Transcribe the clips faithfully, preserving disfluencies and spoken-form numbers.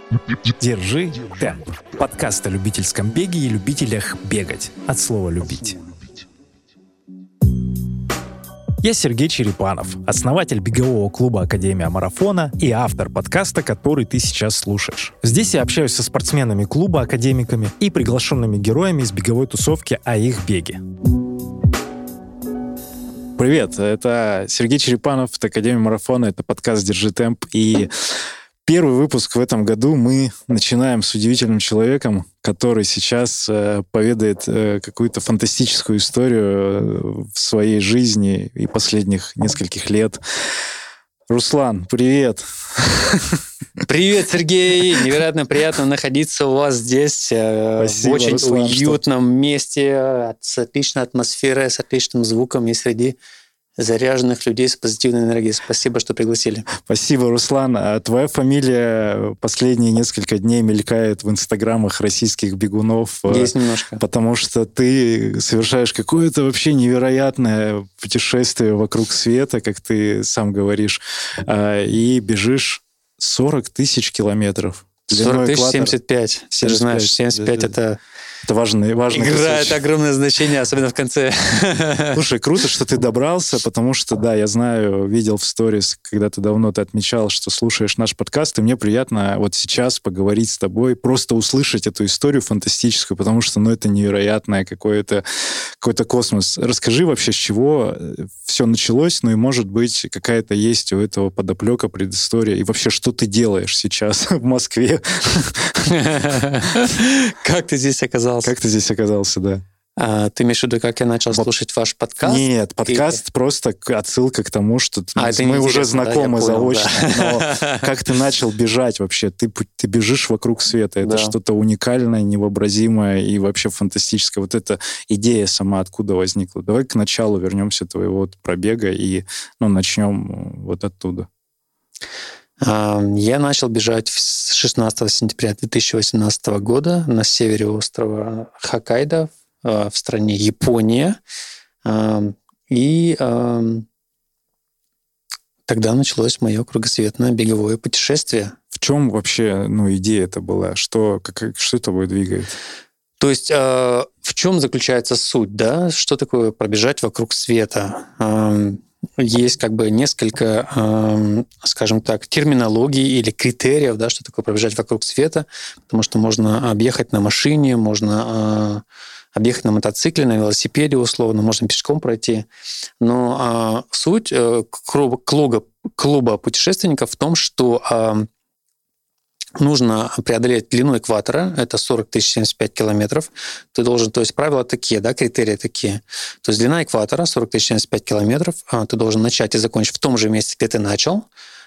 Держи темп. Подкаст о любительском беге и любителях бегать. От слова «любить». Я Сергей Черепанов, основатель бегового клуба «Академия марафона» и автор подкаста, который ты сейчас слушаешь. Здесь я общаюсь со спортсменами клуба, академиками и приглашенными героями из беговой тусовки о их беге. Привет, это Сергей Черепанов, это Академия марафона, это подкаст «Держи темп». И первый выпуск в этом году мы начинаем с удивительным человеком, который сейчас э, поведает э, какую-то фантастическую историю в своей жизни и последних нескольких лет. Руслан, привет! Привет, Сергей! Невероятно приятно находиться у вас здесь, Спасибо, в очень Руслан, уютном что... месте, с отличной атмосферой, с отличным звуком и среди заряженных людей с позитивной энергией. Спасибо, что пригласили. Спасибо, Руслан. А твоя фамилия последние несколько дней мелькает в инстаграмах российских бегунов. Есть немножко. Потому что ты совершаешь какое-то вообще невероятное путешествие вокруг света, как ты сам говоришь, и бежишь сорок тысяч километров. сорок тысяч семьдесят пять. Ты же знаешь, семьдесят пять это... Это важный, важный играет кусочек. Огромное значение, особенно в конце. Слушай, круто, что ты добрался, потому что, да, я знаю, видел в сторис, когда ты давно ты отмечал, что слушаешь наш подкаст, и мне приятно вот сейчас поговорить с тобой, просто услышать эту историю фантастическую, потому что, ну, это невероятное какое-то, какой-то космос. Расскажи вообще, с чего все началось, ну и, может быть, какая-то есть у этого подоплека, предыстория, и вообще, что ты делаешь сейчас в Москве? Как ты здесь оказался? Как ты здесь оказался, да. А, ты имеешь в виду, как я начал вот. слушать ваш подкаст? Нет, подкаст и... просто отсылка к тому, что а, мы уже знакомы да, заочно. Понял, да. Но как ты начал бежать вообще? Ты, ты бежишь вокруг света. Это да. что-то уникальное, невообразимое и вообще фантастическое. Вот эта идея сама откуда возникла? Давай к началу вернемся твоего пробега и ну, начнем вот оттуда. Я начал бежать с шестнадцатого сентября две тысячи восемнадцатого года на севере острова Хоккайдо в стране Япония. И тогда началось мое кругосветное беговое путешествие. В чем вообще ну, идея это была? Что, как, что тобой двигает? То есть в чем заключается суть? Да? Что такое пробежать вокруг света? Есть как бы несколько, э, скажем так, терминологий или критериев, да, что такое пробежать вокруг света, потому что можно объехать на машине, можно э, объехать на мотоцикле, на велосипеде условно, можно пешком пройти. Но э, суть э, клуба, клуба путешественников в том, что э, нужно преодолеть длину экватора, это сорок тысяч семьдесят пять километров. Ты должен, то есть правила такие, да, критерии такие. То есть длина экватора сорок тысяч семьдесят пять километров. Ты должен начать и закончить в том же месте, где ты начал.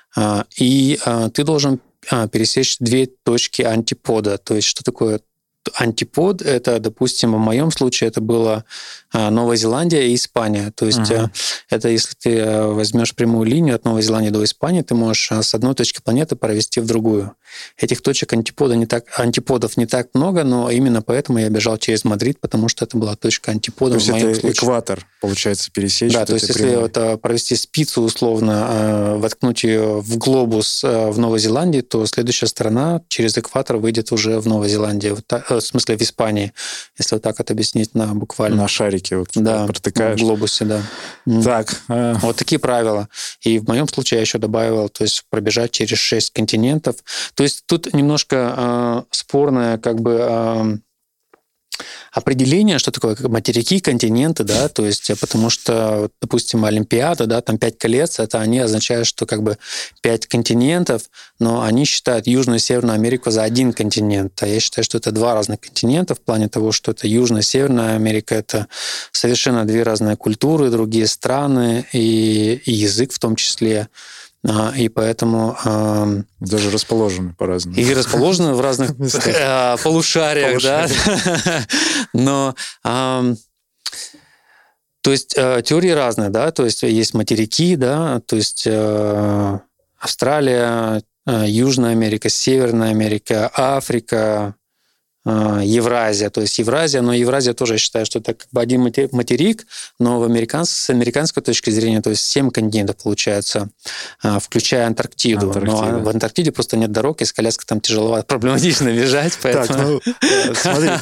И ты должен пересечь две точки антипода. То есть что такое антипод? Это, допустим, в моем случае это было Новая Зеландия и Испания. То есть uh-huh. это если ты возьмешь прямую линию от Новой Зеландии до Испании, ты можешь с одной точки планеты провести в другую. Этих точек антипода не так, антиподов не так много, но именно поэтому я бежал через Мадрид, потому что это была точка антипода. То есть в моем это случае. Экватор, получается, пересечь. Да, то есть если вот провести спицу условно, воткнуть ее в глобус в Новой Зеландии, то следующая сторона через экватор выйдет уже в Новой Зеландии, в смысле в Испании, если вот так вот объяснить на буквально. На шарике вот да, протыкаешь. В глобусе, да. Так. Э... Вот такие правила. И в моем случае я еще добавил, то есть пробежать через шесть континентов. То есть тут немножко э, спорное как бы э, определение, что такое материки, континенты, да, то есть потому что, допустим, Олимпиада, да, там пять колец, это они означают, что как бы пять континентов, но они считают Южную и Северную Америку за один континент, а я считаю, что это два разных континента в плане того, что это Южная и Северная Америка, это совершенно две разные культуры, другие страны и, и язык в том числе. И поэтому... Даже расположены по-разному. И расположены в разных полушариях, да. Но... То есть теории разные, да, то есть есть материки, да, то есть Австралия, Южная Америка, Северная Америка, Африка, Евразия, то есть Евразия, но Евразия тоже, я считаю, что это как бы один материк, но в американс... с американской точки зрения, то есть семь континентов получается, включая Антарктиду. Антарктида. Но в Антарктиде просто нет дорог, и с коляской там тяжеловато, проблематично бежать, поэтому... Так, ну, смотри,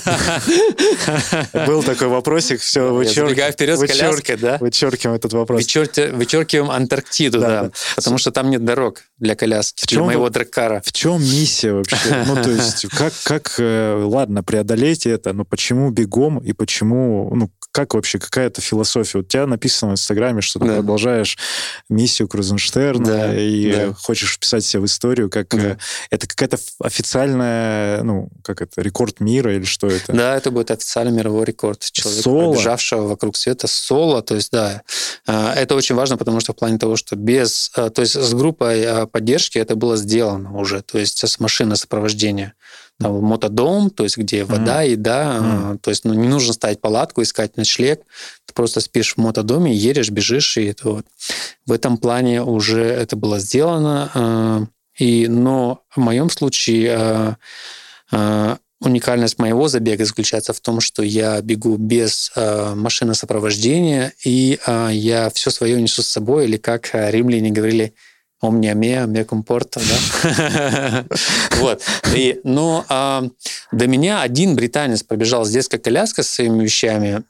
был такой вопросик, все, вычеркиваем вперед с коляской, да? Вычеркиваем этот вопрос. Вычеркиваем Антарктиду, да, потому что там нет дорог для коляски, для моего драгкара. В чем миссия вообще? Ну, то есть, как, как ладно, преодолеть это, но почему бегом и почему, ну, как вообще, какая-то философия? У тебя написано в Инстаграме, что ты да. продолжаешь миссию Крузенштерна да, и да. хочешь вписать себя в историю, как да. это какая-то официальная, ну, как это, рекорд мира или что это? Да, это будет официальный мировой рекорд человека, соло? Пробежавшего вокруг света соло, то есть, да, это очень важно, потому что в плане того, что без, то есть с группой поддержки это было сделано уже, то есть с машиной сопровождения. Там мотодом, то есть где вода, mm-hmm. еда, mm-hmm. то есть ну, не нужно ставить палатку, искать ночлег, ты просто спишь в мотодоме, едешь, бежишь, и это вот. В этом плане уже это было сделано, и, но в моем случае уникальность моего забега заключается в том, что я бегу без машины сопровождения, и я все свое несу с собой, или как римляне говорили, Omnia mea, me comporta, да? Вот. И, но а, до меня один британец пробежал с детской коляской со своими вещами,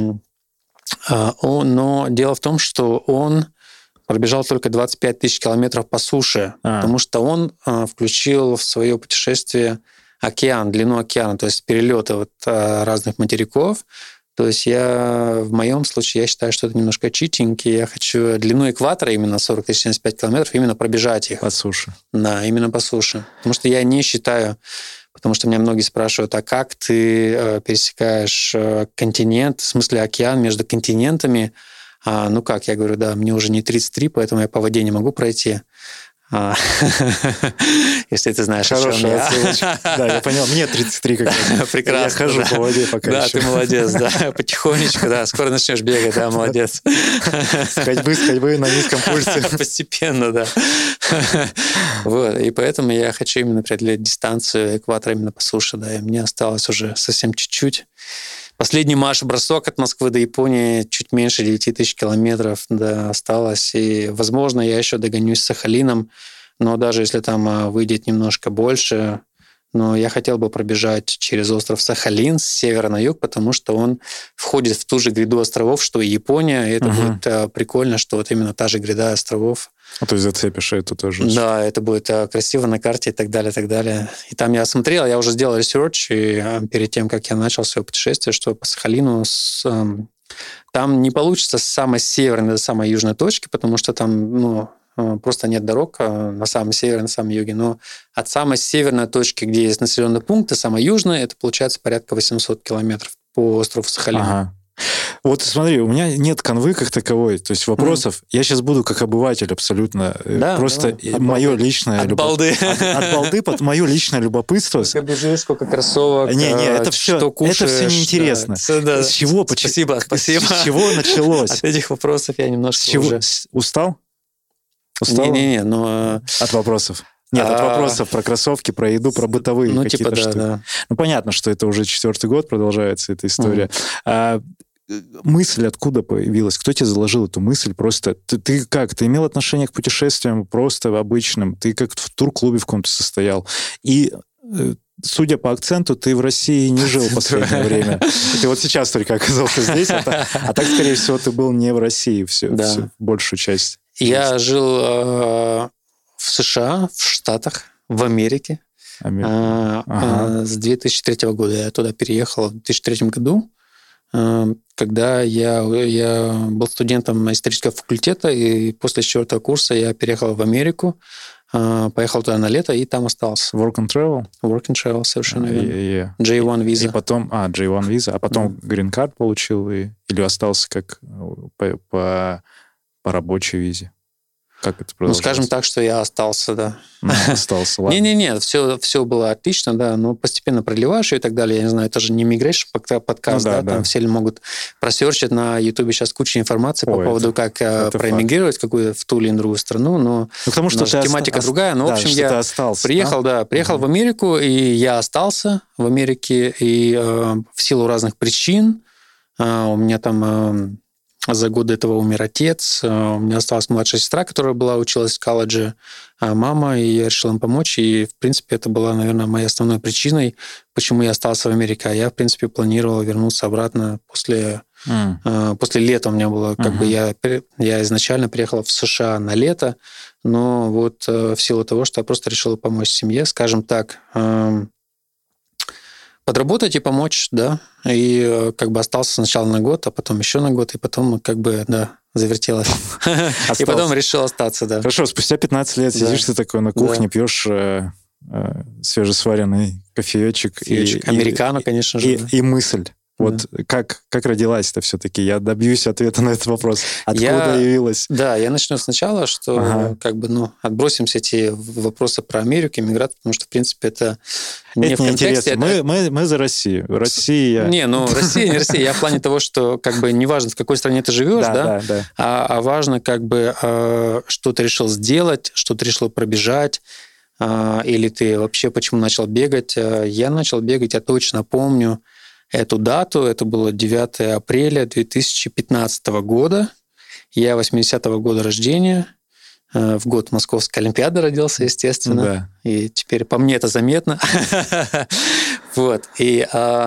а, он, но дело в том, что он пробежал только двадцать пять тысяч километров по суше, а. потому что он а, включил в свое путешествие океан, длину океана, то есть перелеты вот, а, разных материков. То есть я, в моем случае, я считаю, что это немножко читинг, и я хочу длину экватора, именно сорок тысяч семьдесят пять километров, именно пробежать их. По суше. Да, именно по суше. Потому что я не считаю, потому что меня многие спрашивают, а как ты пересекаешь континент, в смысле океан между континентами? А, ну как, я говорю, да, мне уже не тридцать три, поэтому я по воде не могу пройти. Если ты знаешь, Хорошая о чем я. Да, я понял. Мне тридцать три как раз. Прекрасно. Я хожу да. по воде пока Да, еще. ты молодец, да. Потихонечку, да. Скоро начнешь бегать, да, молодец. С ходьбы, с ходьбы на низком пульсе. Постепенно, да. Вот. И поэтому я хочу именно преодолеть дистанцию экватора именно по суше, да. И мне осталось уже совсем чуть-чуть. Последний марш-бросок от Москвы до Японии чуть меньше девять тысяч километров да, осталось. И, возможно, я еще догонюсь с Сахалином, но даже если там выйдет немножко больше, но я хотел бы пробежать через остров Сахалин с севера на юг, потому что он входит в ту же гряду островов, что и Япония. И это угу. будет прикольно, что вот именно та же гряда островов. А то есть зацепишь это тоже. Да, это будет красиво на карте и так далее, и так далее. И там я смотрел, я уже сделал ресерч, и перед тем, как я начал свое путешествие, что по Сахалину с, там не получится с самой северной до самой южной точки, потому что там ну, просто нет дорог на самом севере, на самом юге. Но от самой северной точки, где есть населенный пункт, до самой южной, это получается порядка восемьсот километров по острову Сахалин. Ага. Вот смотри, у меня нет канвы как таковой, то есть вопросов. Mm. Я сейчас буду как обыватель абсолютно. Да, просто да. мое личное... От любо... балды. От, от балды под мое личное любопытство. Сколько бежишь, сколько кроссовок, не, не, это все, что кушаешь. Это все неинтересно. Да. С чего? Спасибо, спасибо. С чего началось? От этих вопросов я немножко с чего? уже... Устал? Устал? Не-не-не, но... От вопросов. Нет, от вопросов про кроссовки, про еду, про бытовые ну, какие-то типа, да, штуки. Да. Ну, понятно, что это уже четвертый год продолжается, эта история. Mm. А, мысль откуда появилась? Кто тебе заложил эту мысль? Просто ты, ты как? Ты имел отношение к путешествиям просто обычным? Ты как в турклубе в каком-то состоял? И... Судя по акценту, ты в России не жил в последнее время. Ты вот сейчас только оказался здесь, а так, а так, скорее всего, ты был не в России всю, да. всю большую часть. Я жил э, в США, в Штатах, в Америке. Амер... Э, ага. э, с две тысячи третьего года. Я туда переехал в две тысячи третьем году, э, когда я, я был студентом исторического факультета, и после четвертого курса я переехал в Америку. Поехал туда на лето и там остался. Work and travel? Work and travel, совершенно а, верно. И, и, джей один виза. И потом, а, джей один виза, а потом mm. green card получил и, или остался как по, по, по рабочей визе? Как это продолжалось? Ну, скажем так, что я остался, да. Ну, остался, ладно. Не-не-не, все, все было отлично, да, но постепенно продлеваешь ее и так далее. Я не знаю, это же не Migration подкаст, ну, да, да, да, там все могут просерчить на Ютубе сейчас куча информации Ой, по поводу, это, как это проэмигрировать какую-то в ту или другую страну, но ну, потому что тематика ост... другая. Но, да, в общем, я остался, приехал, да, да приехал угу. в Америку, и я остался в Америке, и э, в силу разных причин э, у меня там... Э, За год до этого умер отец. У меня осталась младшая сестра, которая была, училась в колледже, а мама, и я решил им помочь. И, в принципе, это была, наверное, моей основной причиной, почему я остался в Америке. А я, в принципе, планировал вернуться обратно после, mm. после лета. У меня было, как uh-huh. бы, я, я изначально приехал в США на лето, но вот в силу того, что я просто решил помочь семье, скажем так, подработать и помочь, да, и как бы остался сначала на год, а потом еще на год, и потом как бы, да, завертелось. И потом решил остаться, да. Хорошо, спустя пятнадцать лет сидишь ты такой на кухне, пьешь свежесваренный кофеечек. Американо, конечно же. И мысль. Вот да. как, как родилась-то все-таки? Я добьюсь ответа на этот вопрос. Откуда я, явилась? Да, я начну сначала, что ага. как бы, ну, отбросим все эти вопросы про Америку, иммиграцию, потому что, в принципе, это не это в контексте. Это... Мы, мы, мы за Россию. Россия. Не, ну, Россия, не Россия. Я в плане того, что как бы неважно, в какой стране ты живешь, да, да, да. А, а важно, как бы, что ты решил сделать, что ты решил пробежать, или ты вообще почему начал бегать. Я начал бегать, я точно помню, эту дату, это было девятое апреля две тысячи пятнадцатого года. Я восьмидесятого года рождения, в год Московской Олимпиады родился, естественно. Да. И теперь по мне это заметно. Вот. И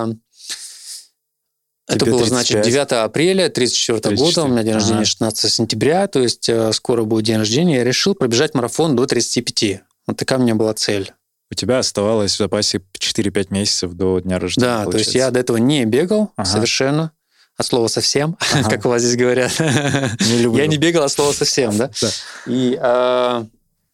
это было, значит, девятое апреля тридцать четвёртого года, у меня день рождения шестнадцатого сентября, то есть скоро будет день рождения. Я решил пробежать марафон до тридцати пяти. Вот такая у меня была цель. У тебя оставалось в запасе четыре-пять месяцев до дня рождения, Да, получается. То есть я до этого не бегал ага. совершенно, от слова совсем, ага. как у вас здесь говорят. Не люблю. Я не бегал от слова совсем, да? да. И а,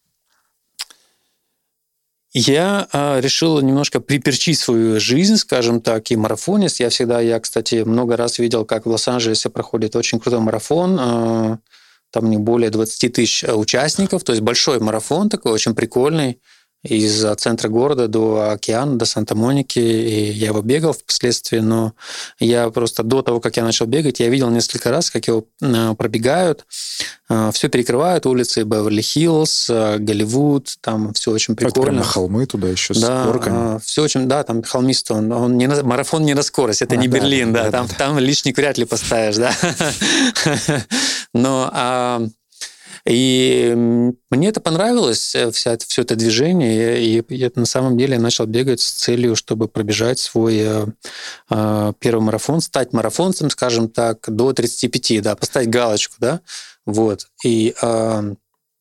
я а, решил немножко приперчить свою жизнь, скажем так, и марафонист. Я всегда, я, кстати, много раз видел, как в Лос-Анджелесе проходит очень крутой марафон. А, там не более двадцати тысяч участников, то есть большой марафон такой, очень прикольный. Из центра города до океана, до Санта-Моники, и я его бегал впоследствии, но я просто до того, как я начал бегать, я видел несколько раз, как его пробегают, все перекрывают, улицы Беверли-Хиллз, Голливуд, там все очень прикольно. Прямо на холмы туда еще да, с горками. Все очень, да, там холмисто, он, он не на, марафон не на скорость, это а, не да, Берлин, да, да, там, да, там лишник вряд ли поставишь, да. Но... И мне это понравилось, вся, все это движение, и, и на самом деле я начал бегать с целью, чтобы пробежать свой э, первый марафон, стать марафонцем, скажем так, до тридцати пяти, да, поставить галочку, да, вот. И э,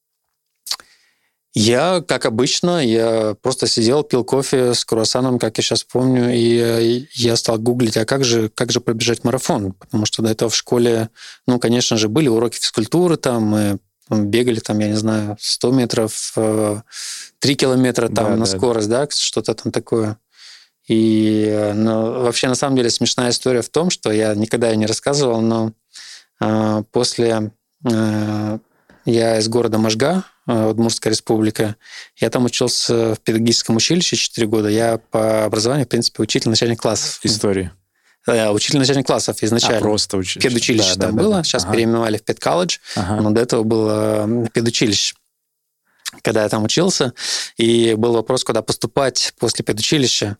я, как обычно, я просто сидел, пил кофе с круассаном, как я сейчас помню, и я стал гуглить, а как же, как же пробежать марафон, потому что до этого в школе, ну, конечно же, были уроки физкультуры, там мы бегали, там, я не знаю, сто метров, три километра там да, на да, скорость, да, что-то там такое. И ну, вообще, на самом деле, смешная история в том, что я никогда ее не рассказывал, но э, после... Э, я из города Можга, э, Удмуртская республика, я там учился в педагогическом училище четыре года. Я по образованию, в принципе, учитель начальных классов. Истории. Учитель начальных классов изначально. А, просто училище. Педучилище да, там да, было, да. сейчас ага. переименовали в педколледж, ага. но до этого было педучилище. Когда я там учился, и был вопрос, куда поступать после педучилища.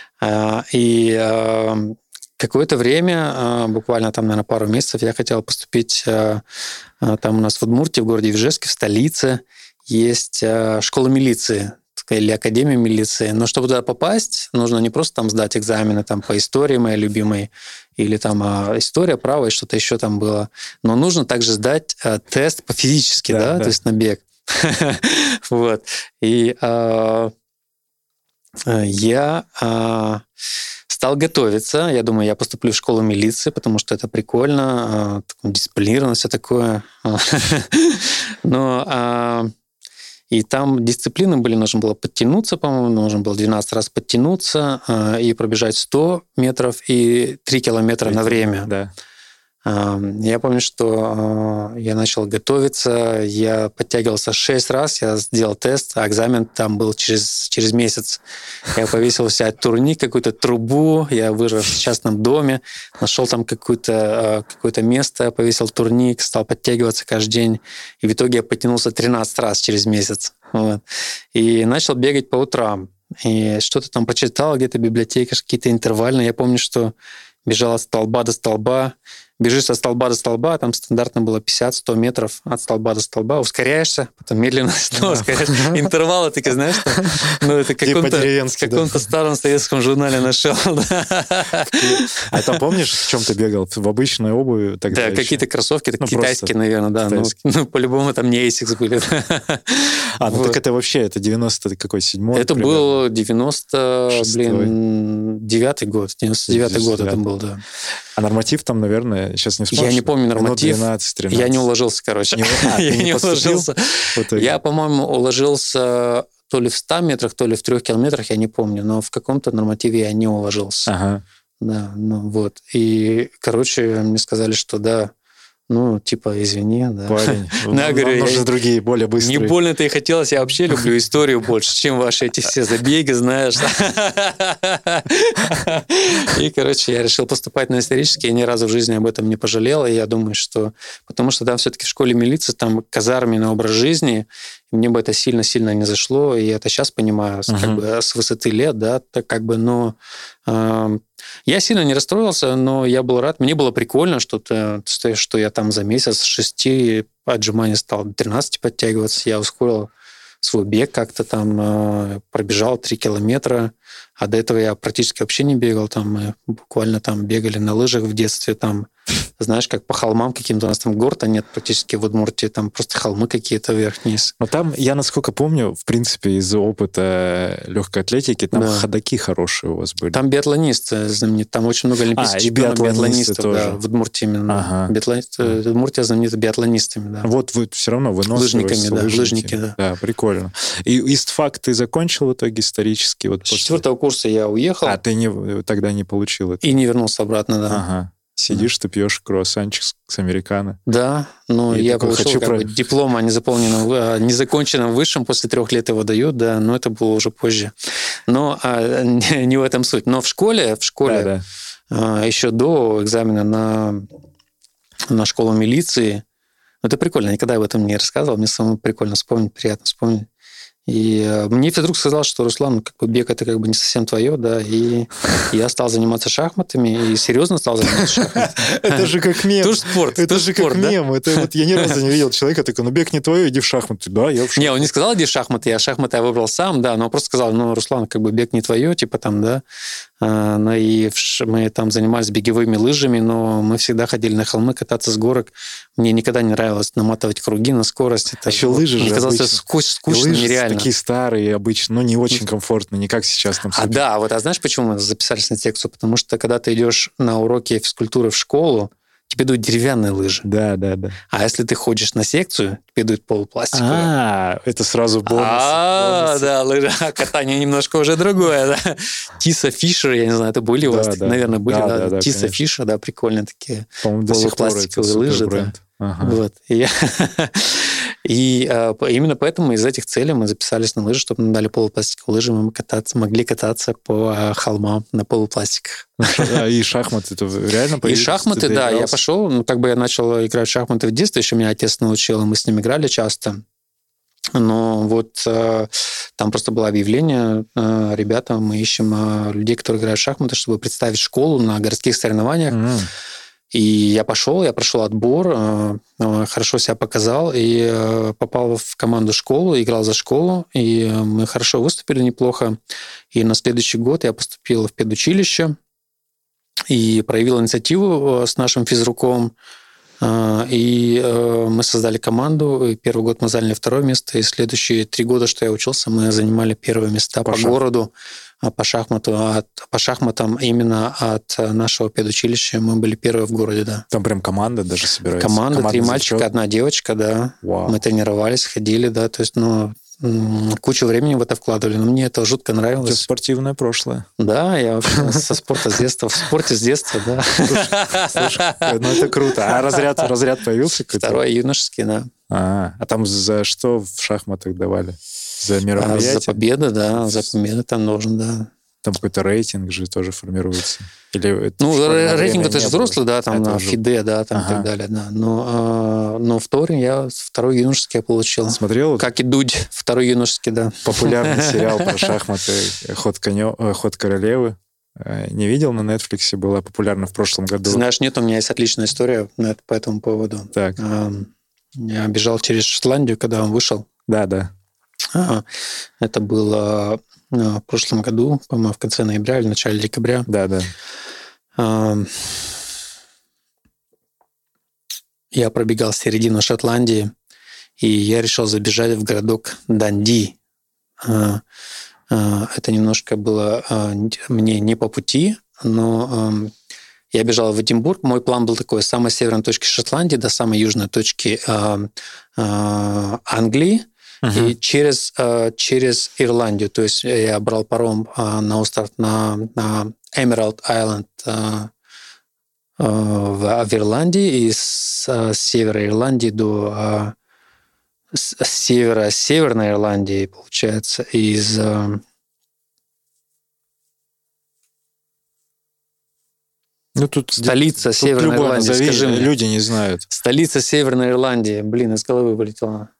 И какое-то время, буквально там, наверное, пару месяцев, я хотел поступить, там у нас в Удмуртии, в городе Ижевске, в столице, есть школа милиции, или Академия милиции. Но чтобы туда попасть, нужно не просто там сдать экзамены там, по истории моей любимой, или там а, история, право и что-то еще там было. Но нужно также сдать а, тест по физически, да, да, да, то есть на бег. Вот. И а, я а, стал готовиться. Я думаю, я поступлю в школу милиции, потому что это прикольно, а, дисциплинированно, все такое. Но... А, И там дисциплины были, нужно было подтянуться, по-моему, нужно было двенадцать раз подтянуться э, и пробежать сто метров и три километра на время. Да. Я помню, что я начал готовиться, я подтягивался шесть раз, я сделал тест, а экзамен там был через, через месяц. Я повесил себе турник, какую-то трубу, я вырос в частном доме, нашел там какое-то, какое-то место, повесил турник, стал подтягиваться каждый день, и в итоге я подтянулся тринадцать раз через месяц. Вот. И начал бегать по утрам. И что-то там почитал, где-то библиотека, какие-то интервальные. Я помню, что бежал от столба до столба, бежишь от столба до столба, там стандартно было пятьдесят-сто метров от столба до столба, ускоряешься, потом медленно снова ускоряешься. Интервалы такие, знаешь, что, ну, это каком-то, в каком-то старом советском журнале нашел. А там помнишь, в чем ты бегал? В обычной обуви? Да, какие-то кроссовки, китайские, наверное, да. Ну, по-любому там не Asics были. А, ну так это вообще, это девяносто какой, седьмой? Это был девяносто, блин, девятый год, девяносто девятый год это был, да. А норматив там, наверное, сейчас не вспомнишь? Я не помню норматив. двенадцать тринадцать. Я не уложился, короче. Не, а, я не, не уложился. Я, по-моему, уложился то ли в ста метрах, то ли в трех километрах, я не помню, но в каком-то нормативе я не уложился. Ага. Да, ну вот. И, короче, мне сказали, что да, ну, типа, извини, да. Парень, да, говорю, нужны другие, более быстрые. Не больно-то и хотелось, я вообще люблю историю больше, чем ваши эти все забеги, знаешь. И, короче, я решил поступать на исторический, я ни разу в жизни об этом не пожалел, и я думаю, что... Потому что там все-таки в школе милиции, там казарменный образ жизни, мне бы это сильно-сильно не зашло, и это сейчас понимаю, uh-huh. как бы с высоты лет, да, так как бы, но... Э, я сильно не расстроился, но я был рад. Мне было прикольно, что, что я там за месяц с шести отжиманий стал до тринадцати подтягиваться. Я ускорил свой бег как-то там, пробежал три километра, а до этого я практически вообще не бегал. Там мы буквально там бегали на лыжах в детстве, там, знаешь, как по холмам каким-то. У нас там гор-то нет практически в Удмуртии, там просто холмы какие-то вверх-вниз. Но там, я насколько помню, в принципе, из-за опыта легкой атлетики, там да. ходаки хорошие у вас были. Там биатлонисты знаменитые, там очень много олимпийских а, чемпионов биатлонистов да, в Удмуртии именно. Ага. Биатлонисты, ага. Удмуртия знаменита биатлонистами. Да. Вот вы все равно выносливость. Лыжниками, да, лыжники, да. Да, прикольно. И ИСТФАК ты закончил в итоге исторически? Вот с после... четвертого курса я уехал. А, ты не, тогда не получил это? И не вернулся обратно, да. Ага. Сидишь, ты пьешь круассанчик с американо. Да, но и я получил как про... бы, диплом о незаполненном, о незаконченном высшем, после трех лет его дают, да, но это было уже позже. Но а, не, не в этом суть. Но в школе, в школе да, да. А, еще до экзамена на, на школу милиции, это прикольно, никогда об этом не рассказывал, мне самому прикольно вспомнить, приятно вспомнить. И мне вдруг сказал, что, Руслан, как бы бег это как бы не совсем твое, да, и я стал заниматься шахматами, и серьезно стал заниматься шахматами. Это же как мем. Тоже спорт. Это же как мем. Это вот я ни разу не видел человека такой, ну бег не твое, иди в шахматы. Да, я в шахматы. Не, он не сказал, иди в шахматы, я шахматы я выбрал сам, да, но он просто сказал, ну, Руслан, как бы бег не твое, типа там, да, ну и мы там занимались беговыми лыжами, но мы всегда ходили на холмы кататься с горок. Мне никогда не нравилось наматывать круги на скорость. Это, а еще лыжи же казалось скучно, нереально. Такие старые, обычно, ну, не очень комфортно, не как сейчас там. А да, вот, а знаешь, почему мы записались на секцию? Потому что, когда ты идешь на уроки физкультуры в школу, тебе дают деревянные лыжи. Да, да, да. А если ты ходишь на секцию, тебе дают полупластиковые. А, это сразу бонус. А, да, лыжа, катание немножко уже другое, да. Тиса Фишер, я не знаю, это были у вас? Наверное, были, да. Тиса Фишер, да, прикольные такие полупластиковые лыжи, да. Ага. Вот. И, и а, именно поэтому из этих целей мы записались на лыжи, чтобы нам дали полупластиковые лыжи, мы кататься, могли кататься по а, холмам на полупластиках. И шахматы это реально появились? И шахматы, да. Я пошел, ну, как бы я начал играть в шахматы в детстве, еще меня отец научил, и мы с ним играли часто. Но вот э, там просто было объявление, э, ребята, мы ищем э, людей, которые играют в шахматы, чтобы представить школу на городских соревнованиях. Mm. И я пошел, я прошел отбор, хорошо себя показал и попал в команду школы, играл за школу, и мы хорошо выступили, неплохо. И на следующий год я поступил в педучилище и проявил инициативу с нашим физруком. И мы создали команду. Первый год мы заняли второе место, и следующие три года, что я учился, мы занимали первые места по, по городу. По, шахмату, от, по шахматам именно от нашего педучилища мы были первые в городе, да. Там прям команда даже собирается? Команда, три мальчика, одна девочка, да. Вау. Мы тренировались, ходили, да, то есть, ну, кучу времени в это вкладывали, но мне это жутко нравилось. Это спортивное прошлое. Да, я вообще со спорта с детства, в спорте с детства, да. Слушай, ну это круто. А разряд, разряд появился какой-то? Второй юношеский, да. А, а там за что в шахматах давали? За мероприятие? А за победу, да, за победу там должен, да. Там какой-то рейтинг же тоже формируется. Или ну, рейтинг это же взрослый, да, там на уже... ФИДЕ, да, там ага. и так далее, да. Но, но второй я, второй юношеский я получил. Смотрел? Как и Дудь, второй юношеский, да. Популярный сериал про шахматы «Ход, конё... «Ход королевы». Не видел? На Netflix была популярна в прошлом году. Ты знаешь, нет, у меня есть отличная история по этому поводу. Так. Я бежал через Шотландию, когда он вышел. Да, да. Это было в прошлом году, по-моему, в конце ноября или в начале декабря. Да, да. Я пробегал середину Шотландии, и я решил забежать в городок Данди. Это немножко было мне не по пути, но я бежал в Эдинбург. Мой план был такой: с самой северной точки Шотландии до самой южной точки Англии, Uh-huh. и через, через Ирландию. То есть я брал паром на остров, на, на Emerald Island в, в Ирландии, и с, с севера Ирландии до с севера Северной Ирландии, получается, из... Ну, тут столица тут Северной Ирландии, назови, скажи мне. Люди не знают. Столица Северной Ирландии. Блин, из головы вылетело.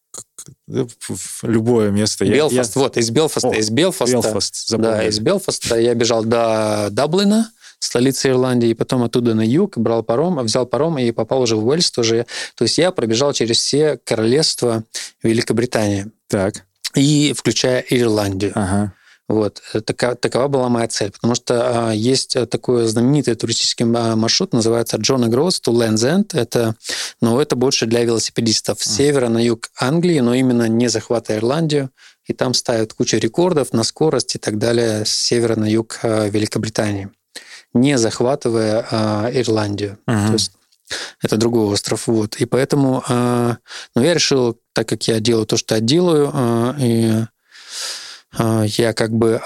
Любое место. Белфаст, я, вот, из Белфаста. О, из Белфаста, Белфаст, да, из Белфаста я бежал до Даблина, столицы Ирландии, и потом оттуда на юг, брал паром, взял паром и попал уже в Уэльс тоже. То есть я пробежал через все королевства Великобритании. Так. И включая Ирландию. Ага. Вот. Такова, такова была моя цель. Потому что а, есть такой знаменитый туристический маршрут, называется John O'Groats to Land's End. Это, но это больше для велосипедистов. С севера на юг Англии, но именно не захватывая Ирландию. И там ставят кучу рекордов на скорость и так далее с севера на юг а, Великобритании, не захватывая а, Ирландию. Uh-huh. То есть это другой остров. Вот. И поэтому а, ну, я решил, так как я делаю то, что я делаю, а, и я как бы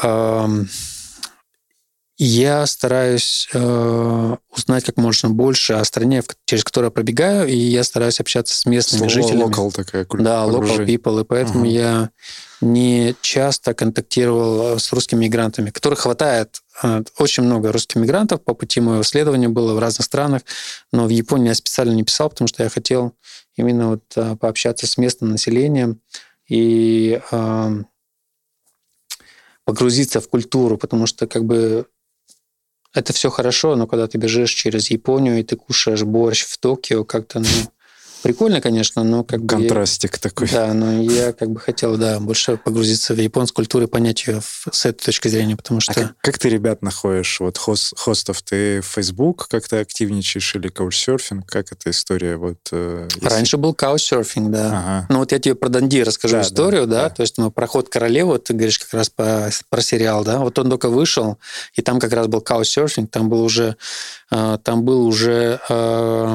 я стараюсь узнать как можно больше о стране, через которую я пробегаю, и я стараюсь общаться с местными Слово жителями. Local такая культура. Да, local people, и поэтому uh-huh. я не часто контактировал с русскими мигрантами, которых хватает. Очень много русских мигрантов по пути моего исследования было в разных странах, но в Японии я специально не писал, потому что я хотел именно вот пообщаться с местным населением и погрузиться в культуру, потому что как бы это все хорошо, но когда ты бежишь через Японию и ты кушаешь борщ в Токио, как-то, ну, прикольно, конечно, но как бы... Контрастик я, такой. Да, но я как бы хотел, да, больше погрузиться в японскую культуру и понять ее с этой точки зрения, потому что... А как, как ты ребят находишь? Вот хост, хостов ты в Facebook как-то активничаешь или каучсерфинг? Как эта история? Вот, э, если... Раньше был каучсерфинг, да. Ага. Ну вот я тебе про Данди расскажу да, историю, да, да, да, то есть ну, про «Ход королевы», ты говоришь как раз по, про сериал, да, вот он только вышел, и там как раз был каучсерфинг, там был уже... Э, там был уже... Э,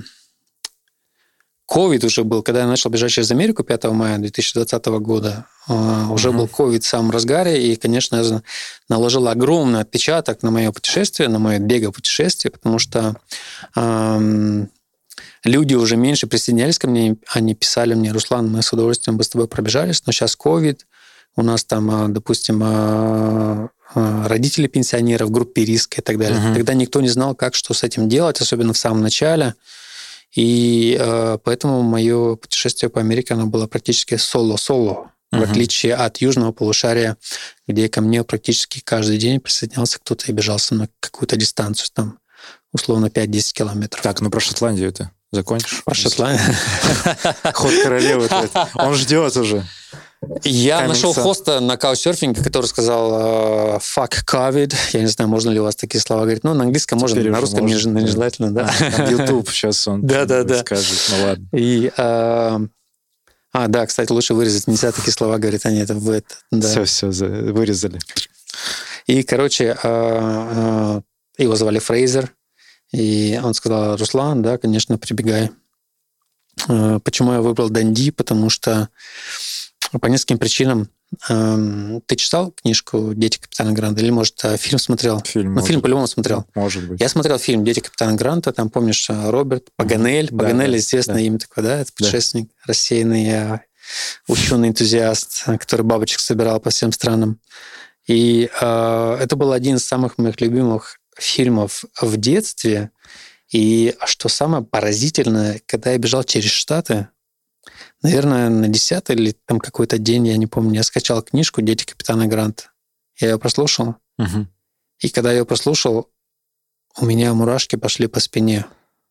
ковид уже был, когда я начал бежать через Америку пятого мая две тысячи двадцатого года. Уже uh-huh. был ковид в самом разгаре, и, конечно, я наложил огромный отпечаток на мое путешествие, на мое бега-путешествие, потому что эм, люди уже меньше присоединялись ко мне, они писали мне: Руслан, мы с удовольствием бы с тобой пробежались, но сейчас ковид, у нас там, допустим, родители пенсионеров в группе риска и так далее. Uh-huh. Тогда никто не знал, как, что с этим делать, особенно в самом начале. И э, поэтому мое путешествие по Америке, оно было практически соло-соло, uh-huh. в отличие от южного полушария, где ко мне практически каждый день присоединялся кто-то и бежал со мной какую-то дистанцию, там, условно, пять-десять километров. Так, ну про Шотландию ты закончишь? Про Шотландию. Ход королевы. Он ждет уже. Я нашел хоста на каучсерфинге, который сказал «fuck COVID». Я не знаю, можно ли у вас такие слова говорить. Ну, на английском можно, на русском не желательно. Да. YouTube сейчас он скажет. Ну, ладно. И, а, а, да, кстати, лучше вырезать. Нельзя такие слова говорить, они это в это. Да. Все, все, вырезали. И, короче, его звали Фрейзер. И он сказал: Руслан, да, конечно, прибегай. Почему я выбрал Данди? Потому что по нескольким причинам. Ты читал книжку «Дети капитана Гранта» или, может, фильм смотрел? Фильм, ну, фильм по-любому смотрел. Может быть. Я смотрел фильм «Дети капитана Гранта», там, помнишь, Роберт Паганель. Да, Паганель, да, известное да. имя такое, да? Это путешественник, да. рассеянный ученый-энтузиаст, который бабочек собирал по всем странам. И э, это был один из самых моих любимых фильмов в детстве. И что самое поразительное, когда я бежал через Штаты, наверное, на десятый или там какой-то день, я не помню, я скачал книжку «Дети капитана Гранта». Я ее прослушал. Угу. И когда я ее прослушал, у меня мурашки пошли по спине.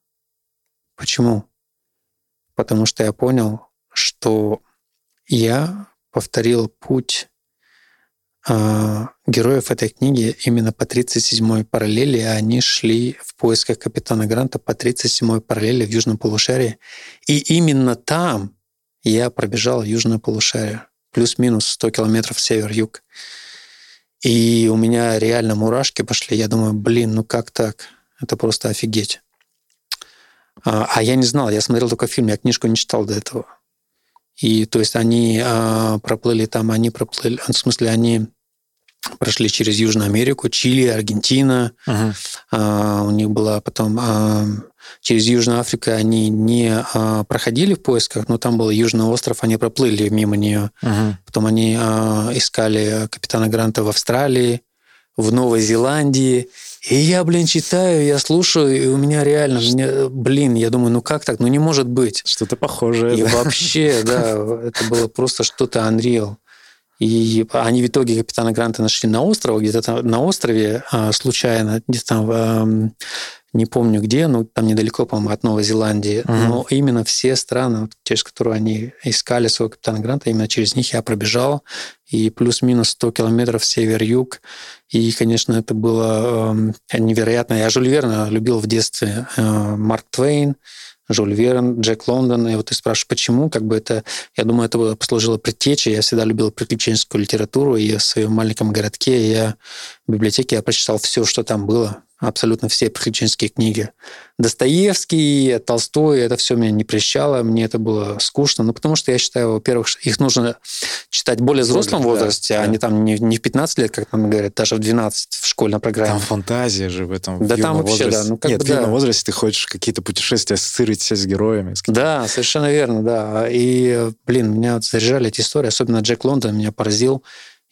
Почему? Потому что я понял, что я повторил путь э, героев этой книги именно по тридцать седьмой параллели, а они шли в поисках капитана Гранта по тридцать седьмой параллели в Южном полушарии. И именно там я пробежал Южное полушарие, плюс-минус сто километров север-юг. И у меня реально мурашки пошли. Я думаю, блин, ну как так? Это просто офигеть. А, а я не знал, я смотрел только фильм, я книжку не читал до этого. И то есть они а, проплыли там, они проплыли, в смысле, они прошли через Южную Америку, Чили, Аргентина. Uh-huh. А, у них была потом а, через Южную Африку они не а, проходили в поисках, но там был Южный остров, они проплыли мимо нее. Uh-huh. Потом они а, искали капитана Гранта в Австралии, в Новой Зеландии. И я, блин, читаю, я слушаю, и у меня реально, мне, блин, я думаю, ну как так? Ну не может быть. Что-то похожее. И да? вообще, да, это было просто что-то unreal. И они в итоге капитана Гранта нашли на острове, где-то там на острове случайно, где-то там, не помню где, но там недалеко, по-моему, от Новой Зеландии. Uh-huh. Но именно все страны, через которые они искали своего капитана Гранта, именно через них я пробежал. И плюс-минус сто километров север-юг. И, конечно, это было невероятно. Я Жюль Верна любил в детстве. Марк Твейн, Жюль Верн, Джек Лондон. И вот ты спрашиваешь, почему? Как бы это, я думаю, это послужило предтечей. Я всегда любил приключенческую литературу. И в своем маленьком городке я в библиотеке я прочитал все, что там было. Абсолютно все приключенческие книги. Достоевский, Толстой, это все меня не прельщало, мне это было скучно. Ну, потому что я считаю, во-первых, их нужно читать в более взрослом возрасте, да, а да. не там не, не в пятнадцать лет, как там говорят, даже в двенадцать в школьной программе. Там фантазия же в этом. Да в там вообще, возрасте. да. Ну, как Нет, бы, в юном да. возрасте ты хочешь какие-то путешествия ассоциировать себя с героями. С да, совершенно верно, да. И, блин, меня вот заряжали эти истории, особенно Джек Лондон меня поразил.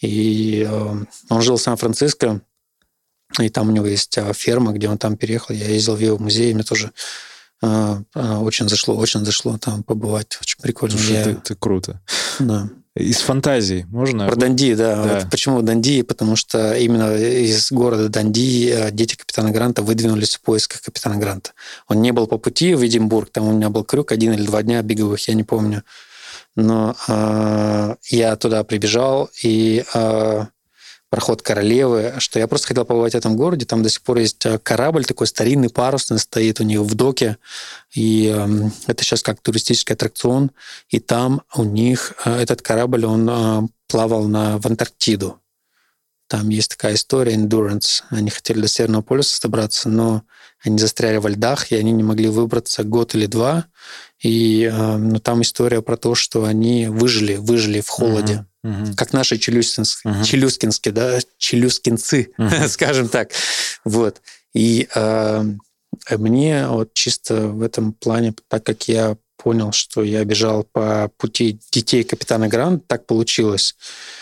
И э, он жил в Сан-Франциско, и там у него есть ферма, где он там переехал. Я ездил в его музей, мне тоже э, очень зашло, очень зашло там побывать. Очень прикольно. Слушай, я... это, это круто. Да. Из фантазии можно? Про Данди, да. да. Вот почему Данди? Потому что именно из города Данди дети капитана Гранта выдвинулись в поисках капитана Гранта. Он не был по пути в Эдинбург, там у меня был крюк один или два дня беговых, я не помню. Но э, я туда прибежал, и... Э, проход Королевы, что я просто хотел побывать в этом городе. Там до сих пор есть корабль такой старинный, парусный, стоит у них в доке. И э, это сейчас как туристический аттракцион. И там у них э, этот корабль, он э, плавал на, в Антарктиду. Там есть такая история, Endurance. Они хотели до Северного полюса добраться, но они застряли во льдах, и они не могли выбраться год или два. И э, ну, там история про то, что они выжили, выжили в холоде. Uh-huh. Uh-huh. Как наши челюскинские, uh-huh. челюскинские, да, челюскинцы, uh-huh. скажем так. Вот. И э, мне вот чисто в этом плане, так как я понял, что я бежал по пути детей капитана Гранта, так получилось,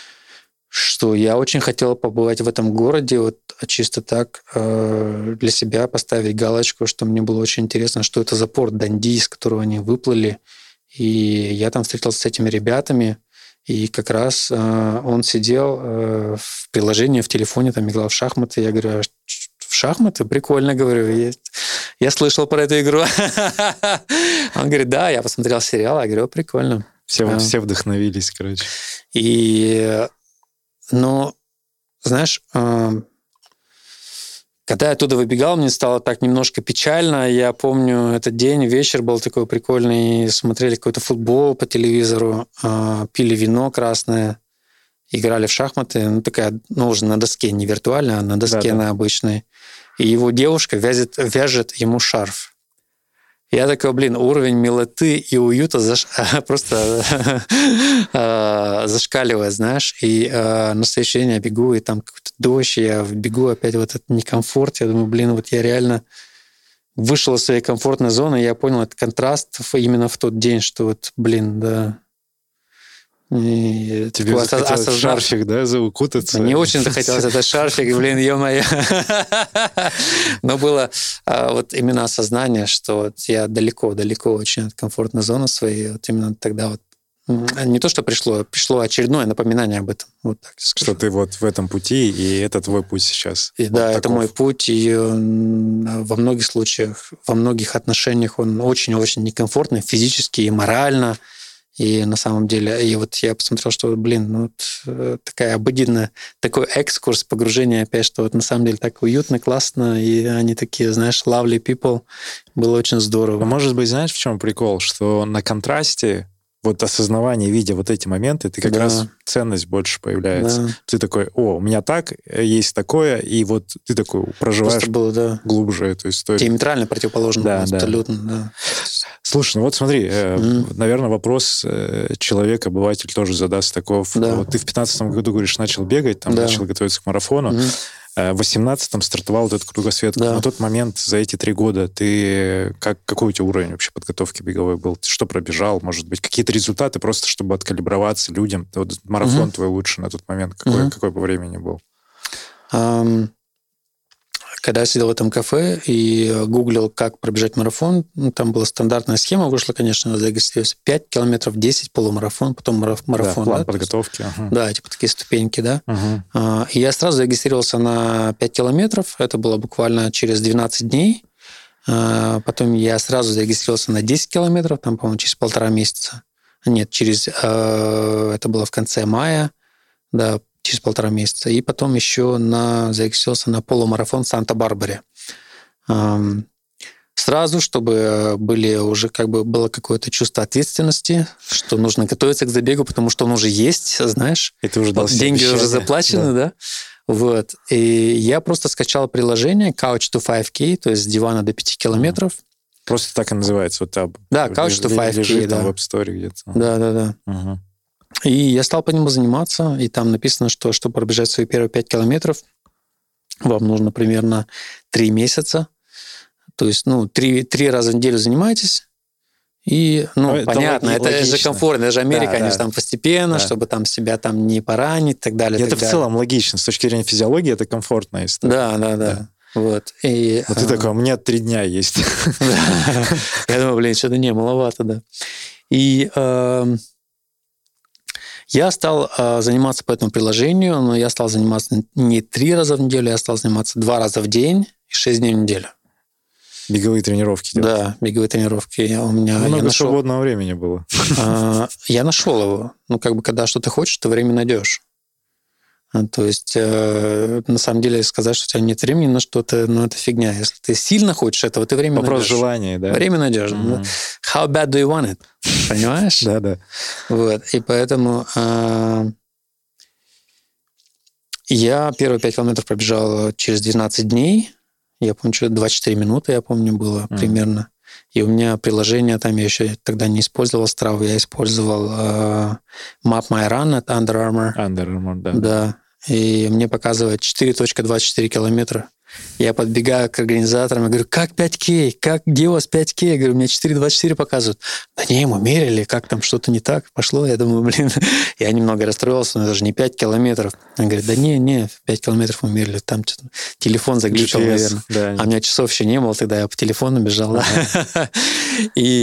что я очень хотел побывать в этом городе, вот чисто так э, для себя поставить галочку, что мне было очень интересно, что это за порт Данди, из которого они выплыли. И я там встретился с этими ребятами, и как раз э, он сидел э, в приложении в телефоне, там играл в шахматы. Я говорю, в шахматы? Прикольно, говорю. Я, я слышал про эту игру. Он говорит, да, я посмотрел сериал. Я говорю, прикольно. Все, а. все вдохновились, короче. И, ну, знаешь, э, когда я оттуда выбегал, мне стало так немножко печально. Я помню этот день, вечер был такой прикольный. Смотрели какой-то футбол по телевизору, пили вино красное, играли в шахматы. Ну, такая, ну, уже на доске, не виртуально, а на доске, да, на обычной. И его девушка вяжет, вяжет ему шарф. Я такой, блин, уровень милоты и уюта заш... просто зашкаливает, знаешь. И на следующий день я бегу, и там какой-то дождь, я бегу опять в этот некомфорт. Я думаю, блин, вот я реально вышел из своей комфортной зоны, и я понял этот контраст именно в тот день, что вот, блин, да... И тебе захотелось осознав... шарфик, да, заукутаться? Не очень захотелось этот шарфик, блин, ё-моё. Но было вот именно осознание, что вот я далеко-далеко очень от комфортной зоны своей. Вот именно тогда вот не то, что пришло, пришло очередное напоминание об этом. Вот так скажу. Что ты вот в этом пути, и это твой путь сейчас. И вот да, таков. Это мой путь, и во многих случаях, во многих отношениях он очень-очень некомфортный физически и морально. И на самом деле, и вот я посмотрел, что, блин, ну вот такая обыденная, такой экскурс, погружение опять, что вот на самом деле так уютно, классно, и они такие, знаешь, lovely people. Было очень здорово. Может быть, знаешь, в чем прикол? Что на контрасте вот осознавание, видя вот эти моменты, ты как да. раз ценность больше появляется. Да. Ты такой, о, у меня так, есть такое, и вот ты такой проживаешь было, да. глубже эту историю. Диаметрально противоположно, да, абсолютно, да. да. Слушай, ну вот смотри, mm. наверное, вопрос человек, обыватель тоже задаст таков. Да. Вот ты в пятнадцатом году, говоришь, начал бегать, там да. начал готовиться к марафону. Mm. В восемнадцатом стартовал вот этот кругосветка. Да. На тот момент, за эти три года, ты как, какой у тебя уровень вообще подготовки беговой был? Ты что пробежал? Может быть, какие-то результаты, просто чтобы откалиброваться людям? Вот марафон mm-hmm. твой лучший на тот момент. Какой, mm-hmm. какой по времени был? Um... Когда я сидел в этом кафе и гуглил, как пробежать марафон, ну, там была стандартная схема, вышла, конечно, зарегистрировался пять километров, десять, полумарафон, потом марафон. Да, план да, подготовки. Ага. Да, типа такие ступеньки, да. Ага. И я сразу зарегистрировался на пять километров, это было буквально через двенадцать дней. Потом я сразу зарегистрировался на десять километров, там, по-моему, через полтора месяца. Нет, через... Это было в конце мая, да, через полтора месяца. И потом еще на, зарегистрировался на полумарафон в Санта-Барбаре. Сразу, чтобы были уже как бы было какое-то чувство ответственности, что нужно готовиться к забегу, потому что он уже есть, знаешь. И ты уже дал деньги обещание. Уже заплачены, да. да? Вот. И я просто скачал приложение Couch to пять кей, то есть с дивана до пяти километров. Просто так и называется. Вот там. Да, Couch to пять кей, лежит да. там в App Store где-то. Да, да, да. Угу. И я стал по нему заниматься, и там написано, что чтобы пробежать свои первые пять километров, вам нужно примерно три месяца. То есть, ну, три, три раза в неделю занимаетесь, и, ну, это понятно, это логично. Же комфортно, это же Америка, да, они да. же там постепенно, да. чтобы там себя там не поранить и так далее. Это так в далее. целом логично, с точки зрения физиологии это комфортная история. Да, да, да. да. Вот. И, Но а... ты такой, у меня три дня есть. Я думаю, блин, что-то не, маловато, да. И... Я стал э, заниматься по этому приложению, но я стал заниматься не три раза в неделю, я стал заниматься два раза в день и шесть дней в неделю. Беговые тренировки делать? Да, беговые тренировки. Я, у меня, много я нашел, свободного времени было. Э, я нашел его. Ну, как бы, когда что-то хочешь, ты время найдешь. То есть, э, на самом деле, сказать, что у тебя нет времени на что-то, ну, это фигня. Если ты сильно хочешь этого, ты время Вопрос найдешь. Вопрос желания, да? Время найдешь. Mm-hmm. How bad do you want it? Понимаешь? Да, да. Вот. И поэтому э, я первые пять километров пробежал через двенадцать дней. Я помню, что двадцать четыре минуты, я помню, было mm-hmm. примерно. И у меня приложение, там я еще тогда не использовал Strava, я использовал э, Map My Run от Under Armour. Under Armour, да. Да. И мне показывает четыре целых двадцать четыре километра. Я подбегаю к организаторам и говорю, как пять кей? Как, где у вас пять кей? Я говорю, мне четыре двадцать четыре показывают. Да не, мы мерили, как там что-то не так пошло. Я думаю, блин, я немного расстроился, но это же не пять километров. Он говорит, да не, не, пять километров мы мерили. Там что-то телефон заглючил, джи пи эс, наверное. Да. А у меня часов еще не было, тогда я по телефону бежал. Uh-huh. И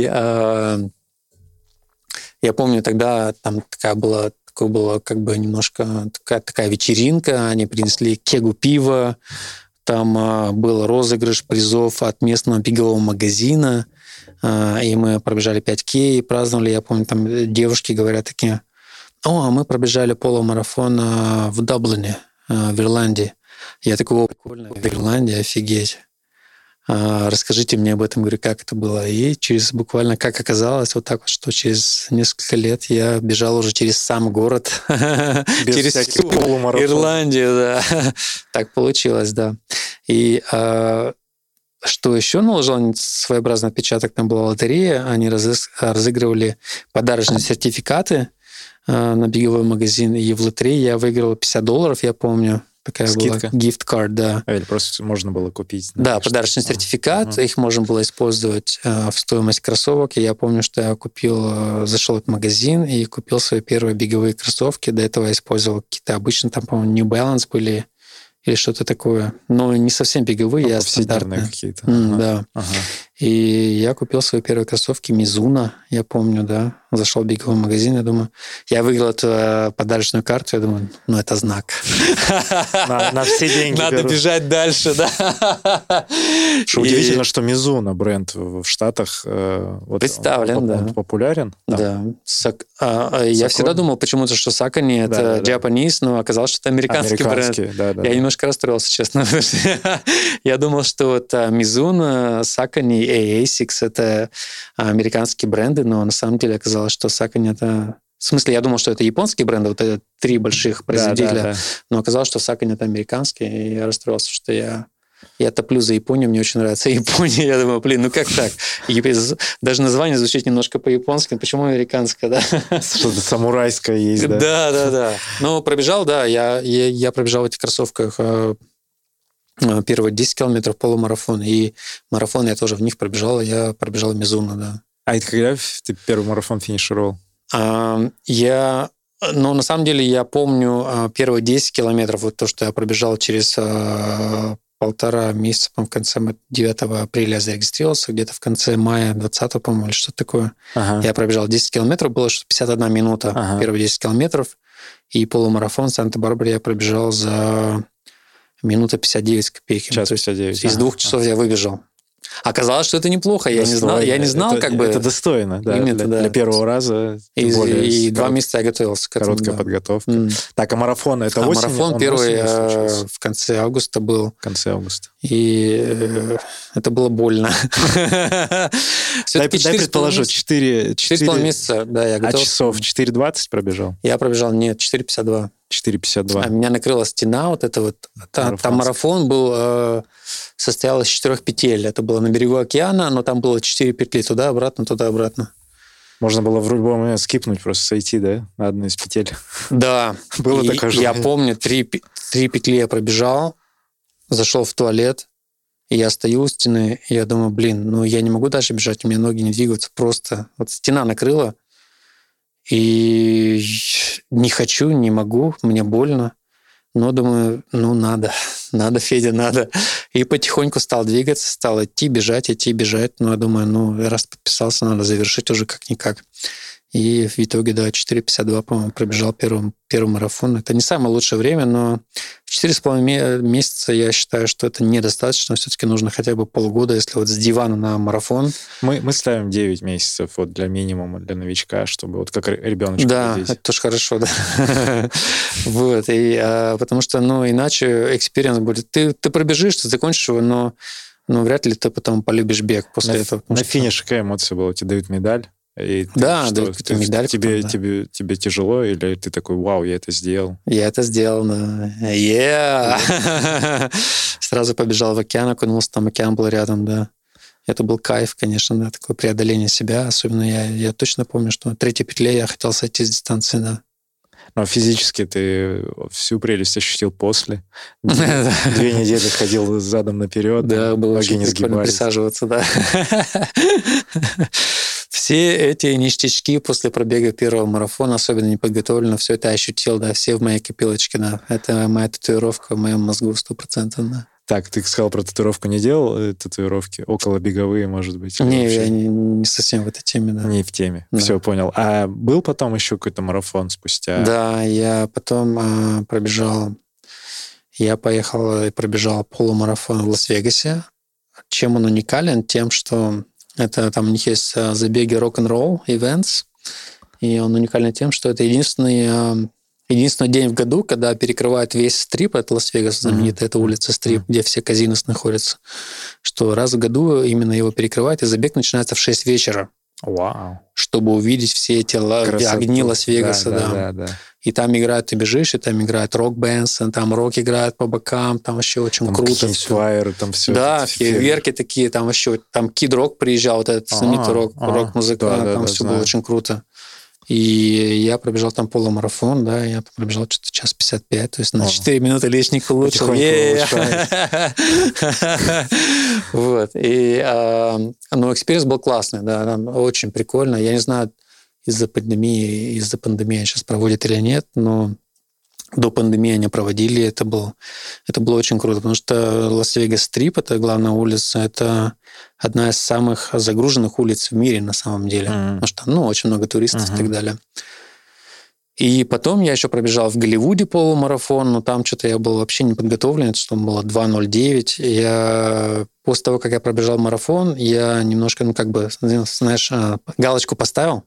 я помню, тогда там такая была такое было как бы немножко такая, такая вечеринка. Они принесли кегу пива. Там а, был розыгрыш призов от местного бегового магазина. А, и мы пробежали пять кей, праздновали. Я помню, там девушки говорят такие, о, мы пробежали полумарафон а, в Дублине, а, в Ирландии. Я такой, о, прикольно, в Ирландии, офигеть. А, расскажите мне об этом, говорю, как это было. И через буквально, как оказалось, вот так вот, что через несколько лет я бежал уже через сам город, через всю Ирландию, да. Так получилось, да. И а, что еще наложило своеобразный отпечаток, там была лотерея, они разыгрывали подарочные сертификаты на беговой магазин, и в лотерее я выиграл пятьдесят долларов, я помню. Такая Скидка? была gift-card, да. А, или просто можно было купить? Да, подарочный что-то. сертификат, ага. Их можно было использовать в стоимость кроссовок. И я помню, что я купил, зашел в этот магазин и купил свои первые беговые кроссовки. До этого я использовал какие-то обычные, там, по-моему, New Balance были или что-то такое. Но не совсем беговые, ну, а стандартные. Какие-то. Mm, ага. Да. Ага. И я купил свои первые кроссовки Mizuno, я помню, да. Зашел в беговой магазин, я думаю... Я выиграл эту подарочную карту, я думаю, ну, это знак. На, на все деньги Надо берут. бежать дальше, да. Что и... Удивительно, что Mizuno бренд в Штатах э, вот представлен, он, да. Он популярен. Да. да. Сак... А, я всегда думал почему-то, что Saucony — это да, Japanese, да. Но оказалось, что это американский, американский бренд. Да, да, я да. немножко расстроился, честно. Я думал, что это Mizuno, Saucony и Asics — это американские бренды, но на самом деле оказалось, что Saucony — это... В смысле, я думал, что это японские бренды, вот это три больших производителя, да, да, да. Но оказалось, что Saucony — это американский, и я расстроился, что я... Я топлю за Японию, мне очень нравится Япония. Я думаю, блин, ну как так? Даже название звучит немножко по-японски. Почему американское, да? Что-то самурайское есть, да? Да, да, да. Ну, пробежал, да. Я, я, я пробежал в этих кроссовках первые десять километров полумарафон. И марафон я тоже в них пробежал. Я пробежал Mizuno, да. А это когда ты первый марафон финишировал? А, я... Ну, на самом деле, я помню первые десять километров, вот то, что я пробежал через... полтора месяца, по-моему, в конце девятого апреля я зарегистрировался, где-то в конце мая двадцатого, по-моему, или что-то такое. Ага. Я пробежал десять километров, было что-то пятьдесят одна минута, ага. Первые десять километров, и полумарафон в Санта-Барбаре я пробежал за минуту пятьдесят девять с копейками. Час пятьдесят девять. Из ага. двух часов ага. Я выбежал. Оказалось, что это неплохо. Я не знал, я не знал, это, как бы... Это достойно, да. Именно, для, да. для первого раза. И, более и корот... два месяца я готовился к этому. Короткая да. подготовка. Mm. Так, а марафон это а осенью? Марафон Он первый в конце августа был. В конце августа. И э, это было больно. Дай, дай предположу, четыре с половиной месяца, да, я готов. А часов четыре двадцать пробежал? Я пробежал, нет, четыре пятьдесят два. четыре пятьдесят два. А меня накрыла стена, вот это вот. Там, там марафон был, э, состоял из четырех петель. Это было на берегу океана, но там было четыре петли туда-обратно, туда-обратно. Можно было в любой момент скипнуть, просто сойти, да, на одну из петель. Да. Было и, такое я помню, три, три петли я пробежал, зашел в туалет, и я стою у стены, и я думаю, блин, ну я не могу дальше бежать, у меня ноги не двигаются, просто вот стена накрыла, и не хочу, не могу, мне больно, но думаю, ну надо, надо, Федя, надо. И потихоньку стал двигаться, стал идти, бежать, идти, бежать, но я думаю, ну раз подписался, надо завершить уже как-никак. И в итоге, да, четыре пятьдесят два, по-моему, пробежал первый, первый марафон. Это не самое лучшее время, но в четыре с половиной месяца я считаю, что это недостаточно. Все-таки нужно хотя бы полгода, если вот с дивана на марафон. Мы, мы ставим девять месяцев вот для минимума, для новичка, чтобы вот как ребеночка Да, ходить. Это тоже хорошо, да. Вот, и потому что, ну, иначе экспириенс будет. Ты пробежишь, ты закончишь его, но вряд ли ты потом полюбишь бег после этого. На финише какая эмоция была? Тебе дают медаль? И да, что, да, ты, медаль. Тебе, да. тебе, тебе тяжело, или ты такой, вау, я это сделал? Я это сделал, да. Yeah! Сразу побежал в океан, окунулся, там океан был рядом, да. Это был кайф, конечно, да, такое преодоление себя. Особенно я, я точно помню, что на третьей петле я хотел сойти с дистанции, да. Но физически ты всю прелесть ощутил после. Две недели ходил задом наперед. Да, было очень прикольно присаживаться, да. Все эти ништячки после пробега первого марафона, особенно неподготовленно, все это ощутил, да, все в моей копилочке, да. Это моя татуировка в моем мозгу сто процентов, да. Так, ты сказал про татуировку, не делал татуировки? Около беговые, может быть? Не, я не, не совсем в этой теме, да. Не в теме, да. Все, понял. А был потом еще какой-то марафон спустя? Да, я потом а, пробежал, я поехал и пробежал полумарафон в Лас-Вегасе. Чем он уникален? Тем, что это там у них есть забеги рок-н-ролл, events, и он уникален тем, что это единственный... Единственный день в году, когда перекрывают весь стрип, это Лас-Вегас, знаменитая, mm-hmm. это улица Стрип, mm-hmm. где все казино находятся, что раз в году именно его перекрывают, и забег начинается в шесть вечера. Вау. Wow. Чтобы увидеть все эти Красоту. огни Лас-Вегаса. Да, да. Да, да, да. и там играют, ты бежишь, и там играет рок-бэндс, там рок играет по бокам, там вообще очень там круто. Флайеры, там все. Да, фейерверки такие, там вообще, там Кид Рок приезжал, вот этот знаменитый рок, рок-музыкант, да, да, там да, все знаю. Было очень круто. И я пробежал там полумарафон, да, я пробежал что-то час пятьдесят пять, то есть на четыре минуты лишних улучшил. Вот. И, ну, экспириенс был классный, да, очень прикольно. Я не знаю, из-за пандемии, из-за пандемии сейчас проводят или нет, но до пандемии они проводили, это было, это было очень круто, потому что Лас-Вегас-Стрип, это главная улица, это одна из самых загруженных улиц в мире на самом деле, mm-hmm. потому что, ну, очень много туристов mm-hmm. и так далее. И потом я еще пробежал в Голливуде полумарафон, но там что-то я был вообще не подготовлен, это что было два ноль девять. Я после того, как я пробежал марафон, я немножко, ну, как бы, знаешь, галочку поставил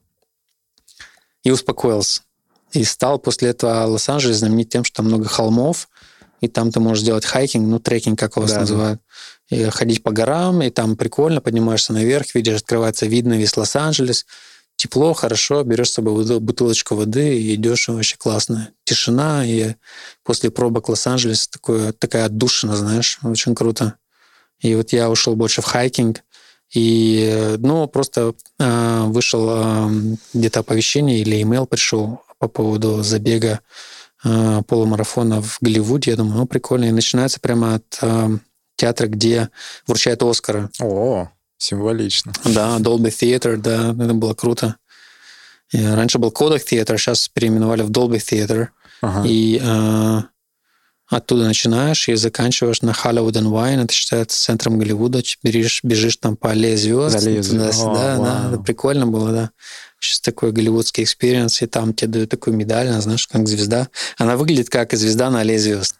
и успокоился. И стал после этого Лос-Анджелес знаменит тем, что там много холмов, и там ты можешь делать хайкинг, ну, трекинг, как у вас да, называют, и ходить по горам, и там прикольно, поднимаешься наверх, видишь, открывается видно весь Лос-Анджелес, тепло, хорошо, берешь с собой бутылочку воды и идешь, вообще классно. Тишина, и после пробок Лос-Анджелес такое, такая отдушина, знаешь, очень круто. И вот я ушел больше в хайкинг, и, ну, просто э, вышел э, где-то оповещение или имейл пришел по поводу забега э, полумарафона в Голливуде. Я думаю, ну, прикольно. И начинается прямо от э, театра, где вручают Оскара. О, символично. Да, Dolby Theatre, да, это было круто. И раньше был Kodak Theatre, сейчас переименовали в Dolby Theatre. Ага. И э, оттуда начинаешь и заканчиваешь на Hollywood and Vine. Это считается центром Голливуда. Бежишь, бежишь там по аллее звезд. За лезвие. Да, О, да, это прикольно было, да. Сейчас такой голливудский экспириенс, и там тебе дают такую медаль, она, знаешь, как звезда. Она выглядит как звезда на аллее звезд.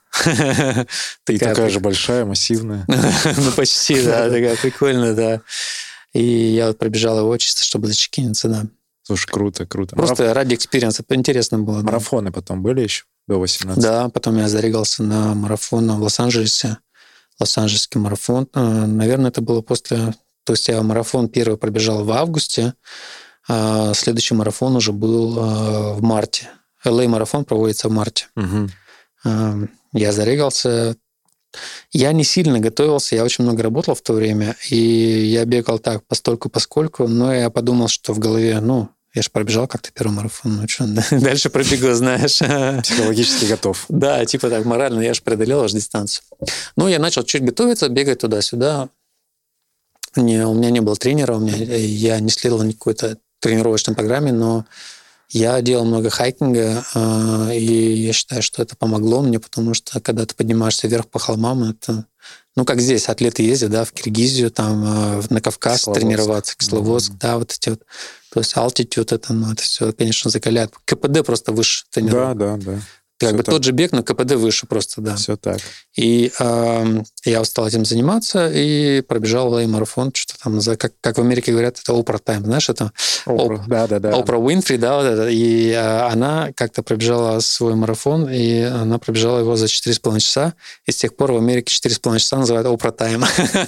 И такая же большая, массивная. Ну, почти, да, такая прикольная, да. И я вот пробежал его чисто, чтобы зачекиниться, да. Слушай, круто, круто. Просто ради экспириенса, интересно было. Марафоны потом были еще до восемнадцати? Да, потом я зарегался на марафон в Лос-Анджелесе. Лос-Анджелесский марафон. Наверное, это было после... То есть я марафон первый пробежал в августе, а следующий марафон уже был в марте. эл эй-марафон проводится в марте. Угу. Я зарегался. Я не сильно готовился, я очень много работал в то время, и я бегал так постольку-поскольку, но я подумал, что в голове, ну, я же пробежал как-то первый марафон, ну что, дальше пробегу, знаешь. Психологически готов. Да, типа так, морально, я же преодолел аж дистанцию. Ну, я начал чуть готовиться, бегать туда-сюда. Не, у меня не было тренера, у меня, я не следовал никакой-то тренировочной программе, но я делал много хайкинга, и я считаю, что это помогло мне, потому что когда ты поднимаешься вверх по холмам, это, ну, как здесь атлеты ездят, да, в Киргизию, там, на Кавказ Кисловодск. Тренироваться, Кисловодск, mm-hmm. да, вот эти вот, то есть altitude, это, ну, это все, конечно, закаляет. КПД просто выше тренировок. Да, да, да. Как все бы так. Тот же бег, но КПД выше просто, да. Все так. И э, я стал этим заниматься и пробежал эл эй-марафон, что там, как, как в Америке говорят, это Опра Тайм, знаешь, это Опра, да, да, да. Опра Уинфри, да, вот это. И э, она как-то пробежала свой марафон, и она пробежала его за четыре с половиной часа, и с тех пор в Америке четыре с половиной часа называют Опра Тайм.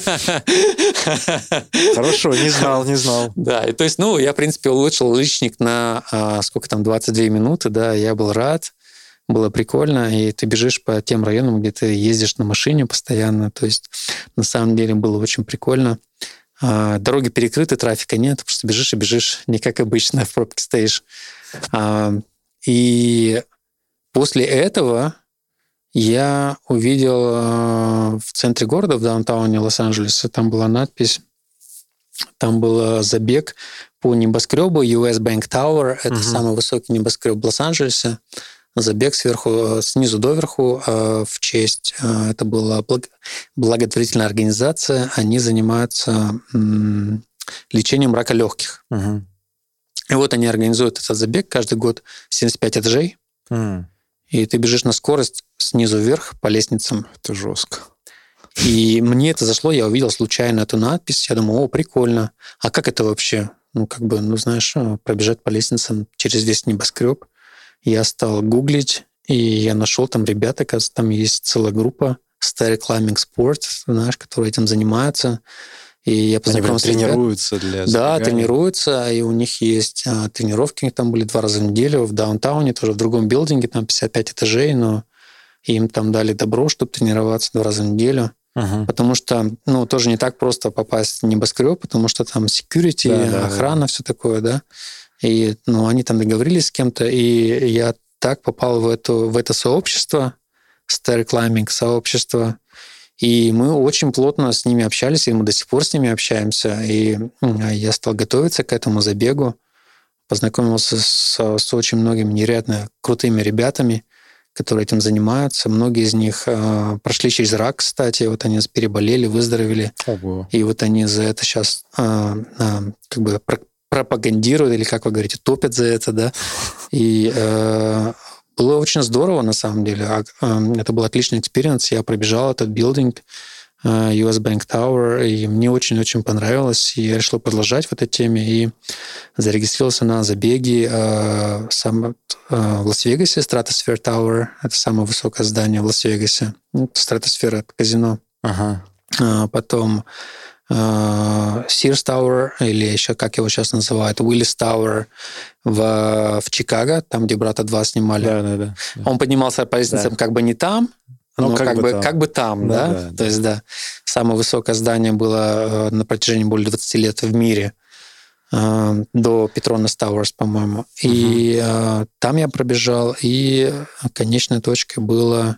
Хорошо, не знал, не знал. Да, и то есть, ну, я, в принципе, улучшил личник на, сколько там, двадцать две минуты, да, я был рад. Было прикольно, и ты бежишь по тем районам, где ты ездишь на машине постоянно. То есть, на самом деле, было очень прикольно. Дороги перекрыты, трафика нет, просто бежишь и бежишь, не как обычно, в пробке стоишь. И после этого я увидел в центре города, в даунтауне Лос-Анджелеса, там была надпись, там был забег по небоскребу ю эс Bank Tower, это uh-huh. самый высокий небоскреб в Лос-Анджелесе. Забег сверху, снизу доверху в честь. Это была благотворительная организация. Они занимаются лечением рака легких. Угу. И вот они организуют этот забег каждый год семьдесят пять этажей. Mm. И ты бежишь на скорость снизу вверх по лестницам. Это жестко. И мне это зашло, я увидел случайно эту надпись. Я думаю, о, прикольно. А как это вообще? Ну, как бы, ну, знаешь, пробежать по лестницам через весь небоскреб. Я стал гуглить, и я нашел там ребята, кажется, там есть целая группа Stair Climbing Sports, знаешь, которые этим занимаются. И я познакомился Они тренируются для Да, сбегания. тренируются, и у них есть а, тренировки, там были два раза в неделю в даунтауне, тоже в другом билдинге, там пятьдесят пять этажей, но им там дали добро, чтобы тренироваться два раза в неделю. Угу. Потому что, ну, тоже не так просто попасть в небоскреб, потому что там security, да, охрана, да. все такое, да. И, ну, они там договорились с кем-то, и я так попал в, эту, в это сообщество, Stair Climbing сообщество, и мы очень плотно с ними общались, и мы до сих пор с ними общаемся. И я стал готовиться к этому забегу, познакомился с, с очень многими невероятно крутыми ребятами, которые этим занимаются. Многие из них э, прошли через рак, кстати. Вот они переболели, выздоровели. Ого. И вот они за это сейчас э, э, как бы пропагандируют, или, как вы говорите, топят за это, да. И э, было очень здорово, на самом деле. Это был отличный экспириенс. Я пробежал этот билдинг, ю эс Bank Tower, и мне очень-очень понравилось. И я решил продолжать в этой теме. И зарегистрировался на забеге э, сам, э, в Лас-Вегасе, Stratosphere Tower. Это самое высокое здание в Лас-Вегасе. Стратосфера — это казино. Ага. А потом Sears Tower, или еще, как его сейчас называют, Willis Tower в, в Чикаго, там, где «Брата два» снимали. Да, да, да. Он поднимался по лестницам, да, как бы не там, но, но как, как, бы, как бы там, да? Да, да, да. То есть, да, самое высокое здание было на протяжении более двадцати лет в мире, до Petronas Towers, по-моему. Uh-huh. И там я пробежал, и конечной точкой было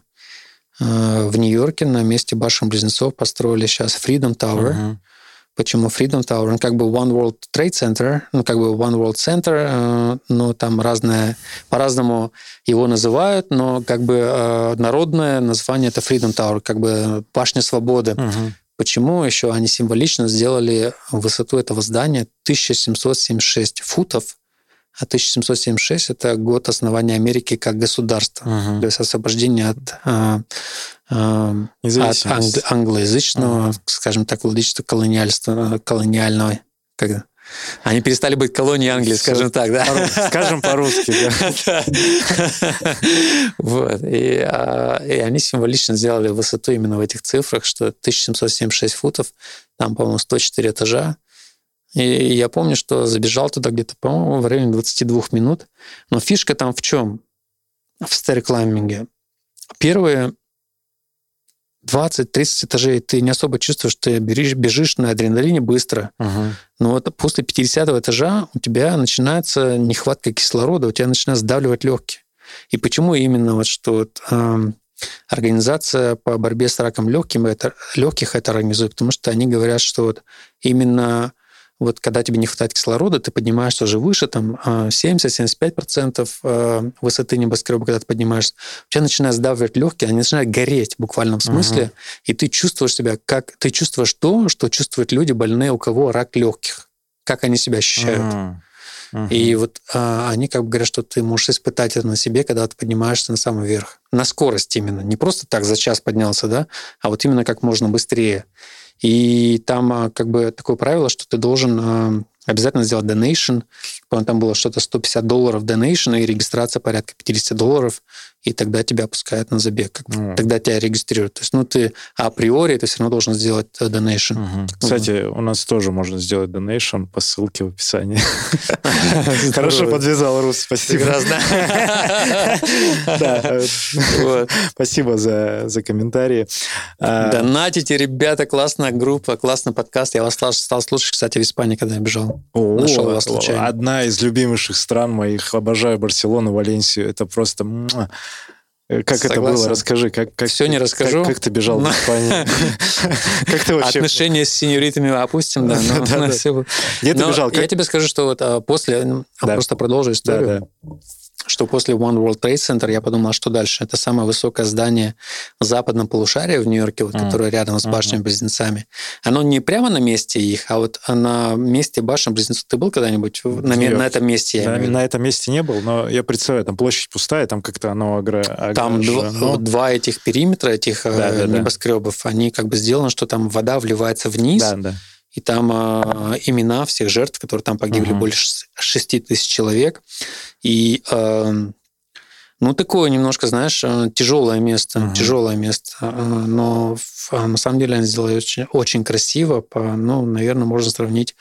в Нью-Йорке на месте башен-близнецов построили сейчас Freedom Tower. Uh-huh. Почему Freedom Tower? Он как бы One World Trade Center, ну как бы One World Center, но там разное, по-разному его называют, но как бы народное название — это Freedom Tower, как бы башня свободы. Uh-huh. Почему еще они символично сделали высоту этого здания тысяча семьсот семьдесят шесть футов, а тысяча семьсот семьдесят шесть — это год основания Америки как государства, uh-huh. то есть освобождение от, а, а, от англ- англоязычного, uh-huh. скажем так, владычества колониальства, колониального. Как, они перестали быть колонией Англии, скажем так, да? Скажем по-русски, да. Вот. И они символично сделали высоту именно в этих цифрах, что тысяча семьсот семьдесят шесть футов, там, по-моему, сто четыре этажа. И я помню, что забежал туда где-то, по-моему, в районе двадцати двух минут. Но фишка там в чем? В стейр-клаймбинге. Первые двадцать-тридцать этажей ты не особо чувствуешь, ты бежишь, бежишь на адреналине быстро. Uh-huh. Но вот после пятидесятого этажа у тебя начинается нехватка кислорода, у тебя начинает сдавливать легкие. И почему именно вот что вот, э, организация по борьбе с раком легким, это, легких это организует? Потому что они говорят, что вот именно вот когда тебе не хватает кислорода, ты поднимаешься уже выше, там семьдесят-семьдесят пять процентов высоты небоскреба, когда ты поднимаешься, у тебя начинает сдавливать легкие, они начинают гореть в буквальном смысле, uh-huh. и ты чувствуешь себя, как ты чувствуешь то, что чувствуют люди больные, у кого рак легких, как они себя ощущают. Uh-huh. Uh-huh. И вот а, они как бы говорят, что ты можешь испытать это на себе, когда ты поднимаешься на самый верх. На скорость именно. Не просто так за час поднялся, да, а вот именно как можно быстрее. И там как бы такое правило, что ты должен обязательно сделать donation. Там было что-то сто пятьдесят долларов donation, и регистрация порядка пятьдесят долларов, и тогда тебя пускают на забег. Как бы, mm. Тогда тебя регистрируют. То есть, ну, ты априори ты все равно должен сделать donation. Mm-hmm. Кстати, mm-hmm. у нас тоже можно сделать donation по ссылке в описании. Хорошо подвязал, Рус, спасибо. Спасибо за комментарии. Донатите, ребята, классная группа, классный подкаст. Я вас стал слушать, кстати, в Испании, когда я бежал. Нашел вас случайно. Одна из любимейших стран моих. Обожаю Барселону, Валенсию. Это просто... Как Согласен. Это было? Расскажи. Как, как, Все не расскажу. Как, как ты бежал в Испании? Как ты вообще... Отношения с сеньоритами опустим, да. Где ты бежал? Я тебе скажу, что вот после... Просто продолжу историю. Что после One World Trade Center я подумал, а что дальше? Это самое высокое здание в западном полушарии в Нью-Йорке, вот, mm. которое рядом с башнями-близнецами. Оно не прямо на месте их, а вот на месте башен-близнецов. Ты был когда-нибудь на, на этом месте? Я на, на этом месте не был, но я представляю, там площадь пустая, там как-то оно огражено. Там два, два этих периметра, этих да, да, небоскребов, да. Они как бы сделаны, что там вода вливается вниз, да, да. И там э, имена всех жертв, которые там погибли, uh-huh. больше шести тысяч человек. И, э, Ну, такое немножко, знаешь, тяжелое место, uh-huh. тяжелое место. Но на самом деле они сделали очень, очень красиво. По, ну, наверное, можно сравнить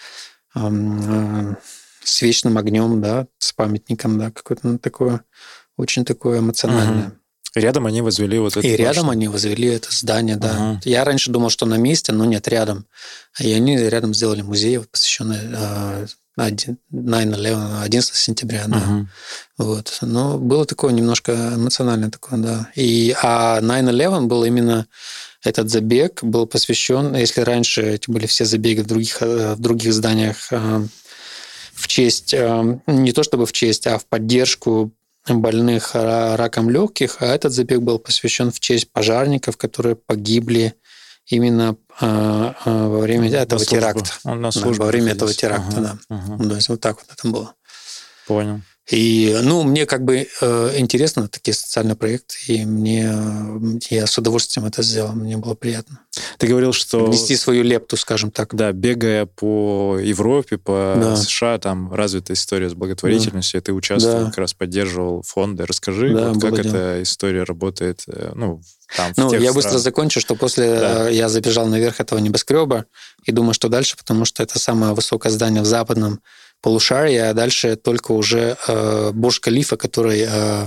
э, с вечным огнем, да, с памятником, да, какое-то ну, такое, очень такое эмоциональное. Uh-huh. Рядом они возвели вот это. И башню. Рядом они возвели это здание, да. Uh-huh. Я раньше думал, что на месте, но нет, рядом. И они рядом сделали музей, посвященный э, девять элевен, одиннадцатого сентября, да. Uh-huh. Вот. Но было такое немножко эмоциональное такое, да. И, а девять элевен был именно этот забег, был посвящен, если раньше эти были все забеги в других, в других зданиях э, в честь, э, не то чтобы в честь, а в поддержку больных раком легких, а этот забег был посвящен в честь пожарников, которые погибли именно э, э, во время на этого службу. теракта. Он на да, во время этого теракта, ага, да. Ага. То есть вот так вот это было. Понял. И, ну, мне как бы э, интересно такие социальные проекты, и мне я с удовольствием это сделал, мне было приятно. Ты говорил, что... Внести свою лепту, скажем так. Да, бегая по Европе, по да. США, там развитая история с благотворительностью, да. ты участвовал, да. как раз поддерживал фонды. Расскажи, да, вот как дело. эта история работает, ну, там, в Ну, тех я странах. быстро закончу, что после да. я забежал наверх этого небоскреба и думаю, что дальше, потому что это самое высокое здание в западном полушария, а дальше только уже э, Бурдж-Халифа, который... Э,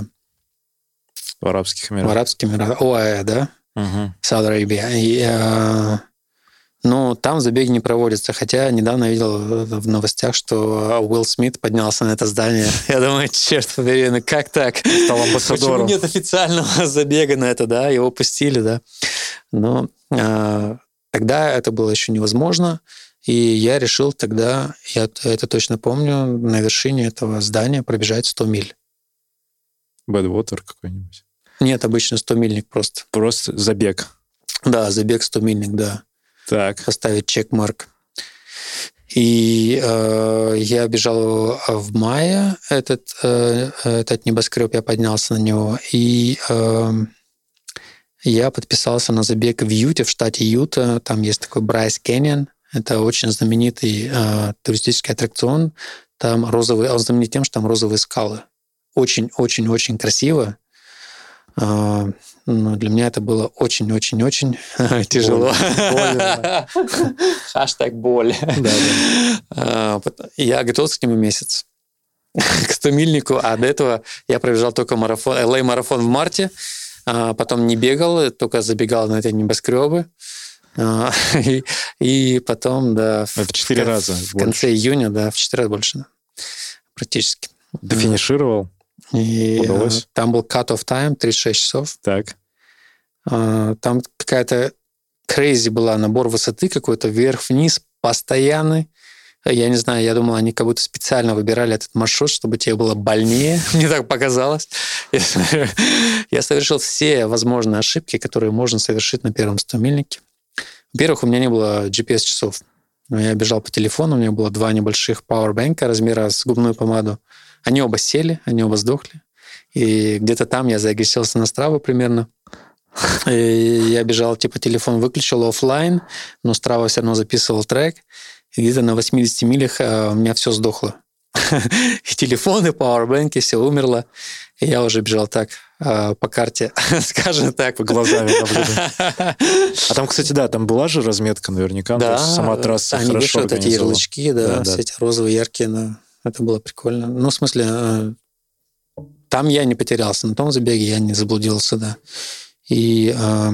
в Арабских Эмиратах. В Арабских Эмиратах. ОАЭ, да? Угу. Сауд-Арабия. И, э, ну, там забеги не проводятся. Хотя недавно я видел в новостях, что Уилл Смит поднялся на это здание. Я думаю, черт побери, ну как так? Стал амбассадором. Почему нет официального забега на это, да? Его пустили, да? Но э, тогда это было еще невозможно. И я решил тогда, я это точно помню, на вершине этого здания пробежать сто миль. Бэдвотер какой-нибудь? Нет, обычно сто-мильник просто. Просто забег? Да, забег сто-мильник, да. Так. Поставить чек-марк. И э, я бежал в мае, этот, э, этот небоскреб, я поднялся на него, и э, я подписался на забег в Юте, в штате Юта. Там есть такой Брайс Кэньон. Это очень знаменитый э, туристический аттракцион. Там розовые, он знаменит тем, что там розовые скалы. Очень-очень-очень красиво. Э, но для меня это было очень-очень-очень тяжело. Хаштаг боль. Я готовился к нему месяц. К сто-мильнику. А до этого я пробежал только марафон, эл эй-марафон в марте. Потом не бегал, только забегал на эти небоскребы. И, и потом, да... Это четыре в, раза В больше. конце июня, да, в четыре раза больше. Да, практически. Ты финишировал? И удалось? Там был cut-off time, тридцать шесть часов. Так. Там какая-то crazy была, набор высоты какой-то, вверх-вниз, постоянный. Я не знаю, я думал, они как будто специально выбирали этот маршрут, чтобы тебе было больнее. Мне так показалось. Я совершил все возможные ошибки, которые можно совершить на первом сто-мильнике. Во-первых, у меня не было джи пи эс-часов. Я бежал по телефону, у меня было два небольших пауэрбэнка размера с губную помаду. Они оба сели, они оба сдохли. И где-то там я зарегистрировался на Страву примерно. И я бежал, типа, телефон выключил офлайн, но Страва все равно записывал трек. И где-то на восьмидесяти милях у меня все сдохло. И телефоны, пауэрбэнки, все умерло. И я уже бежал так по карте, скажем так. По глазами наблюдать. А там, кстати, да, там была же разметка наверняка. Да, сама трасса они хорошо вешают эти ярлычки, да, да, да. все эти розовые, яркие. Но это было прикольно. Ну, в смысле, там я не потерялся. На том забеге я не заблудился, да. И э,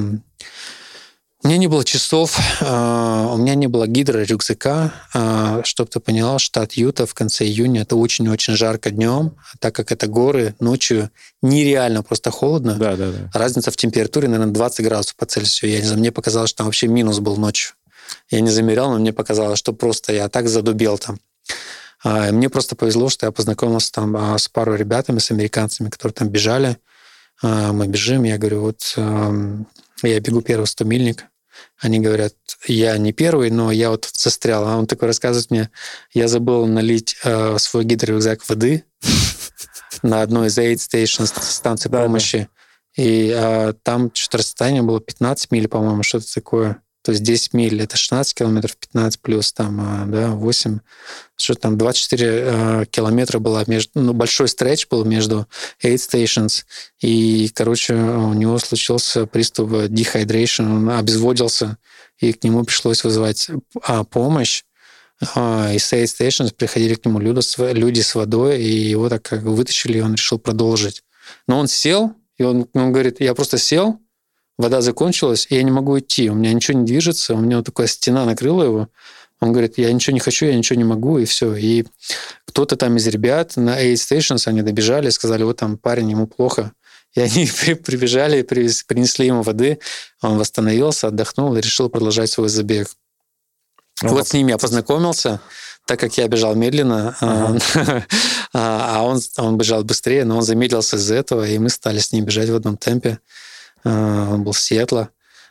у меня не было часов, э, у меня не было гидро-рюкзака. Э, чтобы ты поняла, штат Юта в конце июня это очень-очень жарко днем, так как это горы, ночью нереально просто холодно. Да, да, да. Разница в температуре, наверное, двадцать градусов по Цельсию. Я не знаю, мне показалось, что там вообще минус был ночью. Я не замерял, но мне показалось, что просто я так задубел там. Э, мне просто повезло, что я познакомился там с парой ребятами, с американцами, которые там бежали. Мы бежим, я говорю, вот я бегу первый сто-мильник. Они говорят, я не первый, но я вот застрял. А он такой рассказывает мне, я забыл налить э, свой гидро-рюкзак воды на одной из aid station станции помощи. И э, там что-то расстояние было пятнадцать миль, по-моему, что-то такое. То есть десять миль — это шестнадцать километров, пятнадцать плюс там, да, восемь. Что там, двадцать четыре э, километра было между... Ну, большой стретч был между eight stations. И, короче, у него случился приступ dehydration, он обезводился, и к нему пришлось вызывать а, помощь. А, из eight stations приходили к нему люди с, люди с водой, и его так как вытащили, и он решил продолжить. Но он сел, и он, он говорит, я просто сел, вода закончилась, и я не могу идти, у меня ничего не движется, у меня вот такая стена накрыла его. Он говорит, я ничего не хочу, я ничего не могу, и все. И кто-то там из ребят на eight stations, они добежали, сказали, вот там парень, ему плохо. И они прибежали, принесли ему воды, он восстановился, отдохнул и решил продолжать свой забег. Ну, вот с ними я познакомился, так как я бежал медленно, ага. а он, он бежал быстрее, но он замедлился из-за этого, и мы стали с ним бежать в одном темпе. Он был с Сиэтла,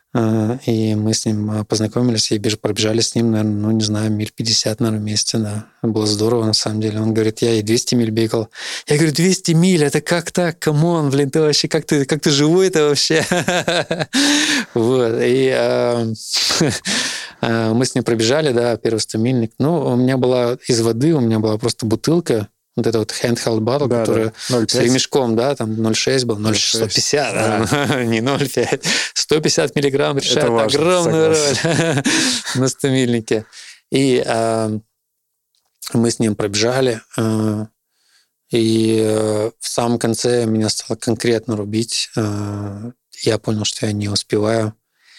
и мы с ним познакомились и пробежали с ним, наверное, ну, не знаю, миль пятьдесят, наверное, вместе, да. Было здорово, на самом деле. Он говорит, я и двести миль бегал. Я говорю, двести миль, это как так? Камон, блин, ты вообще, как ты, как ты живой-то вообще? Вот, и мы с ним пробежали, да, первый стомильник. Ну, у меня была из воды, у меня была просто бутылка, вот это вот handheld bottle, да, которая да. с ремешком, да, там ноль шесть был, ноль сто пятьдесят, да. Не ноль пять. сто пятьдесят миллиграмм решает важно, огромную согласен. Роль на стомильнике. И э, мы с ним пробежали, э, и э, в самом конце меня стало конкретно рубить. Э, я понял, что я не успеваю.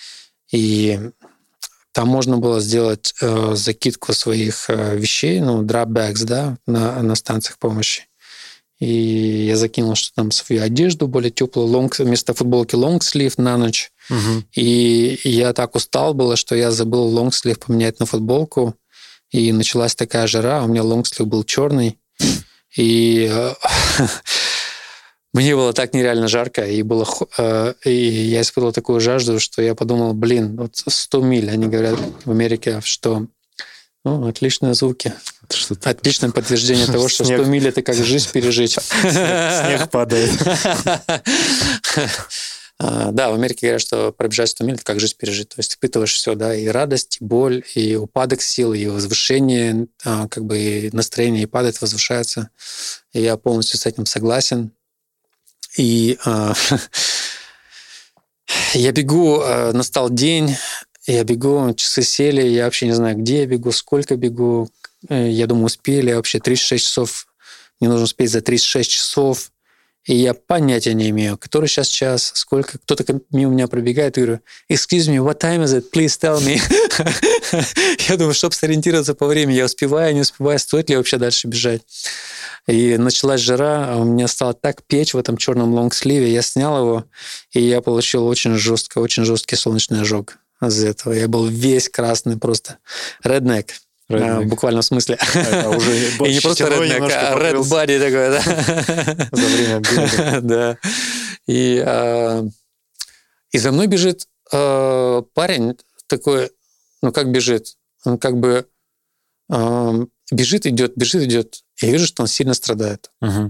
И там можно было сделать э, закидку своих э, вещей, ну, drop bags, да, на, на станциях помощи. И я закинул, что там свою одежду более теплую, long, вместо футболки long sleeve на ночь. Угу. И я так устал было, что я забыл long sleeve поменять на футболку. И началась такая жара, у меня long sleeve был черный. И мне было так нереально жарко, и, было, и я испытывал такую жажду, что я подумал, блин, вот сто миль, они говорят в Америке, что ну, отличные звуки. Что-то... Отличное подтверждение того, что сто миль — это как жизнь пережить. Снег падает. Да, в Америке говорят, что пробежать сто миль — это как жизнь пережить. То есть испытываешь все, да, и радость, и боль, и упадок сил, и возвышение, как бы и настроение и падает, возвышается. И я полностью с этим согласен. И э, я бегу, э, настал день, я бегу, часы сели, я вообще не знаю, где я бегу, сколько бегу. Э, я думаю, успели вообще тридцать шесть часов. Мне нужно успеть за тридцать шесть часов. И я понятия не имею, который сейчас час, сколько. Кто-то мимо меня пробегает, и говорю, excuse me, what time is it? Please tell me. Я думаю, чтобы сориентироваться по времени, я успеваю, не успеваю, стоит ли вообще дальше бежать. И началась жара, у меня стало так печь в этом черном лонгсливе, я снял его, и я получил очень жестко, очень жесткий солнечный ожог из-за этого. Я был весь красный, просто redneck. А, в буквальном смысле. А, уже и не просто redneck, а red body такой, да? За время бега. Да. И, а, и за мной бежит а, парень такой, ну как бежит? Он как бы а, бежит, идет, бежит, идет. Я вижу, что он сильно страдает. Uh-huh.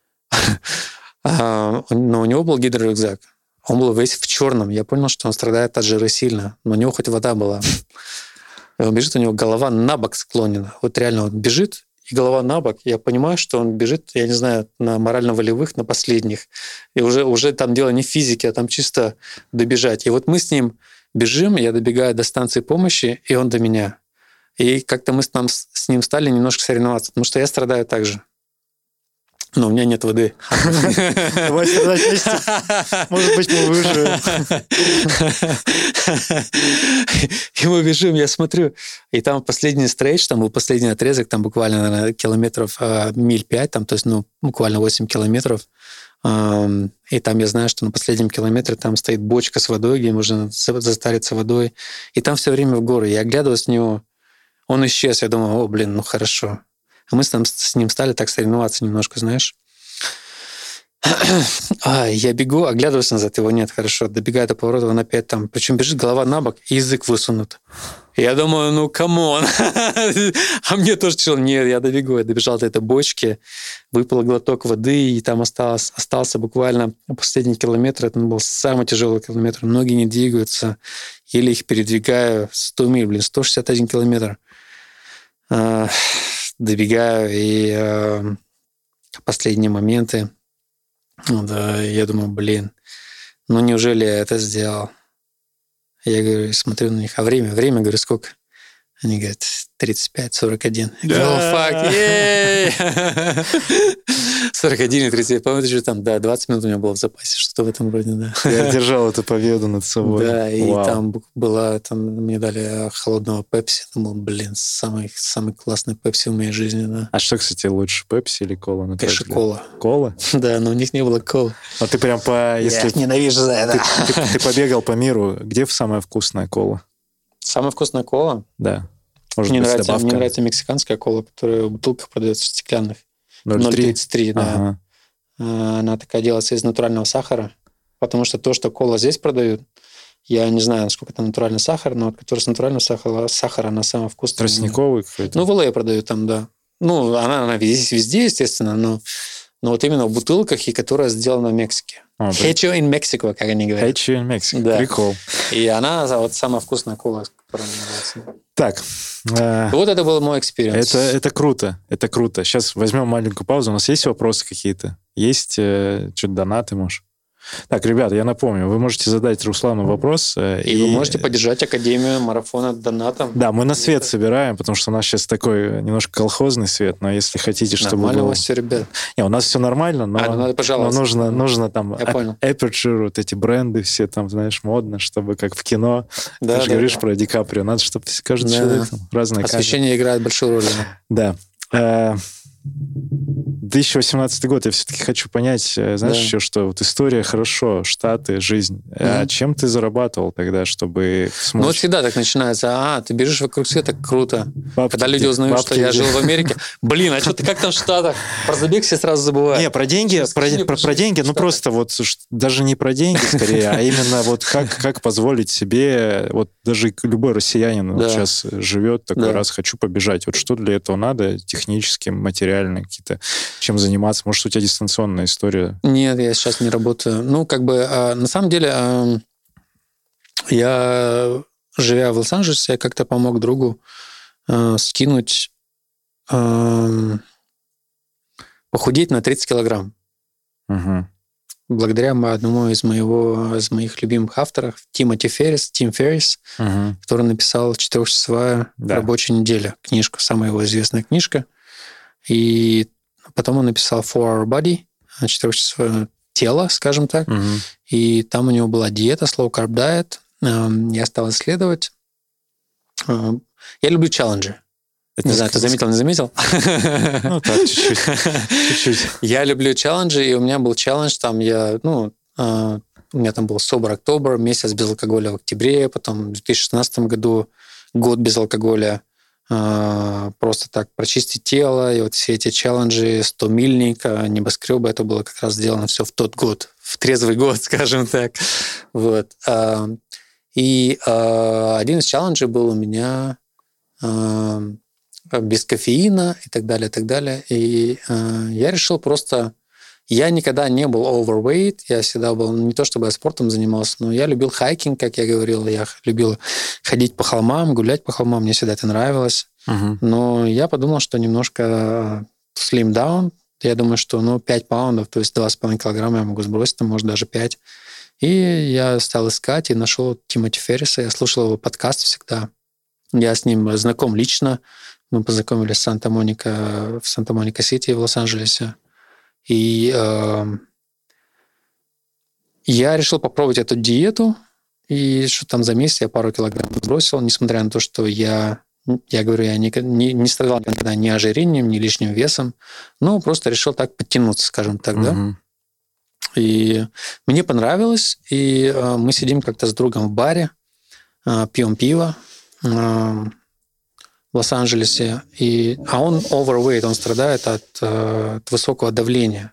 а, но у него был гидрорюкзак. Он был весь в черном. Я понял, что он страдает от жары сильно. Но у него хоть вода была. И он бежит, у него голова на бок склонена. Вот реально он бежит, и голова на бок. Я понимаю, что он бежит, я не знаю, на морально-волевых, на последних. И уже, уже там дело не в физике, а там чисто добежать. И вот мы с ним бежим, я добегаю до станции помощи, и он до меня. И как-то мы с, нам, с ним стали немножко соревноваться, потому что я страдаю так же. Но у меня нет воды. Давай страдать вместе. Может быть, мы выживем. И мы бежим, я смотрю, и там последний стрейч, там был последний отрезок, там буквально, наверное, километров, миль пять, там, то есть, ну, буквально восемь километров. И там я знаю, что на последнем километре там стоит бочка с водой, где можно застариться водой. И там все время в горы. Я оглядываюсь на него, он исчез. Я думаю, о, блин, ну хорошо. А мы с, там, с ним стали так соревноваться немножко, знаешь. А, я бегу, оглядываюсь назад, его нет, хорошо. Добегаю до поворота, он опять там. Причем бежит голова на бок и язык высунут. Я думаю, ну, камон. А мне тоже тяжело. Нет, я добегу. Я добежал до этой бочки, выпил глоток воды, и там осталось, остался буквально последний километр. Это был самый тяжелый километр. Ноги не двигаются. Еле их передвигаю. сто миль, блин, сто шестьдесят один километр. А, добегаю, и а, последние моменты. Да, я думаю, блин, ну неужели я это сделал? Я говорю, смотрю на них, а время, время, говорю, сколько? Они говорят, тридцать пять сорок один. Я говорю, факт, ей! сорок один и тридцать пять, по-моему, это же там, да, двадцать минут у меня было в запасе, что-то в этом роде, да. Я держал эту победу над собой. Да, и Вау. там была, там мне дали холодного пепси. Думал, блин, самый, самый классный пепси в моей жизни, да. А что, кстати, лучше, пепси или кола? На Конечно, кола. Кола? Да, но у них не было колы. А ты прям по... Если... Я ненавижу за это. Ты, ты, ты побегал по миру, где самая вкусная кола? Самая вкусная кола? Да. Может мне, быть, нравится, мне нравится мексиканская кола, которая в бутылках продается стеклянных. ноль тридцать три, да. Ага. Она такая делается из натурального сахара, потому что то, что кола здесь продают, я не знаю, насколько это натуральный сахар, но который с натурального сахара, сахара она самая вкусная. Тростниковый какой-то? Ну, в эл эй продают там, да. Ну, она, она везде, везде, естественно, но, но вот именно в бутылках, и которая сделана в Мексике. О, Hecho in Mexico, как они говорят. Hecho in Mexico, да. Прикол. И она вот самая вкусная кола, которая мне нравится. Так. Э, вот это был мой экспириенс. Это, это круто, это круто. Сейчас возьмем маленькую паузу. У нас есть вопросы какие-то? Есть э, что-то донаты, может? Так, ребята, я напомню, вы можете задать Руслану вопрос. И, и вы можете поддержать Академию марафона донатом. Да, мы на свет собираем, потому что у нас сейчас такой немножко колхозный свет, но если хотите, чтобы... Нормально было... у вас все, ребят. Не, у нас все нормально, но, а, ну, надо, но нужно, нужно там... Я понял. Aperture, вот эти бренды все там, знаешь, модно, чтобы как в кино. Да, Ты же да, говоришь да. про Ди Каприо, надо, чтобы каждый да. человек там разные Освещение камеры. играет большую роль. Да. да. две тысячи восемнадцатый год, я все-таки хочу понять, знаешь, да. еще, что вот история хорошо, Штаты, жизнь. Mm-hmm. А чем ты зарабатывал тогда, чтобы смочь? Ну, вот всегда так начинается. А, ты бежишь вокруг света, круто. Бабки Когда люди где? узнают, Бабки что я где? жил в Америке, блин, а что ты как там в Штатах? Про забег все сразу забывают. Не, про деньги, про, мне, про, про деньги, ну просто вот даже не про деньги скорее, а именно вот как, как позволить себе, вот даже любой россиянин да. вот сейчас живет такой да. раз, хочу побежать. Вот что для этого надо? Технически, материально какие-то, чем заниматься? Может, у тебя дистанционная история? Нет, я сейчас не работаю. Ну, как бы, на самом деле, я, живя в Лос-Анджелесе, я как-то помог другу скинуть, похудеть на тридцать килограмм. Угу. Благодаря одному из, моего, из моих любимых авторов, Тимоти Феррис, Тим Феррис, угу. который написал «Четырехчасовая да. рабочая неделя», книжку, самая его известная книжка. И потом он написал «For Our Body», четырехчасовое тело, скажем так. Угу. И там у него была диета, slow carb diet. Я стал исследовать. Я люблю челленджи. Это не знаю, ты заметил, не заметил? Ну, так, чуть-чуть. чуть-чуть. Я люблю челленджи, и у меня был челлендж, там я, ну, у меня там был Sober October, месяц без алкоголя в октябре, потом в две тысячи шестнадцатом году год без алкоголя, просто так прочистить тело, и вот все эти челленджи, сто мильник, небоскребы, это было как раз сделано все в тот год, в трезвый год, скажем так. Вот. И один из челленджей был у меня без кофеина и так далее, и так далее. И э, я решил просто... Я никогда не был overweight, я всегда был... Не то, чтобы я спортом занимался, но я любил хайкинг, как я говорил, я любил ходить по холмам, гулять по холмам, мне всегда это нравилось. Uh-huh. Но я подумал, что немножко slim down, я думаю, что ну, пять паундов, то есть два с половиной килограмма я могу сбросить, может, даже пять. И я стал искать и нашел Тимоти Ферриса, я слушал его подкаст всегда. Я с ним знаком лично. Мы познакомились в Санта-Моника, в Санта-Моника-Сити в Лос-Анджелесе. И э, я решил попробовать эту диету. И что там за месяц я пару килограмм сбросил, несмотря на то, что я, я говорю, я не, не, не страдал никогда ни ожирением, ни лишним весом. Но просто решил так подтянуться, скажем так, да. Uh-huh. И мне понравилось. И э, мы сидим как-то с другом в баре, э, пьем пиво. Э, в Лос-Анджелесе, и, а он overweight, он страдает от, от высокого давления.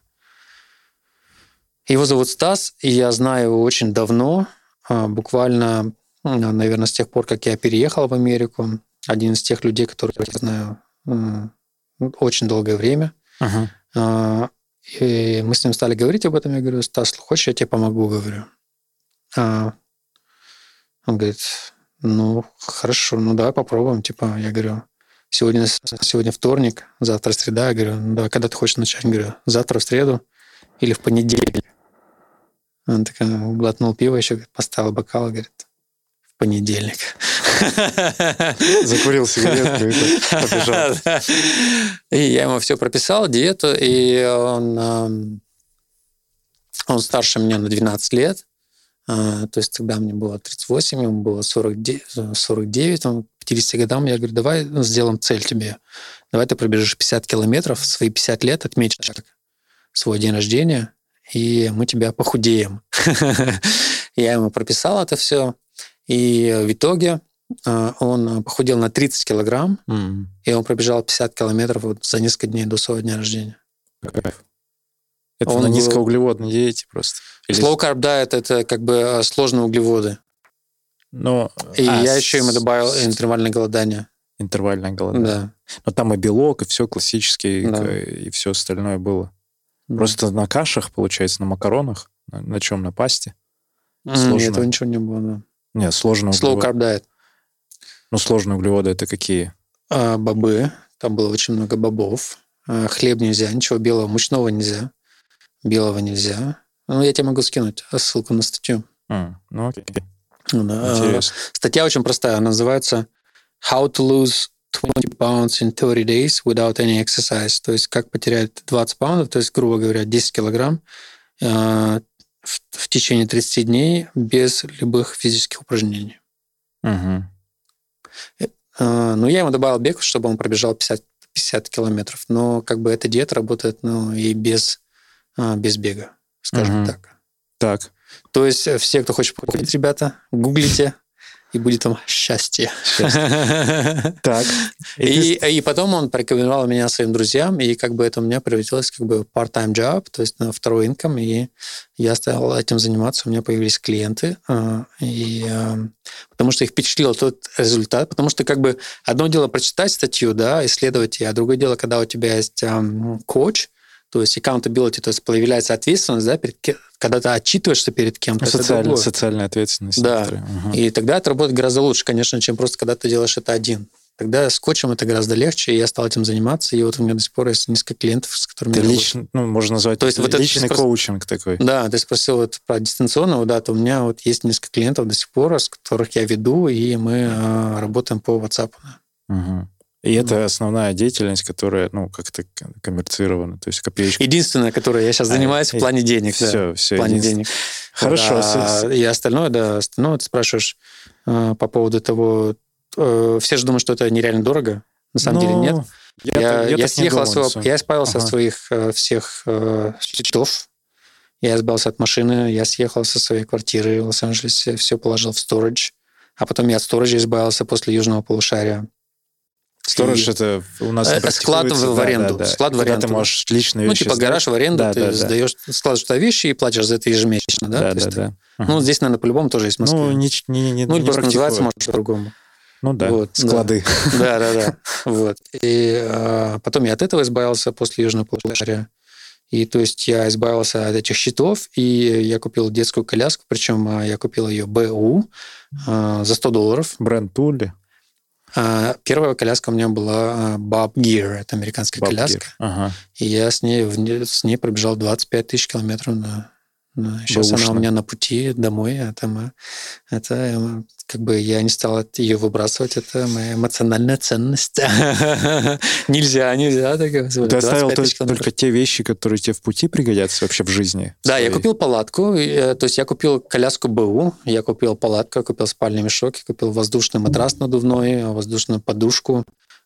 Его зовут Стас, и я знаю его очень давно, буквально наверное, с тех пор, как я переехал в Америку. Один из тех людей, которых я знаю очень долгое время. Uh-huh. И мы с ним стали говорить об этом. Я говорю: Стас, хочешь, я тебе помогу? Говорю. Он говорит: ну, хорошо, ну давай попробуем. Типа, я говорю, сегодня, сегодня вторник, завтра среда. Я говорю: ну давай, когда ты хочешь начать? Я говорю: завтра в среду или в понедельник. Он такой глотнул пиво еще, поставил бокал, говорит: в понедельник. Закурил сигаретку и побежал. И я ему все прописал, диету, и он, он старше меня на двенадцать лет. То есть тогда мне было тридцать восемь, ему было сорок девять, он к пятидесяти годам. Я говорю: давай сделаем цель тебе. Давай ты пробежишь пятьдесят километров, в свои пятьдесят лет отметишь свой день рождения, и мы тебя похудеем. Я ему прописал это все. И в итоге он похудел на тридцать килограмм, mm. и он пробежал пятьдесят километров вот за несколько дней до своего дня рождения. Это он на был... низкоуглеводной диете просто? Или... Slow carb diet – это как бы сложные углеводы. Но... И а, я с... еще ему добавил интервальное голодание. Интервальное голодание. Да. Но там и белок, и все классические, да. и, и все остальное было. Да. Просто на кашах, получается, на макаронах, на, на чем? На пасте? Mm, нет, этого ничего не было, да. Нет, сложные Slow углеводы. carb diet. Ну, сложные углеводы это какие? А, бобы. Там было очень много бобов. А, хлеб нельзя, ничего белого, мучного нельзя. Белого нельзя. Ну, я тебе могу скинуть ссылку на статью. Mm, ну, окей. Ну, да. Интересно. Статья очень простая. Она называется «How to lose twenty pounds in thirty days without any exercise». То есть, как потерять двадцать паундов, то есть, грубо говоря, десять килограмм э, в, в течение тридцати дней без любых физических упражнений. Угу. Э, э, ну, я ему добавил бег, чтобы он пробежал пятьдесят, пятьдесят километров. Но как бы эта диета работает, ну, и без, э, без бега, скажем угу. так. Так. То есть все, кто хочет похудеть, ребята, гуглите, и будет вам счастье. счастье. Так. И, и, и потом он порекомендовал меня своим друзьям, и как бы это у меня превратилось как бы part-time job, то есть на второй инком, и я стал этим заниматься, у меня появились клиенты, и, потому что их впечатлил тот результат, потому что как бы одно дело прочитать статью, да, исследовать ее, а другое дело, когда у тебя есть коуч, то есть accountability, то есть появляется ответственность, да, перед кем, когда ты отчитываешься перед кем-то. Социальная, социальная ответственность. Да, угу. И тогда это работает гораздо лучше, конечно, чем просто когда ты делаешь это один. Тогда с коучем это гораздо легче, и я стал этим заниматься, и вот у меня до сих пор есть несколько клиентов, с которыми ты я лично, работаю. ну, можно назвать то есть вот личный это, коучинг такой. Да, ты спросил вот про дистанционного, да, то у меня вот есть несколько клиентов до сих пор, с которых я веду, и мы а, работаем по WhatsApp. Угу. И это основная деятельность, которая, ну, как-то коммерцирована, то есть копеечка. Единственная, которой я сейчас занимаюсь а, в плане денег. Все, да, все. В плане денег. Хорошо. А, и остальное, да, остальное ты спрашиваешь а, по поводу того... А, все же думают, что это нереально дорого. На самом Но... деле нет. Я, я, я, я, съехал думаю, своего, я избавился ага. от своих а, всех а, счетов. Я избавился от машины, я съехал со своей квартиры в Лос-Анджелесе, все положил в storage. А потом я от сториджа избавился после южного полушария. Сторож это у нас склад в аренду. Да, да, да. Склад в аренду. Ты можешь личные ну, вещи. Ну, типа гараж в аренду, да, ты да, сдаешь, да. складываешь туда вещи и платишь за это ежемесячно, да? Да, То да, есть, да. Ну, здесь, наверное, по-любому тоже есть в Москве. Ну, не, не, не, ну не просто называется, может, по-другому. Ну да, вот, склады. Да, да, да. Вот. И а, потом я от этого избавился после южного полушария. И то есть я избавился от этих счетов, и я купил детскую коляску, причем я купил ее БУ а, за сто долларов. Бренд Тули. А, первая коляска у меня была Bob Gear, это американская Bob коляска. Ага. И я с ней, с ней пробежал двадцать пять тысяч километров. На, на, сейчас Бабушно. Она у меня на пути домой. Это, мы, это как бы я не стал ее выбрасывать. Это моя эмоциональная ценность. Нельзя, нельзя. Ты оставил только те вещи, которые тебе в пути пригодятся вообще в жизни? Да, я купил палатку. То есть я купил коляску БУ, я купил палатку, я купил спальный мешок, я купил воздушный матрас надувной, воздушную подушку,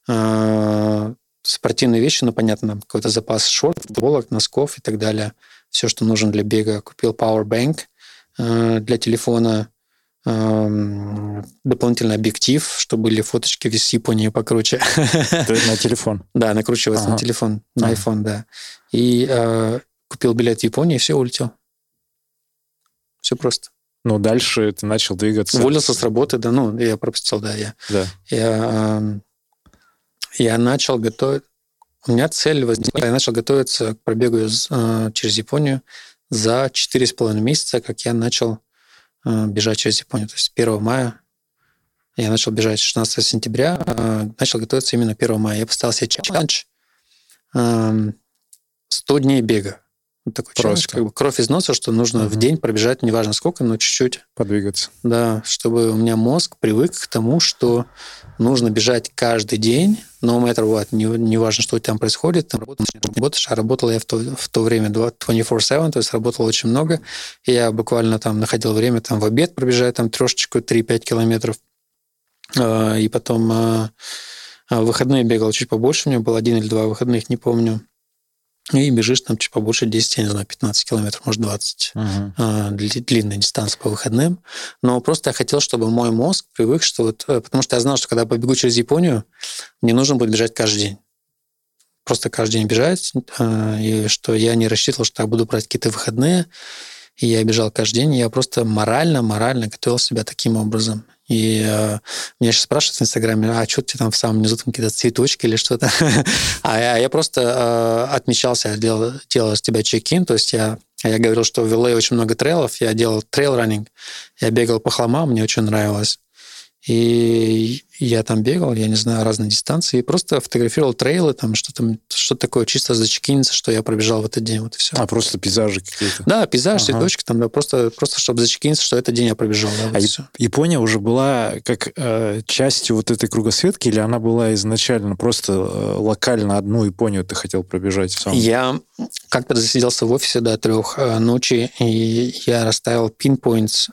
спортивные вещи, ну, понятно, какой-то запас шорт, футболок, носков и так далее. Все, что нужно для бега. Купил powerbank для телефона, дополнительный объектив, чтобы были фоточки из Японии покруче. На телефон? Да, накручивается ага. на телефон, на ага. iPhone, да. И э, купил билет в Японию, и все, улетел. Все просто. Но дальше ты начал двигаться. Уволился с работы, да, ну, я пропустил, да, я. Да. Я, я начал готовить... У меня цель возникла, я начал готовиться к пробегу из, через Японию за четыре с половиной месяца, как я начал бежать через Японию. То есть первого мая я начал бежать шестнадцатого сентября, начал готовиться именно первого мая. Я поставил себе челлендж сто дней бега. Вот такой челлендж, как бы кровь из носа, что нужно uh-huh. в день пробежать, неважно сколько, но чуть-чуть. Подвигаться. Да, чтобы у меня мозг привык к тому, что нужно бежать каждый день, no matter what, не, не важно, что там происходит, там работаешь, работаешь, а работал я в то, в то время двадцать четыре семь, то есть работал очень много, и я буквально там находил время там в обед пробежать там трешечку три-пять километров, и потом в выходные бегал чуть побольше, у меня было один или два выходных, не помню. И бежишь там чуть побольше десять, я не знаю, пятнадцать километров, может, двадцать. Uh-huh. Длинная дистанция по выходным. Но просто я хотел, чтобы мой мозг привык, что вот... Потому что я знал, что когда я побегу через Японию, мне нужно будет бежать каждый день. Просто каждый день бежать. И что я не рассчитывал, что я буду брать какие-то выходные. И я бежал каждый день. И я просто морально, морально готовил себя таким образом. И э, меня сейчас спрашивают в Инстаграме, а что ты там в самом низу, там какие-то цветочки или что-то? А я, я просто э, отмечался, делал, делал с тебя чек-ин, то есть я, я говорил, что в эл эй очень много трейлов, я делал трейл-раннинг, я бегал по холмам, мне очень нравилось. И я там бегал, я не знаю, разные дистанции, и просто фотографировал трейлы, там что-то, что-то такое, чисто зачекиниться, что я пробежал в этот день, вот и все. А, просто пейзажи какие-то? Да, пейзаж, ага. цветочки, там, да, просто, просто чтобы зачекиниться, что этот день я пробежал. Да, вот а все. Япония уже была как э, частью вот этой кругосветки, или она была изначально просто э, локально одну Японию ты хотел пробежать сам? Я как-то засиделся в офисе до трех ночи, и я расставил pinpoints,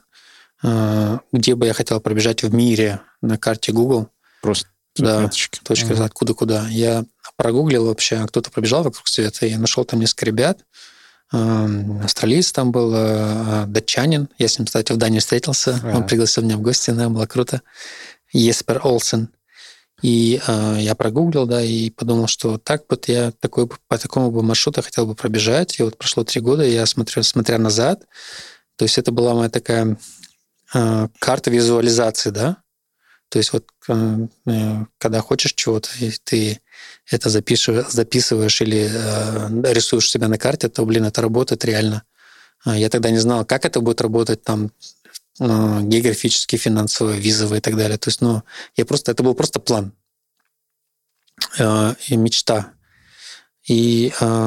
где бы я хотел пробежать в мире на карте Google. Просто да, точка uh-huh. откуда-куда. Я прогуглил вообще, кто-то пробежал вокруг света, и я нашел там несколько ребят. Австралиец там был, датчанин. Я с ним, кстати, в Дании встретился. Uh-huh. Он пригласил меня в гости, да, было круто. Еспер Олсен. И э, я прогуглил, да, и подумал, что так вот я такой, по такому бы маршруту хотел бы пробежать. И вот прошло три года, и я смотрю, смотря назад, то есть это была моя такая карта визуализации, да? То есть вот когда хочешь чего-то, и ты это запишешь, записываешь или рисуешь себя на карте, то, блин, это работает реально. Я тогда не знал, как это будет работать там географически, финансово, визово и так далее. То есть, ну, я просто, это был просто план и мечта. И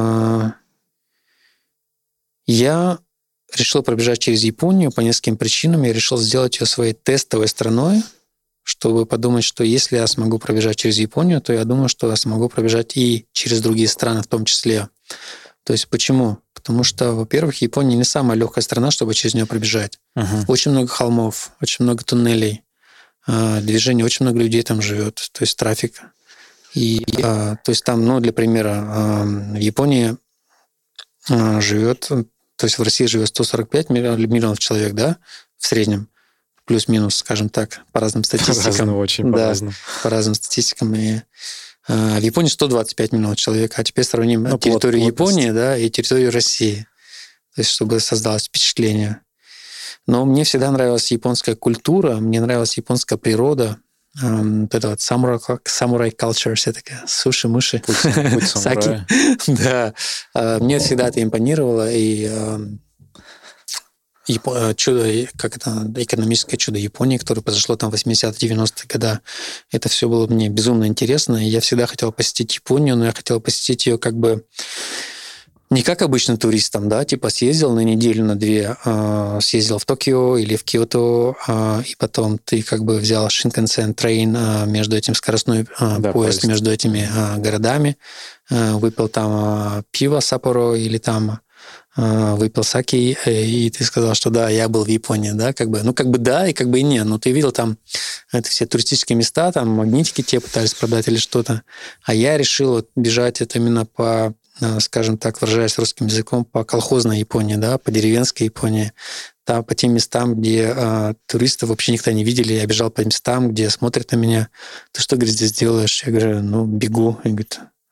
я решил пробежать через Японию по нескольким причинам. Я решил сделать ее своей тестовой страной, чтобы подумать, что если я смогу пробежать через Японию, то я думаю, что я смогу пробежать и через другие страны в том числе. То есть почему? Потому что, во-первых, Япония не самая легкая страна, чтобы через нее пробежать. Uh-huh. Очень много холмов, очень много туннелей, движение, очень много людей там живет, то есть трафик. И, то есть там, ну, для примера, в Японии живет... То есть в России живет сто сорок пять миллионов человек, да, в среднем, плюс-минус, скажем так, по разным статистикам. По-разному, очень да, по-разному. По разным статистикам. И, э, в Японии сто двадцать пять миллионов человек, а теперь сравним ну, территорию плотность. Японии, да, и территорию России, то есть чтобы создалось впечатление. Но мне всегда нравилась японская культура, мне нравилась японская природа, вот это вот самурай, самурай culture, все такое, суши-мыши, саки. Да, мне всегда это импонировало, и чудо, как это, экономическое чудо Японии, которое произошло там в восьмидесятые-девяностые годы, это все было мне безумно интересно, и я всегда хотел посетить Японию, но я хотел посетить ее как бы не как обычно турист, там, да, типа съездил на неделю, на две, э, съездил в Токио или в Киото, э, и потом ты как бы взял Shinkansen трейн э, между этим, скоростной э, да, поезд между этими э, городами, э, выпил там э, пиво Саппоро или там э, выпил саки, э, и ты сказал, что да, я был в Японии, да, как бы, ну как бы да, и как бы и нет, но ты видел там это все туристические места, там магнитики тебе пытались продать или что-то, а я решил вот бежать это именно по, скажем так, выражаясь русским языком, по колхозной Японии, да, по деревенской Японии, там, по тем местам, где э, туристов вообще никто не видели. Я бежал по местам, где смотрят на меня. Ты что, говорит, здесь делаешь? Я говорю, ну, бегу. Он говорит,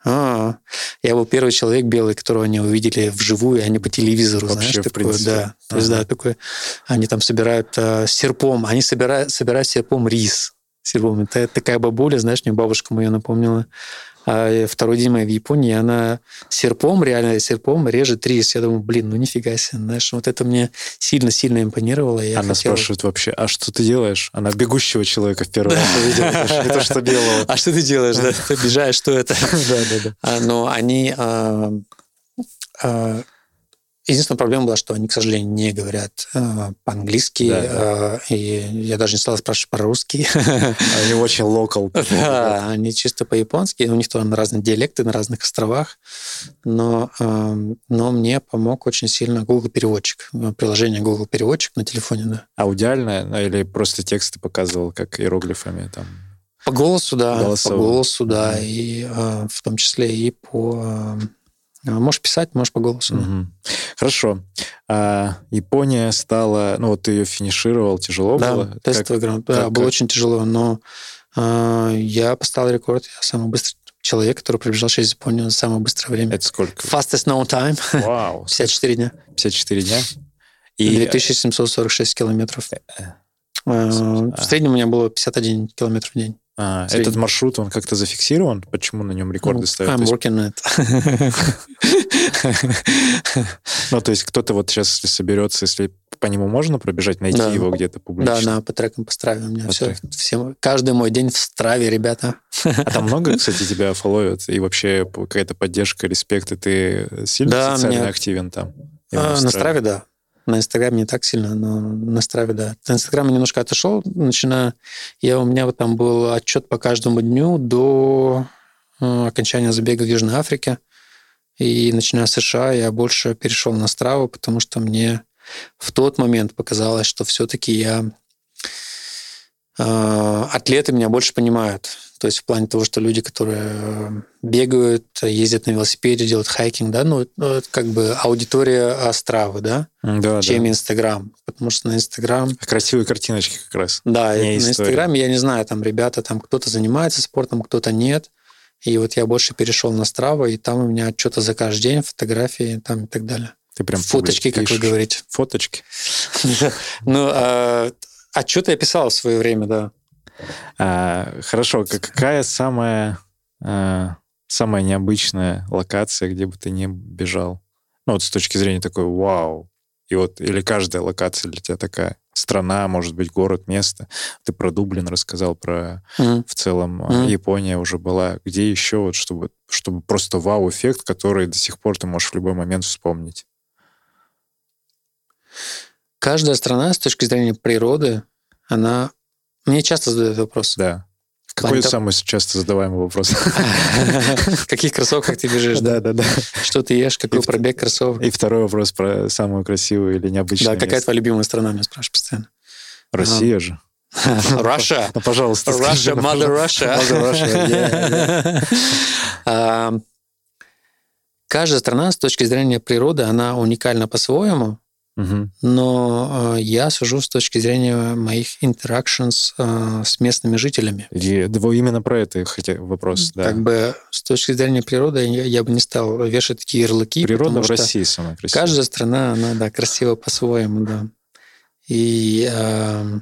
А, я был первый человек белый, которого они увидели вживую, а не по телевизору, Вообще, знаешь, в такое, принципе. да. То есть, Ага. да, такое, они там собирают э, серпом, они собирают, собирают серпом рис. Серпом. Это такая бабуля, знаешь, мне бабушка моя напомнила. А второй день моей в Японии, она серпом, реально серпом режет рис. Я думаю, блин, ну нифига себе, знаешь, вот это мне сильно-сильно импонировало. Я Она хотел... спрашивает вообще, а что ты делаешь? Она бегущего человека в первый раз увидела, не то что белого. А что ты делаешь, да? Ты обижаешь, что это? Да, да, да. А, Но они... а, а, Единственная проблема была, что они, к сожалению, не говорят а, по-английски, Да, да. а, и я даже не стал спрашивать по-русски. Они очень локал. Да, они чисто по-японски, у них там разные диалекты на разных островах, но, а, но мне помог очень сильно Google переводчик, приложение Google переводчик на телефоне, да. Аудиальное, ну, или просто тексты показывал, как иероглифами там? По голосу, да, Голосовым. по голосу, да, Мгм. и а, в том числе и по... а, можешь писать, можешь по голосу. да. Мгм. Хорошо. А Япония стала... Ну, вот ты ее финишировал, тяжело Да, было? тестовый граунд. Да, как- было как- очень тяжело, но а, я поставил рекорд. Я самый быстрый человек, который пробежал через Японию за самое быстрое время. Это сколько? Fastest known time. Вау. пятьдесят четыре дня. пятьдесят четыре дня? И... две тысячи семьсот сорок шесть километров. э, А, а. В среднем у меня было пятьдесят один километр в день. А, Средний. этот маршрут, он как-то зафиксирован? Почему на нем рекорды Ну, ставят? I'm То есть- working on it. Ну, то есть кто-то вот сейчас, если соберется, если по нему можно пробежать, найти Да. его где-то Да, публично? да, по трекам, по страве у меня По все. трекам. все. Каждый мой день в страве, ребята. А там много, кстати, тебя фолловят? И вообще какая-то поддержка, респект, и ты сильно Да, социально мне- активен там? Именно А, в на Страве? страве, да. На Инстаграме не так сильно, но на страве, да. На Инстаграме немножко отошел, начиная... Я, у меня вот там был отчет по каждому дню до э, окончания забега в Южной Африке. И начиная с США я больше перешел на страву, потому что мне в тот момент показалось, что все-таки я... э, атлеты меня больше понимают. То есть в плане того, что люди, которые бегают, ездят на велосипеде, делают хайкинг, да, ну, ну, это как бы аудитория Стравы, да, М, Да, чем да. Инстаграм. Потому что на Инстаграм... Красивые картиночки как раз. Да, Не и на история. Инстаграме, я не знаю, там ребята, там кто-то занимается спортом, кто-то нет. И вот я больше перешел на Страву, и там у меня что-то за каждый день, фотографии там и так далее. Ты прям Фоточки, как вы пишешь. говорите. Фоточки. Ну, а отчеты я писал в свое время, да. А, хорошо, к- какая самая, а, самая необычная локация, где бы ты не бежал? Ну, вот с точки зрения такой, вау. И вот, или каждая локация для тебя такая. Страна, может быть, город, место. Ты про Дублин рассказал, про Мгм. в целом а, Мгм. Япония уже была. Где еще, вот, чтобы, чтобы просто вау-эффект, который до сих пор ты можешь в любой момент вспомнить? Каждая страна с точки зрения природы, она... Мне часто задают вопрос. Да. Какой Плане самый часто задаваемый вопрос? В каких кроссовках ты бежишь? Да, да, да. Что ты ешь? Какой И в- пробег кроссовок? И второй вопрос про самую красивую или необычную Да, какая место. твоя любимая страна, меня спрашивают постоянно. Россия же. Russia. Ну, пожалуйста, скажи, Russia, ну, Mother пожалуйста. Russia. Mother Russia, yeah, yeah. А, Каждая страна с точки зрения природы, она уникальна по-своему, Мгм. но э, я сужу с точки зрения моих interactions э, с местными жителями. И, да, вот именно про это хотя вопрос, да. Как бы с точки зрения природы я, я бы не стал вешать такие ярлыки. Природа потому в что России самая красивая. каждая страна, она, да, красива по-своему, да. И э,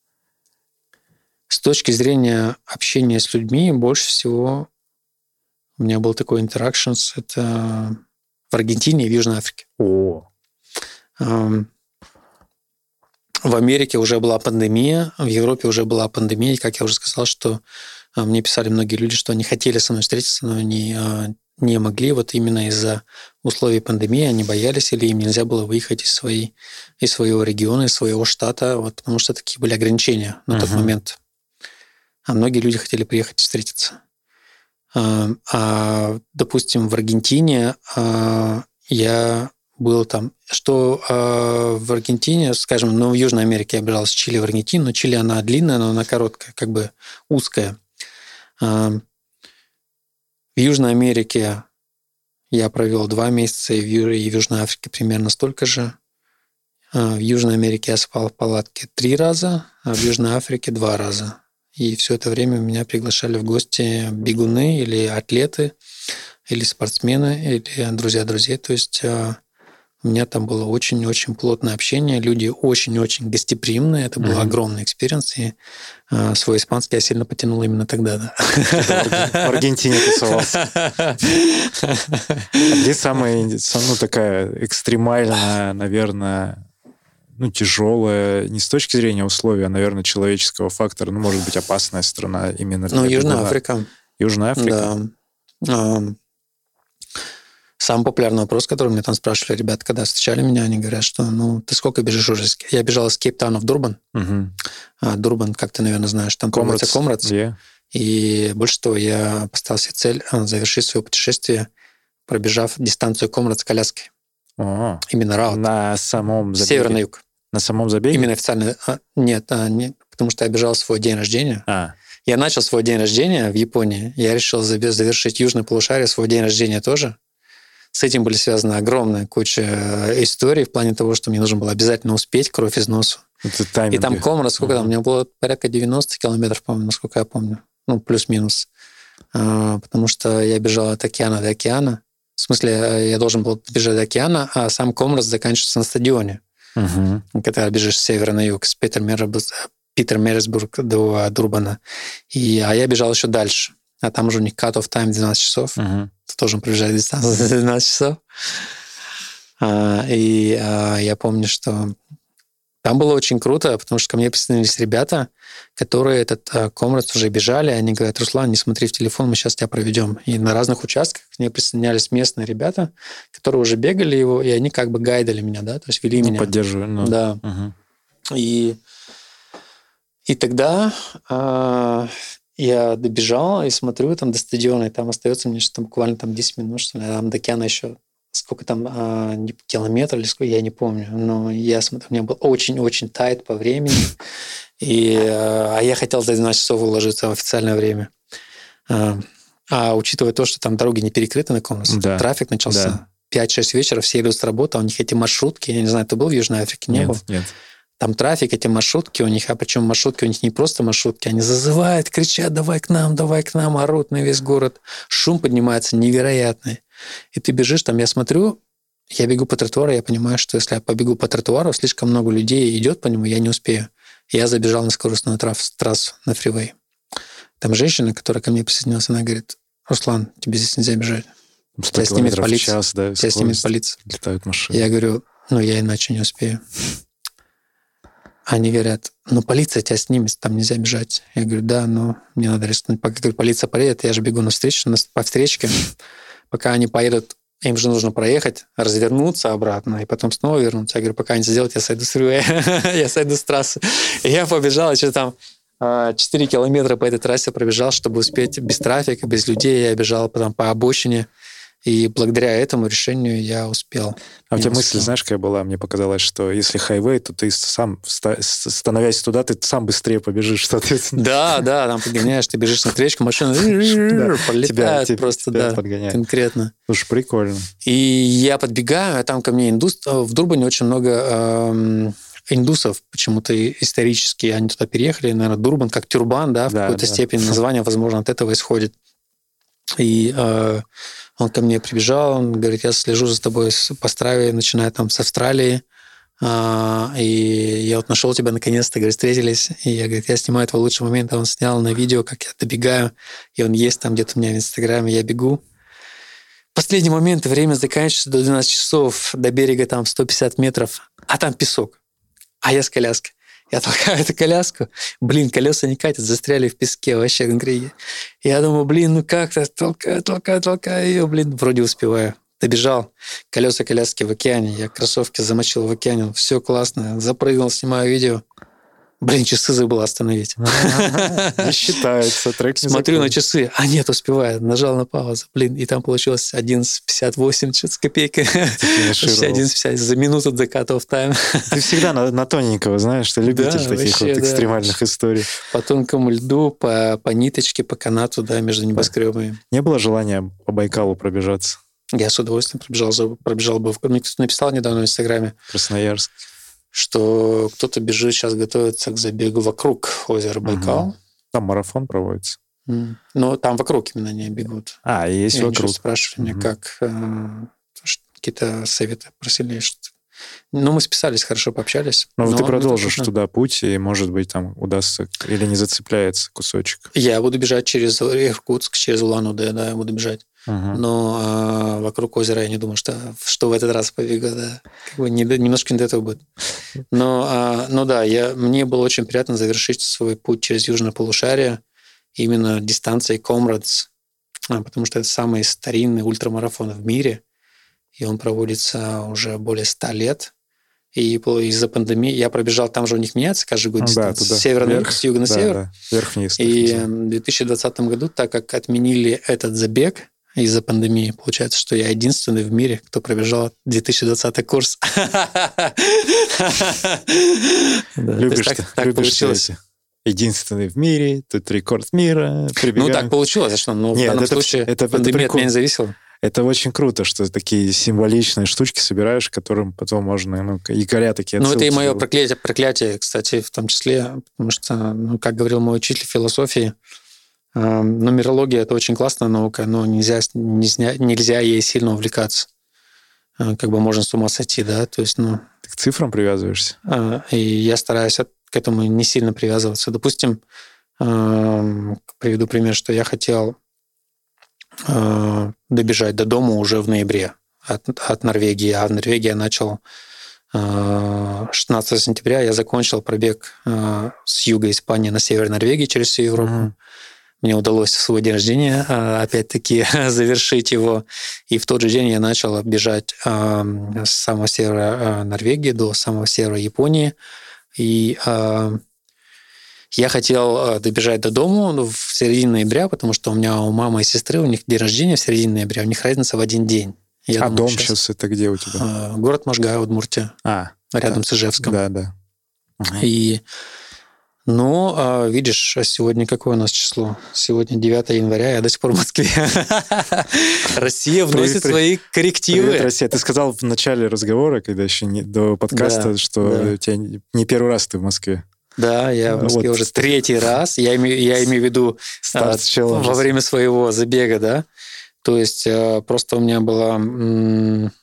с точки зрения общения с людьми больше всего у меня был такой interactions, это в Аргентине и в Южной Африке. О, Эм, В Америке уже была пандемия, в Европе уже была пандемия, и, как я уже сказал, что э, мне писали многие люди, что они хотели со мной встретиться, но они э, не могли, вот именно из-за условий пандемии, они боялись, или им нельзя было выехать из, своей, из своего региона, из своего штата, вот, потому что такие были ограничения на тот Мгм. момент. А многие люди хотели приехать и встретиться. А, а, допустим, в Аргентине а, я был там, что а, в Аргентине, скажем, ну, в Южной Америке я бежал с Чили в Аргентину, но Чили, она длинная, но она короткая, как бы узкая. А, в Южной Америке я провел два месяца, и в, Ю- и в Южной Африке примерно столько же. А, в Южной Америке я спал в палатке три раза, а в Южной Африке два раза. и все это время меня приглашали в гости бегуны или атлеты, или спортсмены, или друзья друзей. То есть у меня там было очень-очень плотное общение, люди очень-очень гостеприимные, это был mm-hmm. огромный экспириенс, и э, свой испанский я сильно потянул именно тогда, да. В Аргентине тусовался. Где самая, ну, такая экстремальная, наверное, ну, тяжелая, не с точки зрения условий, а, наверное, человеческого фактора, ну, может быть, опасная страна именно для Ну, Южная бегуна? Африка. Южная Африка? Да. Самый популярный вопрос, который мне там спрашивали ребята, когда встречали меня, они говорят, что ну ты сколько бежишь уже? Я бежал из Кейптауна в Дурбан. Угу. А, Дурбан, как ты, наверное, знаешь, там проводится Комрадс. Yeah. И больше того, я поставил себе цель завершить свое путешествие, пробежав дистанцию Комрадс коляской. О, именно раут. На самом забеге? Север на юг. На самом забеге? Именно официально. А, нет, а, нет, потому что я бежал свой день рождения. А. Я начал свой день рождения в Японии. Я решил завершить южное полушарие, свой день рождения тоже. С этим были связаны огромная куча историй в плане того, что мне нужно было обязательно успеть, кровь из носу. И там Комрадс, сколько uh-huh. там? У меня было порядка девяносто километров, по-моему, насколько я помню. Ну, плюс-минус. А, потому что я бежал от океана до океана. В смысле, я должен был бежать до океана, а сам Комрадс заканчивается на стадионе. Uh-huh. Когда бежишь с севера на юг, с Питер-Мерисбург до Дурбана. И, а я бежал еще дальше. А там уже у них cut-off time двенадцать часов. Uh-huh. Ты тоже пробежать дистанцию за двенадцать часов. А, и а, я помню, что там было очень круто, потому что ко мне присоединились ребята, которые этот а, Комрадс уже бежали. Они говорят: Руслан, не смотри в телефон, мы сейчас тебя проведем. И на разных участках к ней присоединялись местные ребята, которые уже бегали его, и они как бы гайдали меня, да, то есть вели ну, меня. Поддерживали. Ну. Да. Uh-huh. И, и тогда... А, я добежал и смотрю там до стадиона, и там остается мне что-то буквально там десять минут, что ли, а там до океана еще сколько там, а, километр или сколько, я не помню. Но я смотрю, у меня был очень-очень тайт по времени, и, а я хотел за двенадцать часов уложиться в официальное время. А, а учитывая то, что там дороги не перекрыты на Комрадс, да. Трафик начался да. пять-шесть вечера, все идут с работы, а у них эти маршрутки, я не знаю, ты был в Южной Африке? Не нет, был? Нет. Там трафик, эти маршрутки у них, а причем маршрутки у них не просто маршрутки, они зазывают, кричат: давай к нам, давай к нам, орут на весь город. Шум поднимается невероятный. И ты бежишь там, я смотрю, я бегу по тротуару, я понимаю, что если я побегу по тротуару, слишком много людей идет по нему, я не успею. Я забежал на скоростную трассу, на фривей. Там женщина, которая ко мне присоединилась, она говорит: Руслан, тебе здесь нельзя бежать. Тебя снимет полиция. Час, да, тебя снимет полиция. Летают машины. Я говорю: ну, я иначе не успею. Они говорят: ну, полиция тебя снимет, там нельзя бежать. Я говорю: да, но мне надо рискнуть. Пока говорю, полиция поедет, я же бегу навстречу, по встречке. Пока они поедут, им же нужно проехать, развернуться обратно и потом снова вернуться. Я говорю: пока они сделают, я сойду с фривея, я сойду с трассы. И я побежал, что там четыре километра по этой трассе пробежал, чтобы успеть без трафика, без людей. Я бежал потом по обочине. И благодаря этому решению я успел. А у тебя мысль, знаешь, какая была? Мне показалось, что если хайвей, то ты сам, становясь туда, ты сам быстрее побежишь, соответственно. Да, да, там подгоняешь, ты бежишь на встречку, машина пролетает просто, да, конкретно. Слушай, прикольно. И я подбегаю, а там ко мне индус... В Дурбане очень много индусов почему-то исторически, они туда переехали, наверное, Дурбан как тюрбан, да, в какой-то степени название, возможно, от этого исходит. И он ко мне прибежал, он говорит: я слежу за тобой по Страве, начиная там с Австралии, и я вот нашел тебя наконец-то, говорит, встретились, и я, говорит, я снимаю твой лучший момент, а он снял на видео, как я добегаю, и он есть там где-то у меня в Инстаграме, я бегу. В последний момент время заканчивается до двенадцати часов, до берега там сто пятьдесят метров, а там песок, а я с коляской. Я толкаю эту коляску, блин, колеса не катят, застряли в песке вообще конкретно. Я думаю, блин, ну как-то толкаю, толкаю, толкаю ее, блин, вроде успеваю. Добежал, колеса коляски в океане, я кроссовки замочил в океане, все классно, запрыгнул, снимаю видео. Блин, часы забыл остановить. Не считается. Трек не Смотрю на часы, а нет, успеваю. Нажал на паузу. Блин, и там получилось одиннадцать пятьдесят восемь с копейкой. одиннадцать пятьдесят за минуту до cut-off time. Ты всегда на, на тоненького, знаешь, что любитель да, таких вообще, вот экстремальных да. историй. По тонкому льду, по, по ниточке, по канату, да, между небоскребами. Не было желания по Байкалу пробежаться? Я с удовольствием пробежал, пробежал бы. Мне кто-то написал недавно в Инстаграме. Красноярск. Что кто-то бежит, сейчас готовится к забегу вокруг озера Байкал. Там марафон проводится. Mm. Но там вокруг именно они бегут. А, и есть и вокруг. Они спрашивали mm-hmm. меня, как э, какие-то советы просили, что ну, мы списались, хорошо пообщались. Но, но ты продолжишь но туда путь, и, может быть, там удастся или не зацепляется кусочек. Я буду бежать через Иркутск, через Улан-Удэ, да, я буду бежать. Uh-huh. Но а, вокруг озера я не думаю, что, что в этот раз побегу, да. Как бы не, немножко не до этого будет. Но, а, ну да, я, мне было очень приятно завершить свой путь через Южное полушарие именно дистанцией Comrades, а, потому что это самый старинный ультрамарафон в мире, и он проводится уже более ста лет. И из-за пандемии я пробежал, там же у них меняется каждый год дистанция, да, с севера на юг, с юга на да, север. Да. Вверх-вниз. И в две тысячи двадцатом году, так как отменили этот забег из-за пандемии, получается, что я единственный в мире, кто пробежал две тысячи двадцатый курс. Любишь ты, так получилось. Единственный в мире, тут рекорд мира. Ну, так получилось, а что? Ну, в данном случае пандемия от меня не зависела. Это очень круто, что такие символичные штучки собираешь, которым потом можно, ну, якоря такие отсылки. Ну, это и мое проклятие, проклятие, кстати, в том числе, потому что, ну, как говорил мой учитель философии, э, нумерология – это очень классная наука, но нельзя, нельзя, нельзя ей сильно увлекаться. Э, как бы можно с ума сойти, да, то есть, ну… Ты к цифрам привязываешься? Э, и я стараюсь от, к этому не сильно привязываться. Допустим, э, приведу пример, что я хотел… добежать до дома уже в ноябре от, от Норвегии. А в Норвегии я начал шестнадцатого сентября. Я закончил пробег с юга Испании на север Норвегии через всю Европу. Mm-hmm. Мне удалось в свой день рождения опять-таки завершить его. И в тот же день я начал бежать с самого севера Норвегии до самого севера Японии. И я хотел добежать до дома в середине ноября, потому что у меня у мамы и сестры, у них день рождения в середине ноября, у них разница в один день. Я а думаю, дом сейчас, сейчас это где у тебя? Город Можгай, Удмуртия, а, рядом да, с Ижевском. Да, да. Угу. И, ну, видишь, сегодня какое у нас число? Сегодня девятого января, я до сих пор в Москве. Россия вносит свои коррективы. Привет, Россия. Ты сказал в начале разговора, когда еще не до подкаста, что у тебя не первый раз ты в Москве. Да, я в Москве вот. уже третий раз. Я имею, я имею в виду а, во время своего забега, да. То есть а, просто у меня было... М-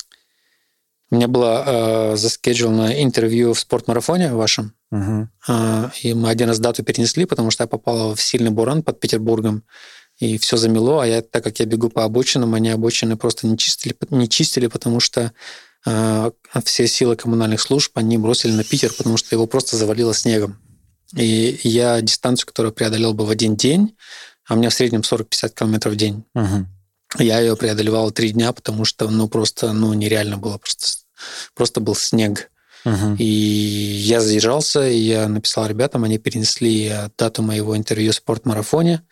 у меня было а, заскеджулено интервью в спортмарафоне вашем. Uh-huh. А, и мы один раз дату перенесли, потому что я попал в сильный буран под Петербургом. И все замело. А я, так как я бегу по обочинам, они обочины просто не чистили, не чистили, потому что все силы коммунальных служб они бросили на Питер, потому что его просто завалило снегом. И я дистанцию, которую преодолел бы в один день, а у меня в среднем сорок-пятьдесят километров в день, uh-huh. я ее преодолевал три дня, потому что ну, просто ну, нереально было. Просто, просто был снег. Uh-huh. И я задержался, и я написал ребятам, они перенесли дату моего интервью в спортмарафоне.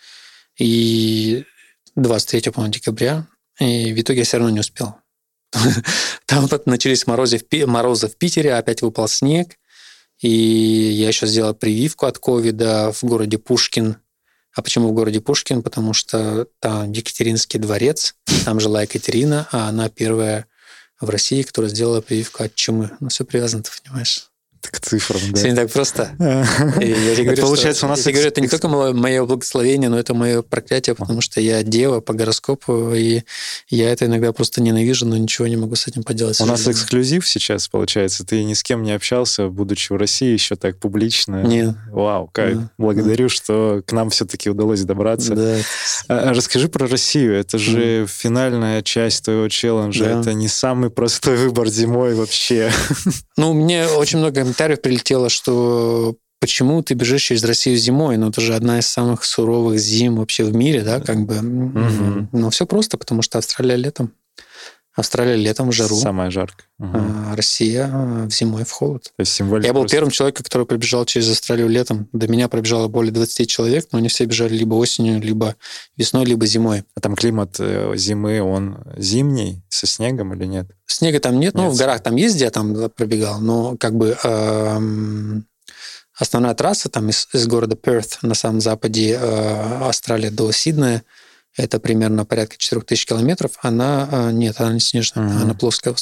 И двадцать третьего, по-моему, декабря. И в итоге я все равно не успел. Там начались морозы в, морозы в Питере, опять выпал снег, и я еще сделал прививку от ковида в городе Пушкин. А почему в городе Пушкин? Потому что там Екатеринский дворец, там жила Екатерина, а она первая в России, которая сделала прививку от чумы. Ну, все привязано, ты понимаешь. К цифрам, да. Все не так просто. И я тебе говорю, получается, что, у нас я тебе говорю, это не только мое благословение, но это мое проклятие, потому что я дева по гороскопу, и я это иногда просто ненавижу, но ничего не могу с этим поделать. У нас эксклюзив сейчас, получается. Ты ни с кем не общался, будучи в России, еще так публично. Нет. Вау, как. Да. Благодарю, да. что к нам все-таки удалось добраться. Да. А, расскажи про Россию. Это же mm. финальная часть твоего челленджа. Да. Это не самый простой выбор зимой вообще. Ну, мне очень много комментариев прилетело, что почему ты бежишь через Россию зимой? Ну, это же одна из самых суровых зим вообще в мире, да, как бы. Mm-hmm. Но все просто, потому что Австралия летом. Австралия летом в жару. Самая жарко. Угу. А Россия зимой в холод. То есть символика. Я был просто... первым человеком, который пробежал через Австралию летом. До меня пробежало более двадцать человек, но они все бежали либо осенью, либо весной, либо зимой. А там климат зимы, он зимний, со снегом или нет? Снега там нет. нет. Ну, в горах там есть, где я там пробегал, но как бы эм, основная трасса там из, из города Перт на самом западе э, Австралии до Сиднея, это примерно порядка четыре тысячи километров. Она, нет, она не снежная, uh-huh. она плоская в основном.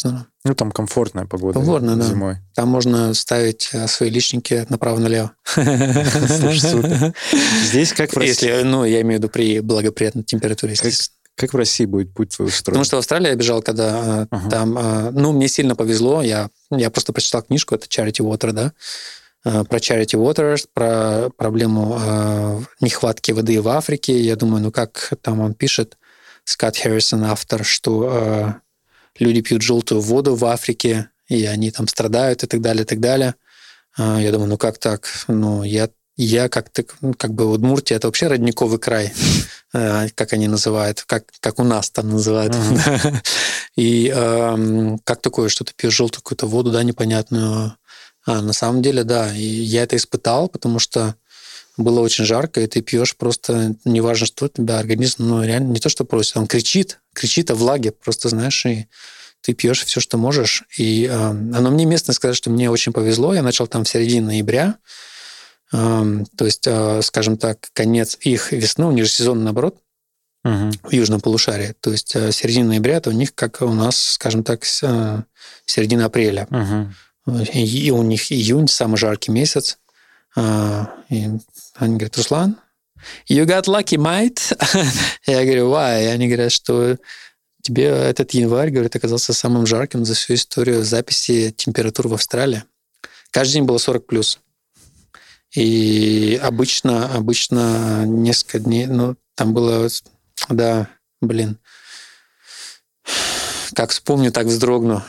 Ну, там комфортная погода. Комфортно, да. Зимой. Там можно ставить свои личники направо-налево. Слушай, супер. Здесь как в России? Если, ну, я имею в виду при благоприятной температуре. Как, как в России будет путь твой устроен? Потому что в Австралии я бежал, когда uh-huh. там... Ну, мне сильно повезло. Я, я просто прочитал книжку, это Charity Water, да? Про Charity Water, про проблему э, нехватки воды в Африке. Я думаю, ну как там он пишет, Скотт Харрисон, автор, что э, люди пьют желтую воду в Африке, и они там страдают и так далее, и так далее. Э, я думаю, ну как так? Ну, я, я как-то, как бы Удмуртия, это вообще родниковый край, э, как они называют, как, как у нас там называют. Uh-huh. И э, как такое, что ты пьешь желтую какую-то воду, да, непонятную. А, на самом деле, да, и я это испытал, потому что было очень жарко, и ты пьешь просто, неважно, что у тебя организм, ну, реально не то, что просит, он кричит, кричит о влаге, просто, знаешь, и ты пьешь все, что можешь. И э, оно мне местно сказать, что мне очень повезло, я начал там в середине ноября, э, то есть, э, скажем так, конец их весны, у них же сезон, наоборот, uh-huh. в южном полушарии, то есть э, середина ноября, это у них, как у нас, скажем так, э, середина апреля. Uh-huh. И у них июнь, самый жаркий месяц. И они говорят, Руслан, you got lucky, mate. Я говорю, why? И они говорят, что тебе этот январь, говорят, оказался самым жарким за всю историю записи температур в Австралии. Каждый день было сорок плюс. И обычно, обычно несколько дней, ну, там было, да, блин, как вспомню, так вздрогну.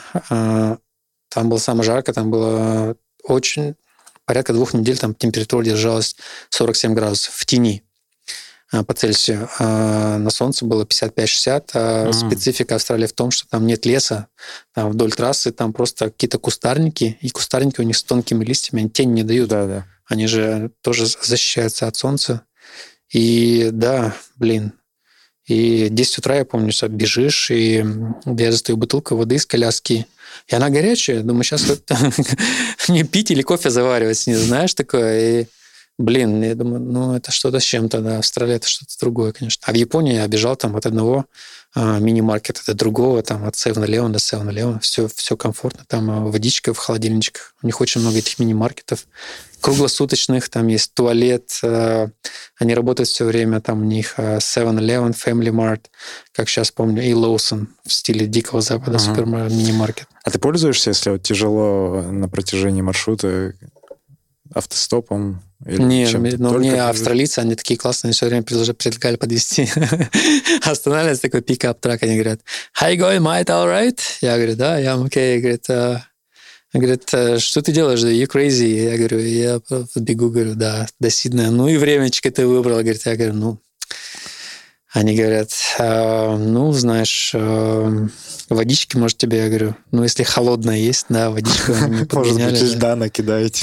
Там было самое жарко, там было очень... Порядка двух недель там температура держалась сорок семь градусов в тени по Цельсию. А на солнце было пятьдесят пять шестьдесят. А mm. специфика Австралии в том, что там нет леса. Там вдоль трассы там просто какие-то кустарники. И кустарники у них с тонкими листьями, они тень не дают. Да, да. Они же тоже защищаются от солнца. И да, блин. И в десять утра, я помню, что бежишь, и я достаю бутылку воды из коляски, и она горячая. Думаю, сейчас не пить или кофе заваривать, не знаешь, такое. И, блин, я думаю, ну, это что-то с чем-то, да. Австралия — это что-то другое, конечно. А в Японии я бежал там от одного а, мини-маркета до другого, там от севен элевен до севен элевен. Все, все комфортно. Там водичка в холодильничках. У них очень много этих мини-маркетов. Круглосуточных, там есть туалет, э, они работают все время, там у них севен элевен, Family Mart, как сейчас помню, и Lawson в стиле Дикого Запада, uh-huh. супер мини-маркет. А ты пользуешься, если вот тяжело на протяжении маршрута, автостопом? Или не, но мне подвижу? Австралийцы, они такие классные, все время предлагали подвезти. Останавливается такой пикап-трак, они говорят, how you going, mate, all right? Я говорю, да, я окей. Говорит, говорит, что ты делаешь? You crazy? Я говорю, я бегу, говорю, да, до Сиднея. Ну и времечко ты выбрал. Говорит, я говорю, ну... Они говорят, ну, знаешь, водички, может, тебе, я говорю, ну, если холодная есть, да, водичку они не подгоняли. Может быть, льда накидаете.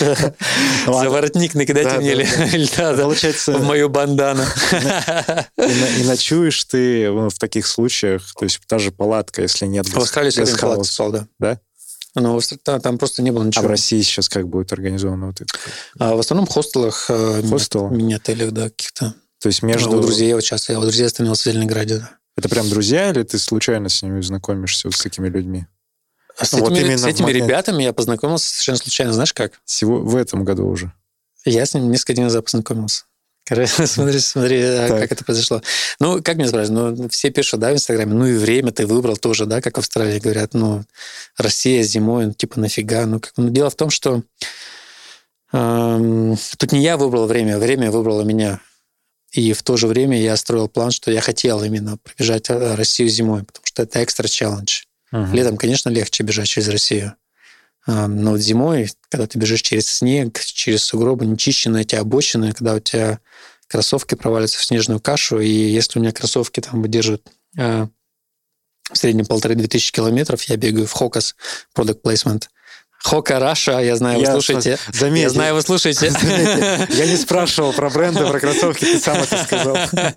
За воротник накидайте мне льда в мою бандану. И ночуешь ты в таких случаях, то есть та же палатка, если нет в Австралии все время палатка спал, да. Да? Но там просто не было ничего. А в России сейчас как будет организовано вот это? В основном в хостелах, мини-отелях, да, каких-то. То есть между... У друзей вот сейчас. Я у друзей остановился в Зеленограде, да. Это прям друзья, или ты случайно с ними знакомишься, вот с такими людьми? А с, ну, этими, вот с этими момент... ребятами я познакомился совершенно случайно. Знаешь как? Всего в этом году уже? Я с ним несколько дней назад познакомился. Смотри, смотри, как это произошло. Ну, как мне спрашивают? Ну, все пишут, да, в Инстаграме, ну и время ты выбрал тоже, да, как в Австралии говорят, ну, Россия зимой, ну, типа, нафига? Ну, как... ну дело в том, что эм, тут не я выбрал время, время выбрало меня. И в то же время я строил план, что я хотел именно пробежать Россию зимой, потому что это экстра челлендж. Uh-huh. Летом, конечно, легче бежать через Россию. Но вот зимой, когда ты бежишь через снег, через сугробы, нечищенные эти обочины, когда у тебя кроссовки провалятся в снежную кашу, и если у меня кроссовки там выдерживают в среднем полторы-две тысячи километров, я бегаю в Хокас, Product Placement. Хока Раша, я знаю, вы я слушаете. Заметил. Я знаю, вы слушаете. Заметил. Я не спрашивал про бренды, про кроссовки, ты сам это сказал.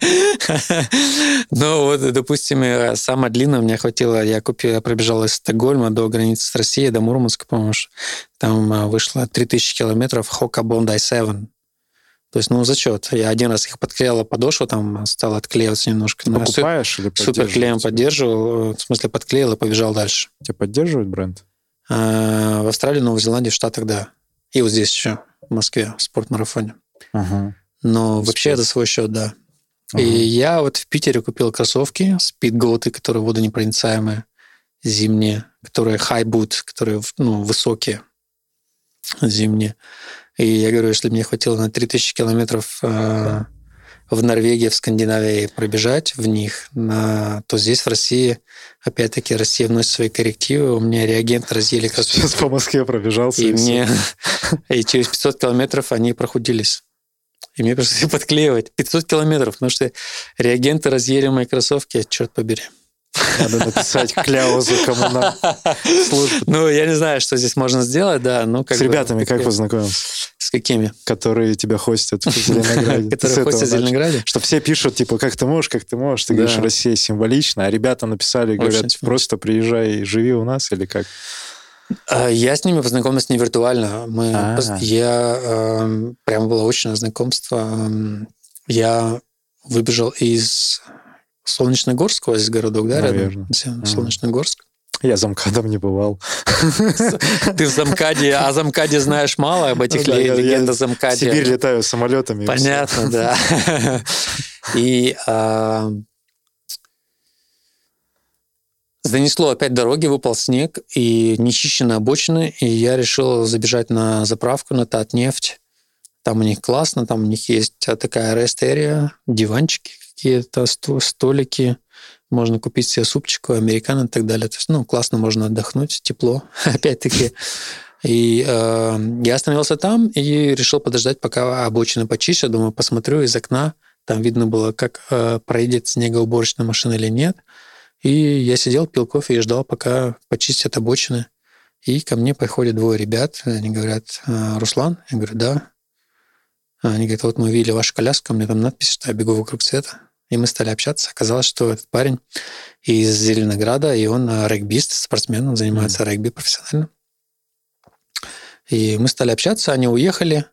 Ну вот, допустим, самое длинное мне хватило, я купил, я пробежал из Стокгольма до границы с Россией, до Мурманска, по-моему, там вышло три тысячи километров Хока Бондай семь. То есть, ну, зачет. Я один раз их подклеила подошву, там стало отклеиваться немножко. Ты покупаешь или поддерживаешь? Суперклеем поддерживал, в смысле подклеил и побежал дальше. Тебя поддерживает бренд? А, в Австралии, Новой Зеландии, в Штатах, да. И вот здесь еще, в Москве, в спортмарафоне. Ага. Но Успеть. Вообще это свой счет, да. Ага. И я вот в Питере купил кроссовки Speedgoat, которые водонепроницаемые, зимние, которые high boot, которые, ну, высокие зимние. И я говорю, если мне хватило на три тысячи километров э, в Норвегии, в Скандинавии пробежать в них, на, то здесь, в России, опять-таки, Россия вносит свои коррективы. У меня реагенты разъели кроссовки. Сейчас по Москве пробежался. И, и мне и через пятьсот километров они прохудились. И мне пришлось подклеивать. пятьсот километров, потому что реагенты разъели мои кроссовки, черт побери. Надо написать кляузу коммунал. Ну, я не знаю, что здесь можно сделать, да. Ну, как С ребятами как познакомился? С какими? Которые тебя хостят в Зеленограде. Которые хостят в Зеленограде? Что все пишут, типа, как ты можешь, как ты можешь. Ты говоришь, Россия символична, а ребята написали, говорят, просто приезжай и живи у нас, или как? Я с ними познакомился не виртуально. Мы, я э, прям было очное знакомство. Я выбежал из Солнечногорск, у вас есть городок, да, Наверное. рядом? Солнечногорск. Я за МКАДом не бывал. Ты в замкаде, о замкаде знаешь мало, об этих легендах замкаде. В Сибирь летаю самолетами. Понятно, да. И занесло опять дороги, выпал снег, и нечищенные обочины, и я решил забежать на заправку, на Татнефть. Там у них классно, там у них есть такая rest-area, диванчики какие-то, столики, можно купить себе супчику, американо и так далее. То есть, ну, классно, можно отдохнуть, тепло, опять-таки. И э, я остановился там и решил подождать, пока обочины почищу. Думаю, посмотрю из окна, там видно было, как э, проедет снегоуборочная машина или нет. И я сидел, пил кофе и ждал, пока почистят обочины. И ко мне приходят двое ребят, они говорят, Руслан? Я говорю, да. Они говорят, вот мы увидели вашу коляску, у меня там надпись, что я бегу вокруг света. И мы стали общаться. Оказалось, что этот парень из Зеленограда, и он регбист, спортсмен, он занимается mm-hmm. регби профессионально. И мы стали общаться, они уехали.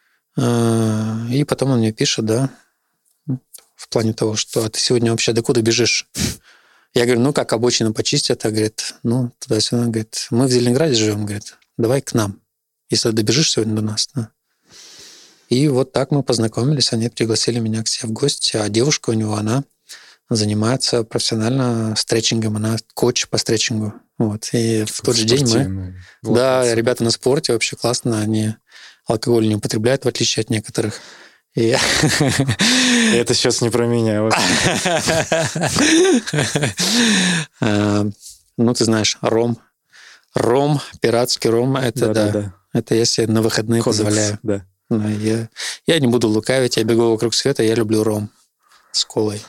И потом он мне пишет, да, в плане того, что а ты сегодня вообще докуда бежишь? Я говорю, ну как, обочину почистят? А говорит, ну туда-сюда. Говорит, мы в Зеленограде живем. Говорит, давай к нам, если добежишь сегодня до нас. Да. И вот так мы познакомились, они пригласили меня к себе в гости, а девушка у него, она занимается профессионально стретчингом, она коуч по стретчингу. Вот. И в тот же день мы... Вот, да, вот. Ребята на спорте вообще классно, они алкоголь не употребляют, в отличие от некоторых. И... Это сейчас не про меня. Ну, ты знаешь, ром. Ром, пиратский ром, это да. Это я себе на выходные позволяю. Да. Я, я не буду лукавить, я бегу вокруг света, я люблю ром с колой.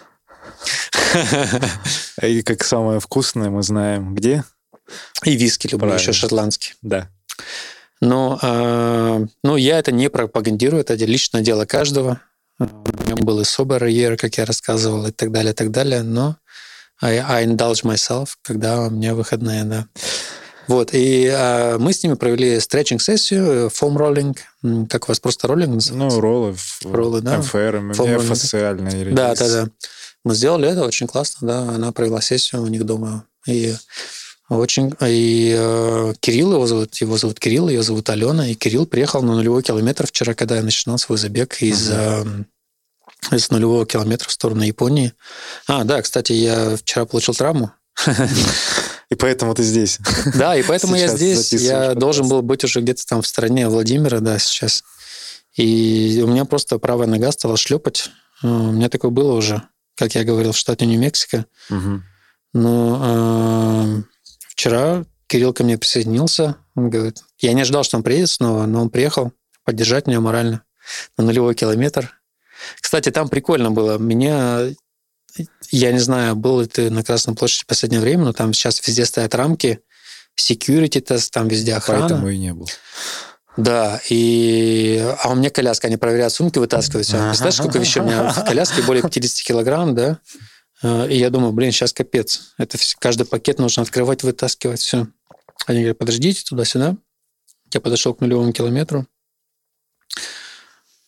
И как самое вкусное мы знаем где? И виски люблю, правильно. Еще шотландский. Да. Но э, ну, я это не пропагандирую, это личное дело каждого. У меня был и sober year, как я рассказывал, и так далее, и так далее. Но I, I indulge myself, когда у меня выходные, да. Вот, и а, мы с ними провели стретчинг-сессию, фоум-роллинг. Как у вас просто роллинг называется? Ну, роллы. Роллы, да. эм эф эр, эф эс эль. Да, да, да. Мы сделали это очень классно, да. Она провела сессию у них дома. И очень... И э, Кирилл его зовут, его зовут Кирилл, ее зовут Алена. И Кирилл приехал на нулевой километр вчера, когда я начинал свой забег из, uh-huh. э, из нулевого километра в сторону Японии. А, да, кстати, я вчера получил травму. И поэтому ты здесь. Да, и поэтому я здесь. Я подкаст. Должен был быть уже где-то там в стране Владимира, да, сейчас. И у меня просто правая нога стала шлепать. У меня такое было уже, как я говорил, в штате Нью-Мексико. Угу. Но э, вчера Кирилл ко мне присоединился. Он говорит, я не ожидал, что он приедет снова, но он приехал поддержать меня морально на нулевой километр. Кстати, там прикольно было. Меня... Я не знаю, был ли ты на Красной площади в последнее время, но там сейчас везде стоят рамки, security тест, там везде охрана. Поэтому и не был. Да, и... А у меня коляска, они проверяют сумки, вытаскивают все. Представляешь, сколько вещей у меня в коляске, более пятьдесят килограмм, да? И я думаю, блин, сейчас капец. Это все... Каждый пакет нужно открывать, вытаскивать, все. Они говорят, подождите, туда-сюда. Я подошел к нулевому километру.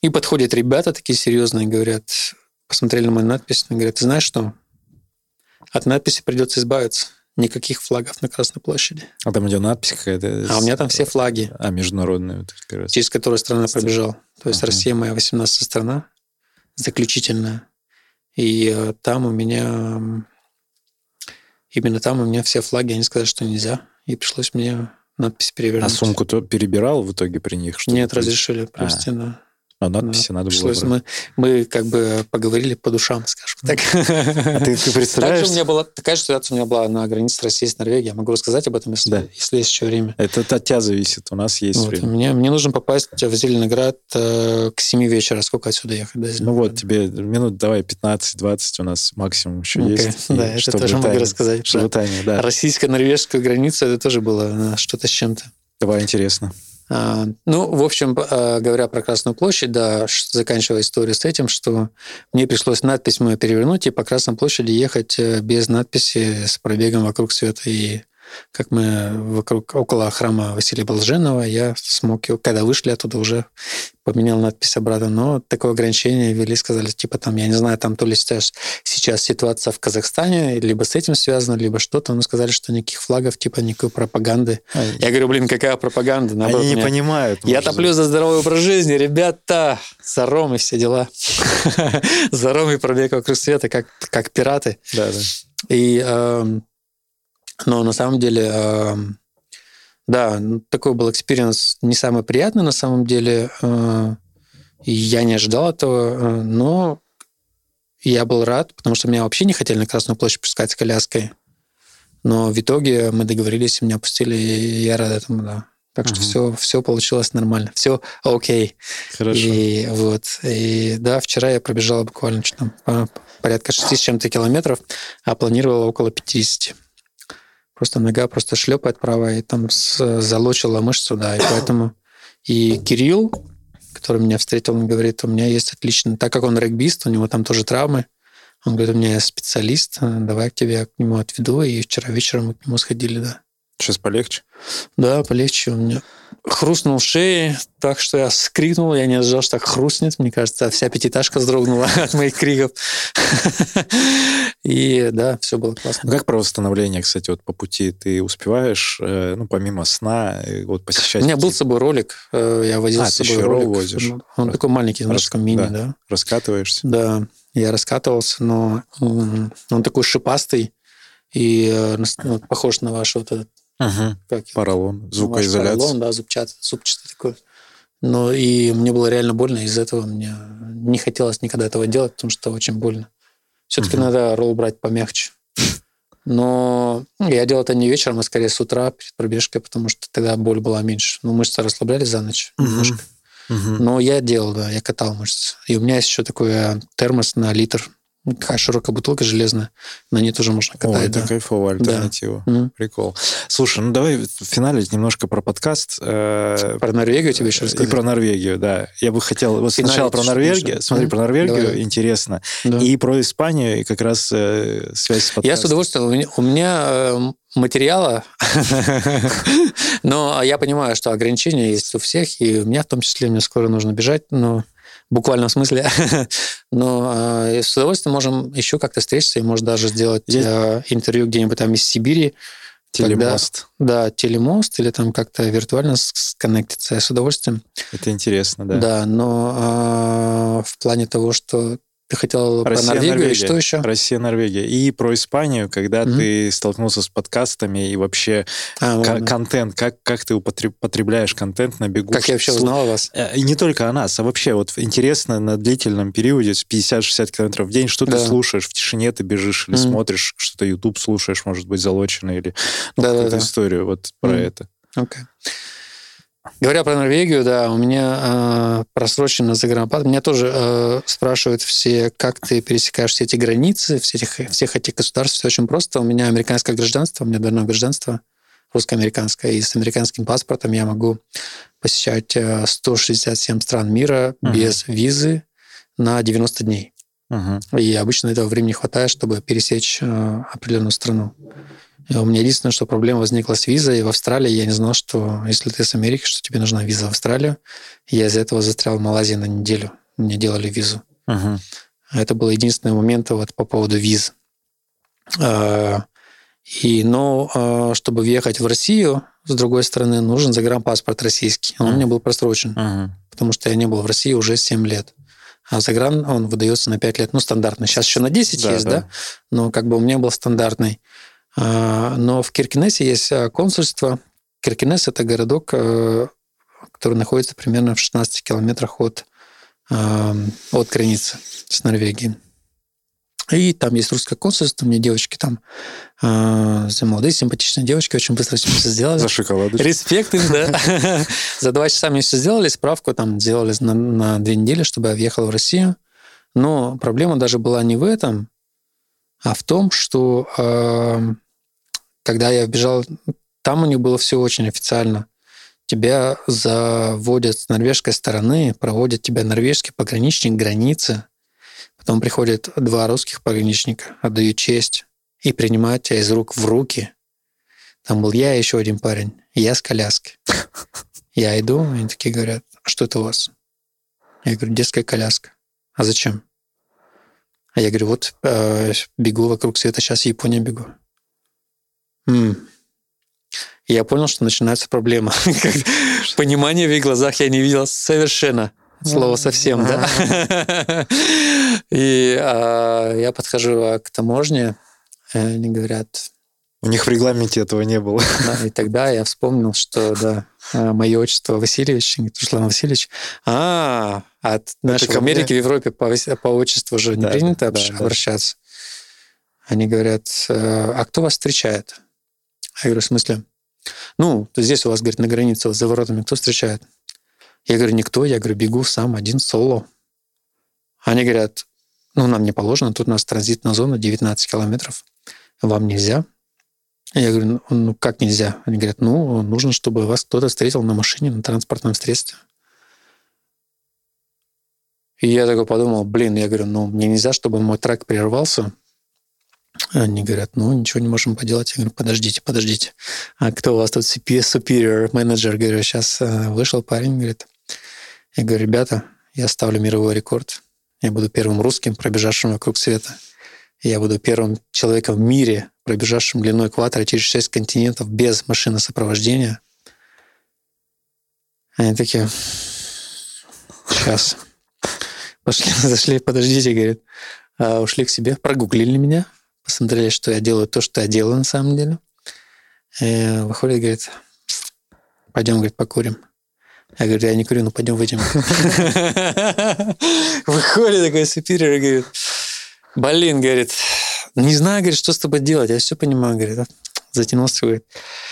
И подходят ребята такие серьезные, говорят, посмотрели на мою надпись, говорят, ты знаешь что? От надписи придется избавиться. Никаких флагов на Красной площади. А там где надпись какая-то? А у меня там все флаги. А, международные. Вот, как раз. Через которую страна пробежал. То есть ага. Россия моя восемнадцатая страна, заключительная. И э, там у меня... Именно там у меня все флаги, они сказали, что нельзя. И пришлось мне надпись перевернуть. А сумку то перебирал в итоге при них? Нет, разрешили просто, а. да. А надписи да. надо Пришлось. было... Мы, мы как бы поговорили по душам, скажем так. А ты, ты представляешь? Также у меня была, такая же ситуация у меня была на границе России с Норвегией. Я могу рассказать об этом, если, да. если есть еще время. Это от тебя зависит, у нас есть вот. время. Мне, мне нужно попасть в Зеленоград э, к семи вечера. Сколько отсюда ехать до Зеленограда? Ну вот, тебе минут давай пятнадцать-двадцать у нас максимум еще okay. есть. Да, это тоже могу рассказать. Чтобы да. Тайне, да. Российско-норвежскую границу, это тоже было что-то с чем-то. Давай, интересно. А, ну, в общем, говоря про Красную площадь, да, заканчивая историю с этим, что мне пришлось надпись мою перевернуть и по Красной площади ехать без надписи с пробегом вокруг света. И как мы вокруг, около храма Василия Блаженного, я смог, когда вышли оттуда, уже поменял надпись обратно. Но такое ограничение ввели, сказали, типа там, я не знаю, там то ли сейчас, сейчас ситуация в Казахстане, либо с этим связано, либо что-то, но сказали, что никаких флагов, типа никакой пропаганды. А, я говорю, блин, какая пропаганда? Наоборот, они не меня... понимают. Я топлю за здоровый образ жизни, ребята, за Ром и все дела. За Ром и пробег вокруг света, как, как пираты. Да, да. И... Но на самом деле, э, да, такой был экспириенс не самый приятный на самом деле. Э, я не ожидал этого, э, но я был рад, потому что меня вообще не хотели на Красную площадь пускать с коляской. Но в итоге мы договорились, меня пустили, и я рад этому, да. Так что uh-huh. все, все получилось нормально, все окей. Хорошо. И вот, и да, вчера я пробежал буквально там, порядка шести с чем-то километров, а планировал около пятидесяти. Просто нога просто шлепает правая, и там залочила мышцу, да, и поэтому... И Кирилл, который меня встретил, он говорит, у меня есть отлично... Так как он регбист, у него там тоже травмы, он говорит, у меня есть специалист, давай к тебе, я к нему отведу, и вчера вечером мы к нему сходили, да. Сейчас полегче? Да, полегче у меня. Хрустнул шеей, так что я скрикнул, я не ожидал, что так хрустнет. Мне кажется, вся пятиэтажка вздрогнула от моих криков. И да, все было классно. Как про восстановление, кстати, вот по пути ты успеваешь, ну, помимо сна, вот посещать... У меня был с собой ролик, я возил с собой ролик. Возишь. Он такой маленький, на таком мини, да. Раскатываешься? Да, я раскатывался, но он такой шипастый и похож на ваш вот этот Угу. Как поролон, звукоизоляция. Поролон, да, зубчатый, зубчатый такой. Но и мне было реально больно, из-за этого мне не хотелось никогда этого делать, потому что очень больно. Все-таки угу. надо ролл брать помягче. Но я делал это не вечером, а скорее с утра перед пробежкой, потому что тогда боль была меньше. Ну, мышцы расслаблялись за ночь угу. немножко. Угу. Но я делал, да, я катал мышцы. И у меня есть еще такой термос на литр. Такая широкая бутылка железная, на ней тоже можно катать. О, это да. кайфовая альтернатива. Да. Прикол. Слушай, ну давай в финале немножко про подкаст. Про Норвегию тебе еще рассказать? И про Норвегию, да. Я бы хотел... Вот сначала про Норвегию. Смотри, про Норвегию давай. Интересно. Да. И про Испанию, и как раз э, связь с подкастом. Я с удовольствием. У меня э, материала, но я понимаю, что ограничения есть у всех, и у меня в том числе, мне скоро нужно бежать, но... В буквальном смысле. Но э, с удовольствием можем еще как-то встретиться и, может, даже сделать э, интервью где-нибудь там из Сибири. Телемост. Когда, да, телемост или там как-то виртуально сконнектиться. Я с удовольствием. Это интересно, да. Да, но э, в плане того, что ты хотел Россия, про Норвегию, Норвегия. И что еще? Россия, Норвегия. И про Испанию, когда mm-hmm. ты столкнулся с подкастами и вообще а, к- ладно. контент, как, как ты употребляешь контент на бегу. Как я вообще узнал о вас? И не только о нас, а вообще вот интересно на длительном периоде, с пятьдесят-шестьдесят километров в день, что да. ты слушаешь, в тишине ты бежишь или mm-hmm. смотришь, что-то YouTube слушаешь, может быть, залоченное, или ну, какую-то да, да. историю вот про mm-hmm. это. Окей. Okay. Говоря про Норвегию, да, у меня э, просрочено загранпаспорт. Меня тоже э, спрашивают все, как ты пересекаешь все эти границы, все этих, всех этих государств. Все очень просто. У меня американское гражданство, у меня двойное гражданство, русско-американское. И с американским паспортом я могу посещать сто шестьдесят семь стран мира uh-huh. без визы на девяносто дней. Uh-huh. И обычно этого времени хватает, чтобы пересечь э, определенную страну. И у меня единственное, что проблема возникла с визой. В Австралии я не знал, что если ты с Америки, что тебе нужна виза в Австралию. Я из-за этого застрял в Малайзии на неделю. Мне делали визу. Uh-huh. Это был единственный момент вот по поводу виз. И, но чтобы въехать в Россию, с другой стороны, нужен загранпаспорт российский. Он uh-huh. у меня был просрочен, uh-huh. потому что я не был в России уже семь лет. А загран он выдается на пять лет. Ну, стандартный. Сейчас еще на десять да, есть, да. да? Но как бы у меня был стандартный. Но в Киркенесе есть консульство. Киркенес – это городок, который находится примерно в шестнадцати километрах от, от границы с Норвегией. И там есть русское консульство, мне девочки там, э, молодые, симпатичные девочки, очень быстро все сделали. За шоколадочку. Респект им, да. За два часа мне все сделали, справку там сделали на, на две недели, чтобы я въехал в Россию. Но проблема даже была не в этом, а в том, что э, когда я бежал, там у них было все очень официально. Тебя заводят с норвежской стороны, проводят тебя норвежский пограничник границы. Потом приходят два русских пограничника, отдают честь и принимают тебя из рук в руки. Там был я и еще один парень. И я с коляской. Я иду, они такие говорят, а что это у вас? Я говорю, детская коляска. А зачем? А я говорю, вот э, бегу вокруг света, сейчас в Японию бегу. М-м. И я понял, что начинается проблема. Понимания в их глазах я не видел совершенно. Слово совсем, да? И а, я подхожу к таможне, и они говорят... У них в регламенте этого не было. Да, и тогда я вспомнил, что, да, мое отчество Васильевич, Руслан Васильевич. А, от нашей в Америке, в Европе по, по отчеству уже не да, принято да, обращаться. Да. Они говорят, а кто вас встречает? Я говорю, в смысле? Ну, то здесь у вас, говорит, на границе, вот за воротами, кто встречает? Я говорю, никто. Я говорю, бегу сам, один, соло. Они говорят, ну, нам не положено, тут у нас транзитная зона, девятнадцать километров. Вам нельзя? Я говорю, ну, как нельзя? Они говорят, ну, нужно, чтобы вас кто-то встретил на машине, на транспортном средстве. И я такой подумал, блин, я говорю, ну, мне нельзя, чтобы мой трек прервался. Они говорят, ну, ничего не можем поделать. Я говорю, подождите, подождите. А кто у вас тут superior менеджер? Говорю, сейчас вышел парень, говорит, я говорю, ребята, я ставлю мировой рекорд. Я буду первым русским, пробежавшим вокруг света. Я буду первым человеком в мире, пробежавшим длину экватора через шесть континентов без машины сопровождения. Они такие, сейчас. Пошли, зашли, подождите, говорит. А ушли к себе, прогуглили меня, посмотрели, что я делаю то, что я делаю на самом деле. И выходит, говорит, пойдем, говорит, покурим. Я говорю, я не курю, ну пойдем выйдем. Выходит такой супериор и говорит, блин, говорит, не знаю, говорит, что с тобой делать, я все понимаю, говорит. Затянулся, говорит,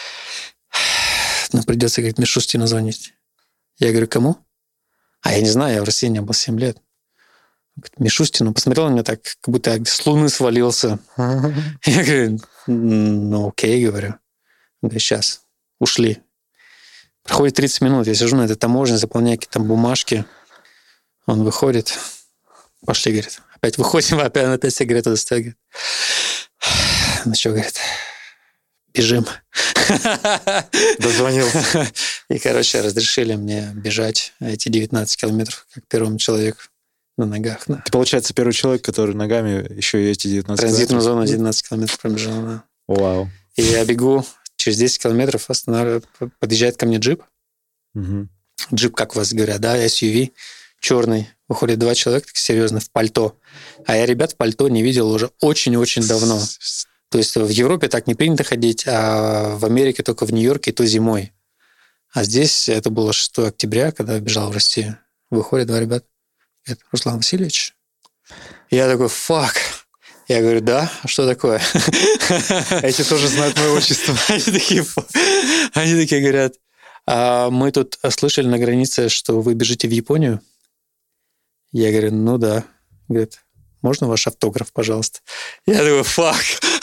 ну придется, говорит, Мишустину звонить. Я говорю, кому? А я не знаю, я в России не был семь лет. Мишустину посмотрел на меня так, как будто я с луны свалился. Я говорю, ну окей, говорю. Говорю, сейчас, ушли. Проходит тридцать минут, я сижу на этой таможне, заполняю какие-то там бумажки. Он выходит, пошли, говорит. Опять выходим, опять на опять сигарету достает, говорит. Ну что, говорит, бежим. Дозвонился. И, короче, разрешили мне бежать эти девятнадцать километров, как первому человеку на ногах. Да. Ты, получается, первый человек, который ногами еще и эти девятнадцать Транзитную зону девятнадцать километров пробежал, да. Вау. И я бегу, через десять километров останавливаю, подъезжает ко мне джип. Угу. Джип, как у вас говорят, да, эс ю ви, черный. Выходят два человека, так серьезно, в пальто. А я ребят в пальто не видел уже очень-очень давно. То есть в Европе так не принято ходить, а в Америке только в Нью-Йорке, то зимой. А здесь это было шестого октября, когда я бежал в Россию. Выходят два ребята. Говорят, Руслан Васильевич. Я такой, фак. Я говорю, да, а что такое? Эти тоже знают мое отчество. Они такие, они такие говорят, а мы тут слышали на границе, что вы бежите в Японию. Я говорю, ну да. Говорит, можно ваш автограф, пожалуйста? Я такой, фак.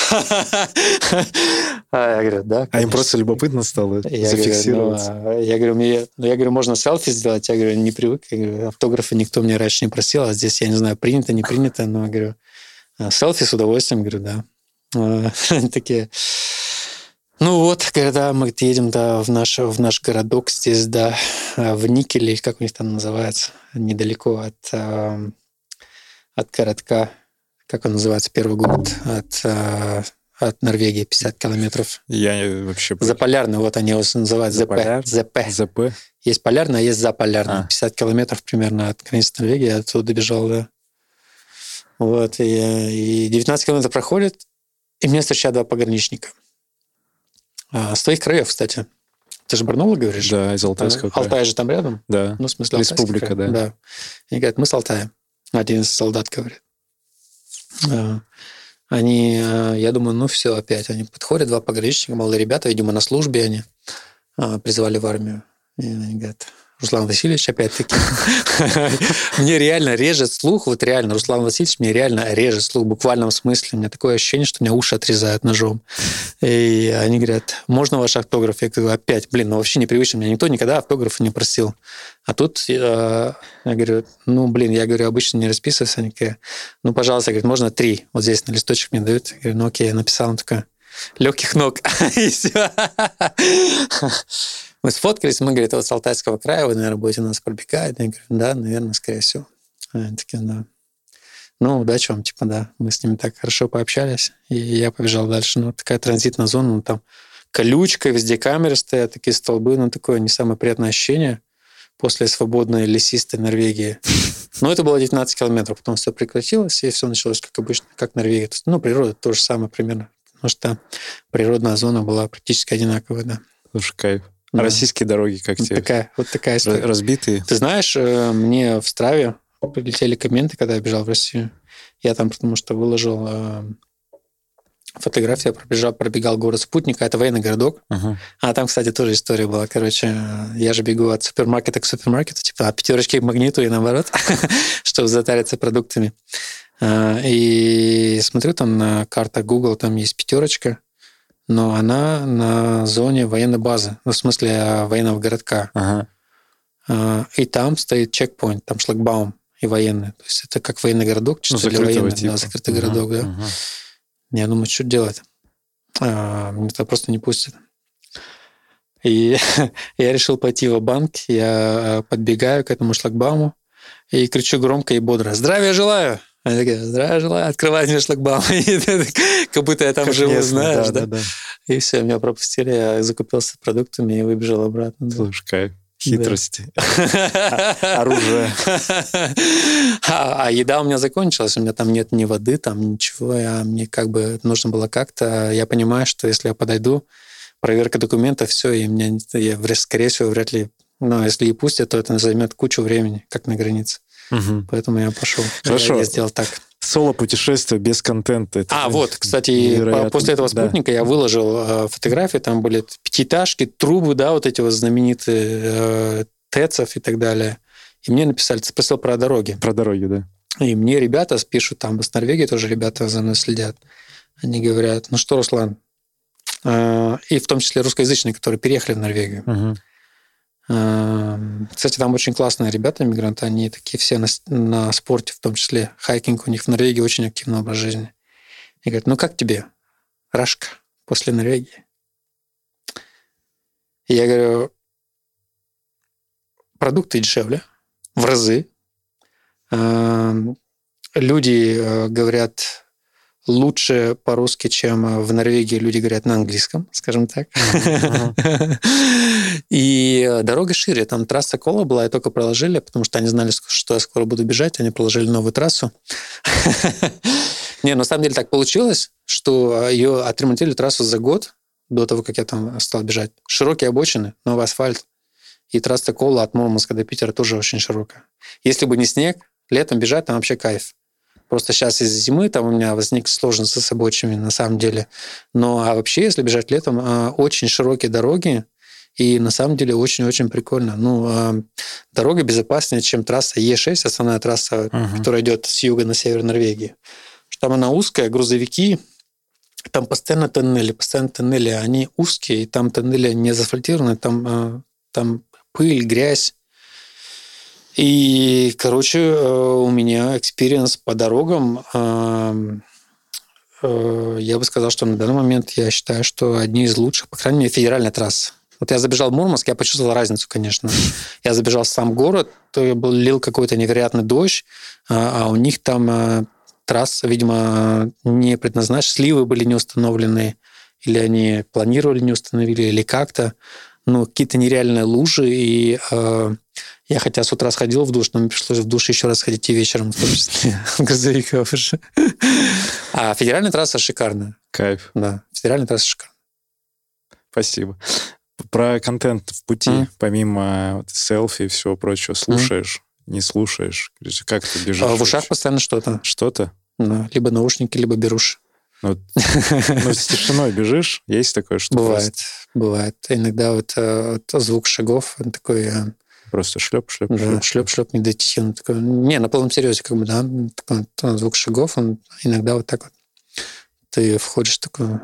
А я говорю, да. А им просто любопытно стало я зафиксироваться. Говорю, ну, я говорю, мне, ну, я говорю, можно селфи сделать? Я говорю, не привык. Я говорю, автографы никто мне раньше не просил, а здесь, я не знаю, принято, не принято, но я говорю, селфи с удовольствием, говорю, да. Такие, Ну вот, когда мы едем да, в, наш, в наш городок здесь, да, в Никеле, как у них там называется, недалеко от, э, от городка, как он называется, первый город от, э, от Норвегии, пятьдесят километров. Я вообще... Заполярный, вот они его называют Заполяр... ЗП. ЗП. Есть полярный, а есть заполярный. А. пятьдесят километров примерно от границы Норвегии, я оттуда добежал, да. Вот, и, и девятнадцать километров проходит, и меня встречают два пограничника. А, с твоих краев, кстати. Ты же Барнаул говоришь? Да, из Алтайского края. Алтай же там рядом? Да. Ну, в смысле, Республика, край. да. Да. Они говорят, мы с Алтая. Один из солдат говорит. Они, я думаю, ну все, опять. Они подходят, два пограничника, молодые ребята, видимо, на службе они призывали в армию. И они говорят, Руслан Васильевич, опять-таки, мне реально режет слух, вот реально, Руслан Васильевич мне реально режет слух, в буквальном смысле. У меня такое ощущение, что у меня уши отрезают ножом. И они говорят, можно ваш автограф? Я говорю, опять, блин, ну вообще непривычно, меня никто никогда автографа не просил. А тут э, я говорю, ну, блин, я говорю, обычно не расписываюсь. Они говорят, ну, пожалуйста, говорят, можно три? Вот здесь на листочек мне дают. Я говорю, ну, окей, я написал, он такой, легких ног. И все. Мы сфоткались, мы, говорит, вот с Алтайского края, вы, наверное, будете нас пробегать. Я говорю, да, наверное, скорее всего. Они такие, да. Ну, удачи вам, типа, да. Мы с ними так хорошо пообщались, и я побежал дальше. Ну, такая транзитная зона, ну, там колючка, везде камеры стоят, такие столбы, ну, такое не самое приятное ощущение после свободной лесистой Норвегии. Но это было девятнадцать километров, потом все прекратилось, и все началось, как обычно, как Норвегия. То есть, ну, природа то же самое примерно, потому что природная зона была практически одинаковая, да. Слушай, кайф. Да. Российские дороги как вот тебе? Такая, вот такая история. Разбитые? Ты знаешь, мне в Страве прилетели комменты, когда я бежал в Россию. Я там, потому что выложил фотографию, я пробежал, пробегал город Спутника, это военный городок. Uh-huh. А там, кстати, тоже история была. Короче, я же бегу от супермаркета к супермаркету, типа от пятерочки к магниту и наоборот, чтобы затариться продуктами. И смотрю там на картах Google, там есть пятерочка, но она на зоне военной базы, ну, в смысле военного городка. Ага. И там стоит чекпоинт, там шлагбаум и военный. То есть это как военный городок, чисто ну, для военных. Типа. Да, закрытый ага, городок, да. Ага. Я думаю, что делать? А, меня туда просто не пустят. И я решил пойти в банк, я подбегаю к этому шлагбауму и кричу громко и бодро: «Здравия желаю!» Они такие: «Здравия желаю!» Открывают мне шлагбаум. Как будто я там как живу, местный, знаешь, да, да? да? И все, меня пропустили, я закупился продуктами и выбежал обратно. Слушай, кайф. Хитрости. Оружие. А еда у меня закончилась, у меня там нет ни воды, там ничего. Мне как бы нужно было как-то... Я понимаю, что если я подойду, проверка документов, все, и меня, я, скорее всего, вряд ли... Но если и пустят, то это займет кучу времени, как на границе. Угу. Поэтому я пошел. Хорошо. Я, я сделал так. Соло-путешествие без контента. Это а, вот, кстати, невероятно. После этого спутника да. я выложил э, фотографии, там были пятиэтажки, трубы, да, вот эти вот знаменитые э, ТЭЦов и так далее. И мне написали, ты спросил про дороги. Про дороги, да. И мне ребята пишут, там с Норвегии тоже ребята за мной следят. Они говорят, ну что, Руслан, э, и в том числе русскоязычные, которые переехали в Норвегию. Угу. Кстати, там очень классные ребята, мигранты, они такие все на, на спорте, в том числе хайкинг у них в Норвегии очень активный образ жизни. И говорят, ну как тебе, Рашка, после Норвегии? И я говорю, продукты дешевле, в разы. Люди говорят лучше по-русски, чем в Норвегии люди говорят на английском, скажем так. Uh-huh. И дорога шире. Там трасса Кола была, и только проложили, потому что они знали, что я скоро буду бежать, они проложили новую трассу. Не, на самом деле так получилось, что ее отремонтировали трассу за год до того, как я там стал бежать. Широкие обочины, новый асфальт. И трасса Кола от Мурманска до Питера тоже очень широкая. Если бы не снег, летом бежать там вообще кайф. Просто сейчас из-за зимы там у меня возник сложности с обочинами на самом деле. Но а вообще, если бежать летом, очень широкие дороги, и на самом деле очень-очень прикольно. Ну, дорога безопаснее, чем трасса Е шесть, основная трасса, uh-huh. которая идет с юга на север Норвегии. Там она узкая, грузовики, там постоянно тоннели, постоянно тоннели, они узкие, и там тоннели не заасфальтированы, там, там пыль, грязь. И, короче, у меня экспириенс по дорогам я бы сказал, что на данный момент я считаю, что одни из лучших, по крайней мере, федеральная трасса. Вот я забежал в Мурманск, я почувствовал разницу, конечно. Я забежал в сам город, то был, лил какой-то невероятный дождь, а, а у них там трасса, видимо, не предназначена, сливы были не установлены, или они планировали, не установили, или как-то. Ну, какие-то нереальные лужи, и э, я хотя с утра сходил в душ, но мне пришлось в душ еще раз ходить и вечером, в том числе грузовиков уже. А федеральная трасса шикарная. Кайф. Да, федеральная трасса шикарная. Спасибо. Про контент в пути, mm. помимо вот, селфи и всего прочего, слушаешь, mm. не слушаешь? Как ты бежишь? А в ушах вообще? Постоянно что-то. Что-то? Да, либо наушники, либо беруши. Ну, ну, с тишиной бежишь? Есть такое, что бывает, просто... бывает. Иногда вот, вот звук шагов, он такой... Просто шлеп, шлеп, да, шлеп. шлеп, шлеп, медитативно. Такой, не, на полном серьезе, как бы, да. Такой, звук шагов, он иногда вот так вот. Ты входишь в такую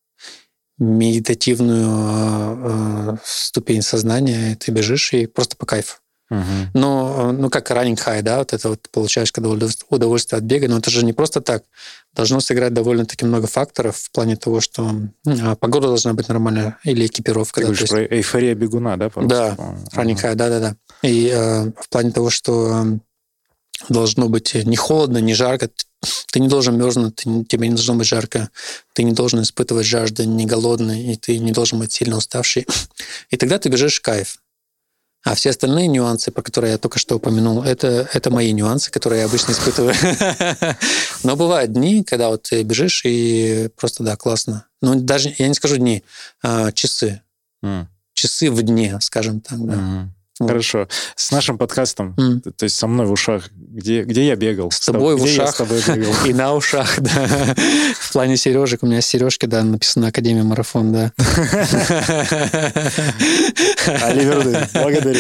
медитативную э, ступень сознания, и ты бежишь, и просто по кайфу. Угу. Но, ну, как running high, да, вот это вот получаешь, когда удовольствие от бега, но это же не просто так. Должно сыграть довольно-таки много факторов в плане того, что а, погода должна быть нормальная или экипировка. Ты да, говоришь про есть... эйфория бегуна, да? Да, running high, да-да-да. И э, в плане того, что должно быть не холодно, не жарко, ты не должен мерзнуть, ты, тебе не должно быть жарко, ты не должен испытывать жажду, не голодный, и ты не должен быть сильно уставший. И тогда ты бежишь кайф. А все остальные нюансы, про которые я только что упомянул, это, это мои нюансы, которые я обычно испытываю. Но бывают дни, когда вот ты бежишь, и просто, да, классно. Ну, даже, я не скажу дни, а часы. Mm. Часы в дне, скажем так, да. Mm-hmm. Вот. Хорошо. С нашим подкастом, mm. то есть со мной в ушах, где, где я бегал? С тобой в ушах. С тобой бегал? И на ушах, да. В плане сережек. У меня сережки, да, написано Академия Марафон, да. Оливер, благодарю.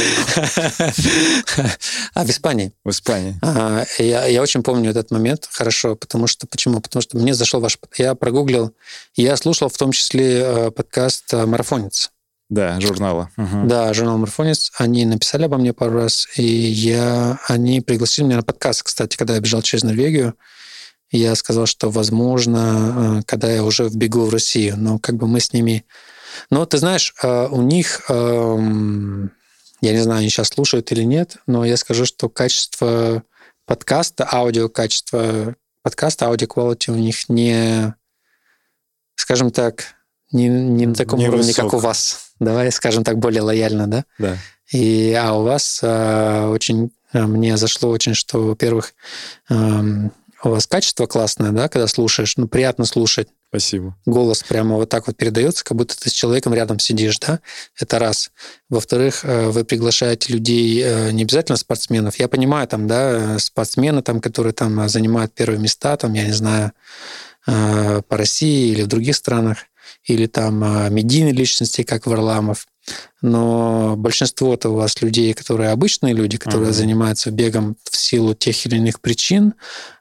А в Испании? В Испании. А, я, я очень помню этот момент хорошо, потому что, почему? Потому что мне зашел ваш... Я прогуглил, я слушал в том числе подкаст «Марафонец». Да, журнала. Угу. Да, журнал «Марафонец». Они написали обо мне пару раз, и я... они пригласили меня на подкаст, кстати, когда я бежал через Норвегию. Я сказал, что, возможно, когда я уже бегу в Россию, но как бы мы с ними... Но ты знаешь, у них... Я не знаю, они сейчас слушают или нет, но я скажу, что качество подкаста, аудио качество подкаста, аудио quality у них не, скажем так, не, не на таком не уровне, высок. как у вас. Давай, скажем так, более лояльно, да? Да. И, а у вас а, очень... Мне зашло очень, что, во-первых, а, у вас качество классное, да, когда слушаешь, ну, приятно слушать. Спасибо. Голос прямо вот так вот передается, как будто ты с человеком рядом сидишь, да? Это раз. Во-вторых, вы приглашаете людей, не обязательно спортсменов. Я понимаю, там, да, спортсмены, там, которые там занимают первые места, там, я не знаю, по России или в других странах, или там медийные личности, как Варламов. Но большинство-то у вас людей, которые обычные люди, которые uh-huh. занимаются бегом в силу тех или иных причин.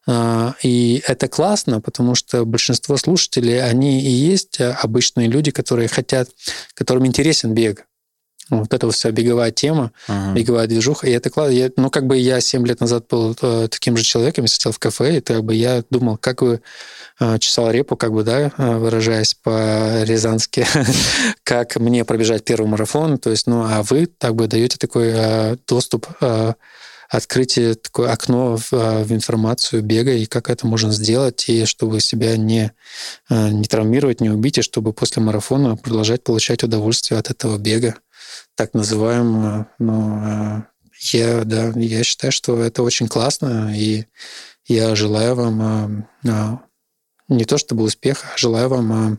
И это классно, потому что большинство слушателей, они и есть обычные люди, которые хотят, которым интересен бег. Вот это вот вся беговая тема, uh-huh. беговая движуха. И это классно. Я, ну, как бы я семь лет назад был таким же человеком, я сидел в кафе, и как бы я думал, как вы чесал репу, как бы, да, выражаясь по-рязански, как мне пробежать первый марафон. То есть, ну, а вы так бы даете такой доступ, открытие, такое окно в, в информацию бега, и как это можно сделать, и чтобы себя не, не травмировать, не убить, и чтобы после марафона продолжать получать удовольствие от этого бега, так называемого. Но я, да, я считаю, что это очень классно, и я желаю вам не то чтобы успеха, а желаю вам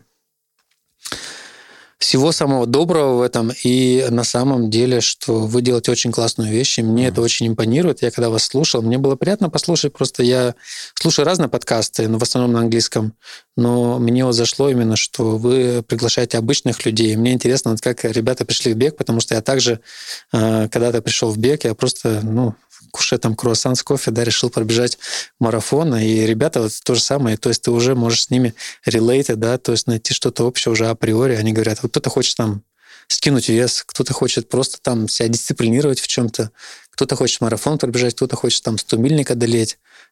всего самого доброго в этом. И на самом деле, что вы делаете очень классную вещь, и мне mm-hmm. это очень импонирует. Я когда вас слушал, мне было приятно послушать. Просто я слушаю разные подкасты, но в основном на английском. Но мне вот зашло именно, что вы приглашаете обычных людей. Мне интересно, вот как ребята пришли в бег, потому что я также когда-то пришел в бег, я просто, ну, кушая там круассан с кофе, да, решил пробежать марафон, и ребята вот то же самое, то есть ты уже можешь с ними релейтить, да, то есть найти что-то общее уже априори. Они говорят, вот кто-то хочет там скинуть вес, кто-то хочет просто там себя дисциплинировать в чем-то, кто-то хочет марафон пробежать, кто-то хочет там сто мильник одолеть,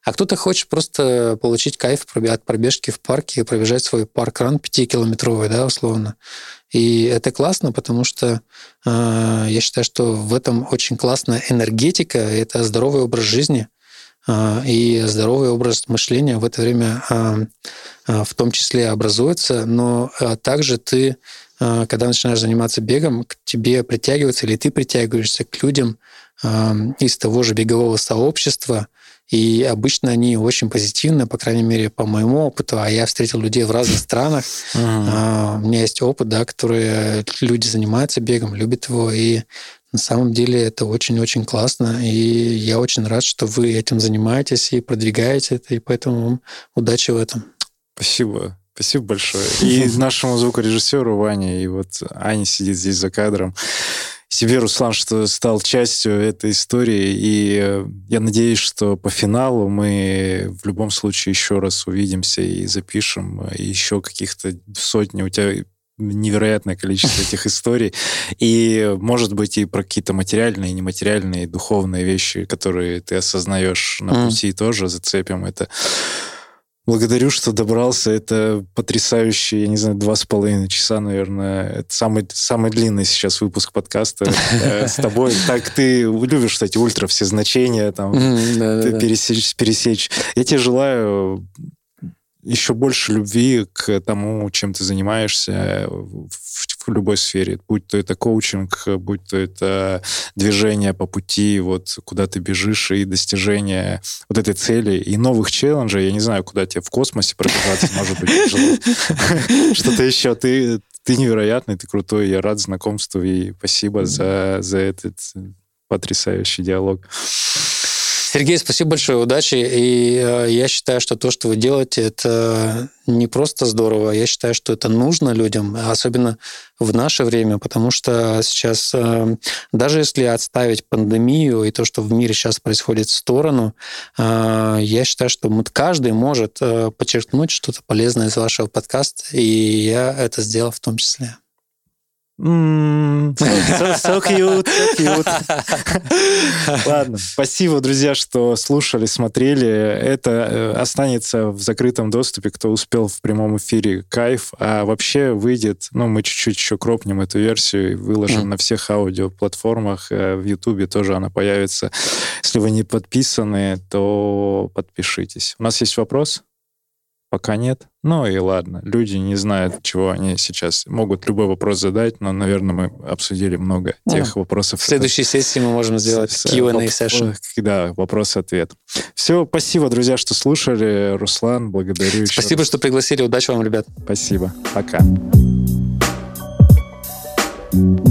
А кто-то хочет просто получить кайф от пробежки в парке, пробежать свой парк-ран пятикилометровый, да, условно. И это классно, потому что э, я считаю, что в этом очень классная энергетика, это здоровый образ жизни э, и здоровый образ мышления в это время э, э, в том числе образуется, но э, также ты, э, когда начинаешь заниматься бегом, к тебе притягиваются или ты притягиваешься к людям э, из того же бегового сообщества, и обычно они очень позитивны, по крайней мере, по моему опыту. А я встретил людей в разных странах. Uh-huh. У меня есть опыт, да, которые люди занимаются бегом, любят его. И на самом деле это очень-очень классно. И я очень рад, что вы этим занимаетесь и продвигаете это. И поэтому вам удачи в этом. Спасибо. Спасибо большое. И нашему звукорежиссеру Ване, и вот Аня сидит здесь за кадром. Тебе, Руслан, что стал частью этой истории, и я надеюсь, что по финалу мы в любом случае еще раз увидимся и запишем еще каких-то сотни, у тебя невероятное количество этих историй, и, может быть, и про какие-то материальные, нематериальные, духовные вещи, которые ты осознаешь на пути, тоже зацепим это. Благодарю, что добрался. Это потрясающий, я не знаю, два с половиной часа, наверное. Это самый, самый длинный сейчас выпуск подкаста с тобой. Так ты любишь эти ультра все значения, там, пересечь, пересечь. Я тебе желаю еще больше любви к тому, чем ты занимаешься в, в любой сфере. Будь то это коучинг, будь то это движение по пути, вот куда ты бежишь, и достижение вот этой цели, и новых челленджей. Я не знаю, куда тебе в космосе пробежаться, может быть, что-то еще. Ты, ты невероятный, ты крутой. Я рад знакомству, и спасибо за, за этот потрясающий диалог. Сергей, спасибо большое, удачи. И э, я считаю, что то, что вы делаете, это не просто здорово. Я считаю, что это нужно людям, особенно в наше время, потому что сейчас, э, даже если отставить пандемию и то, что в мире сейчас происходит, в сторону, э, я считаю, что каждый может э, подчеркнуть что-то полезное из вашего подкаста, и я это сделал в том числе. Mm, so, so cute, so cute. Ладно, спасибо, друзья, что слушали, смотрели. Это останется в закрытом доступе, кто успел в прямом эфире, кайф. А вообще выйдет, ну, мы чуть-чуть еще кропнем эту версию и выложим mm. на всех аудиоплатформах. В Ютубе тоже она появится. Если вы не подписаны, то подпишитесь. У нас есть вопрос? Пока нет. Ну и ладно. Люди не знают, чего они сейчас могут любой вопрос задать, но, наверное, мы обсудили много ну, тех вопросов. В следующей это... сессии мы можем сделать кью энд эй session. Да, вопрос-ответ. Все, спасибо, друзья, что слушали. Руслан, благодарю. Спасибо, что пригласили. Удачи вам, ребят. Спасибо. Пока.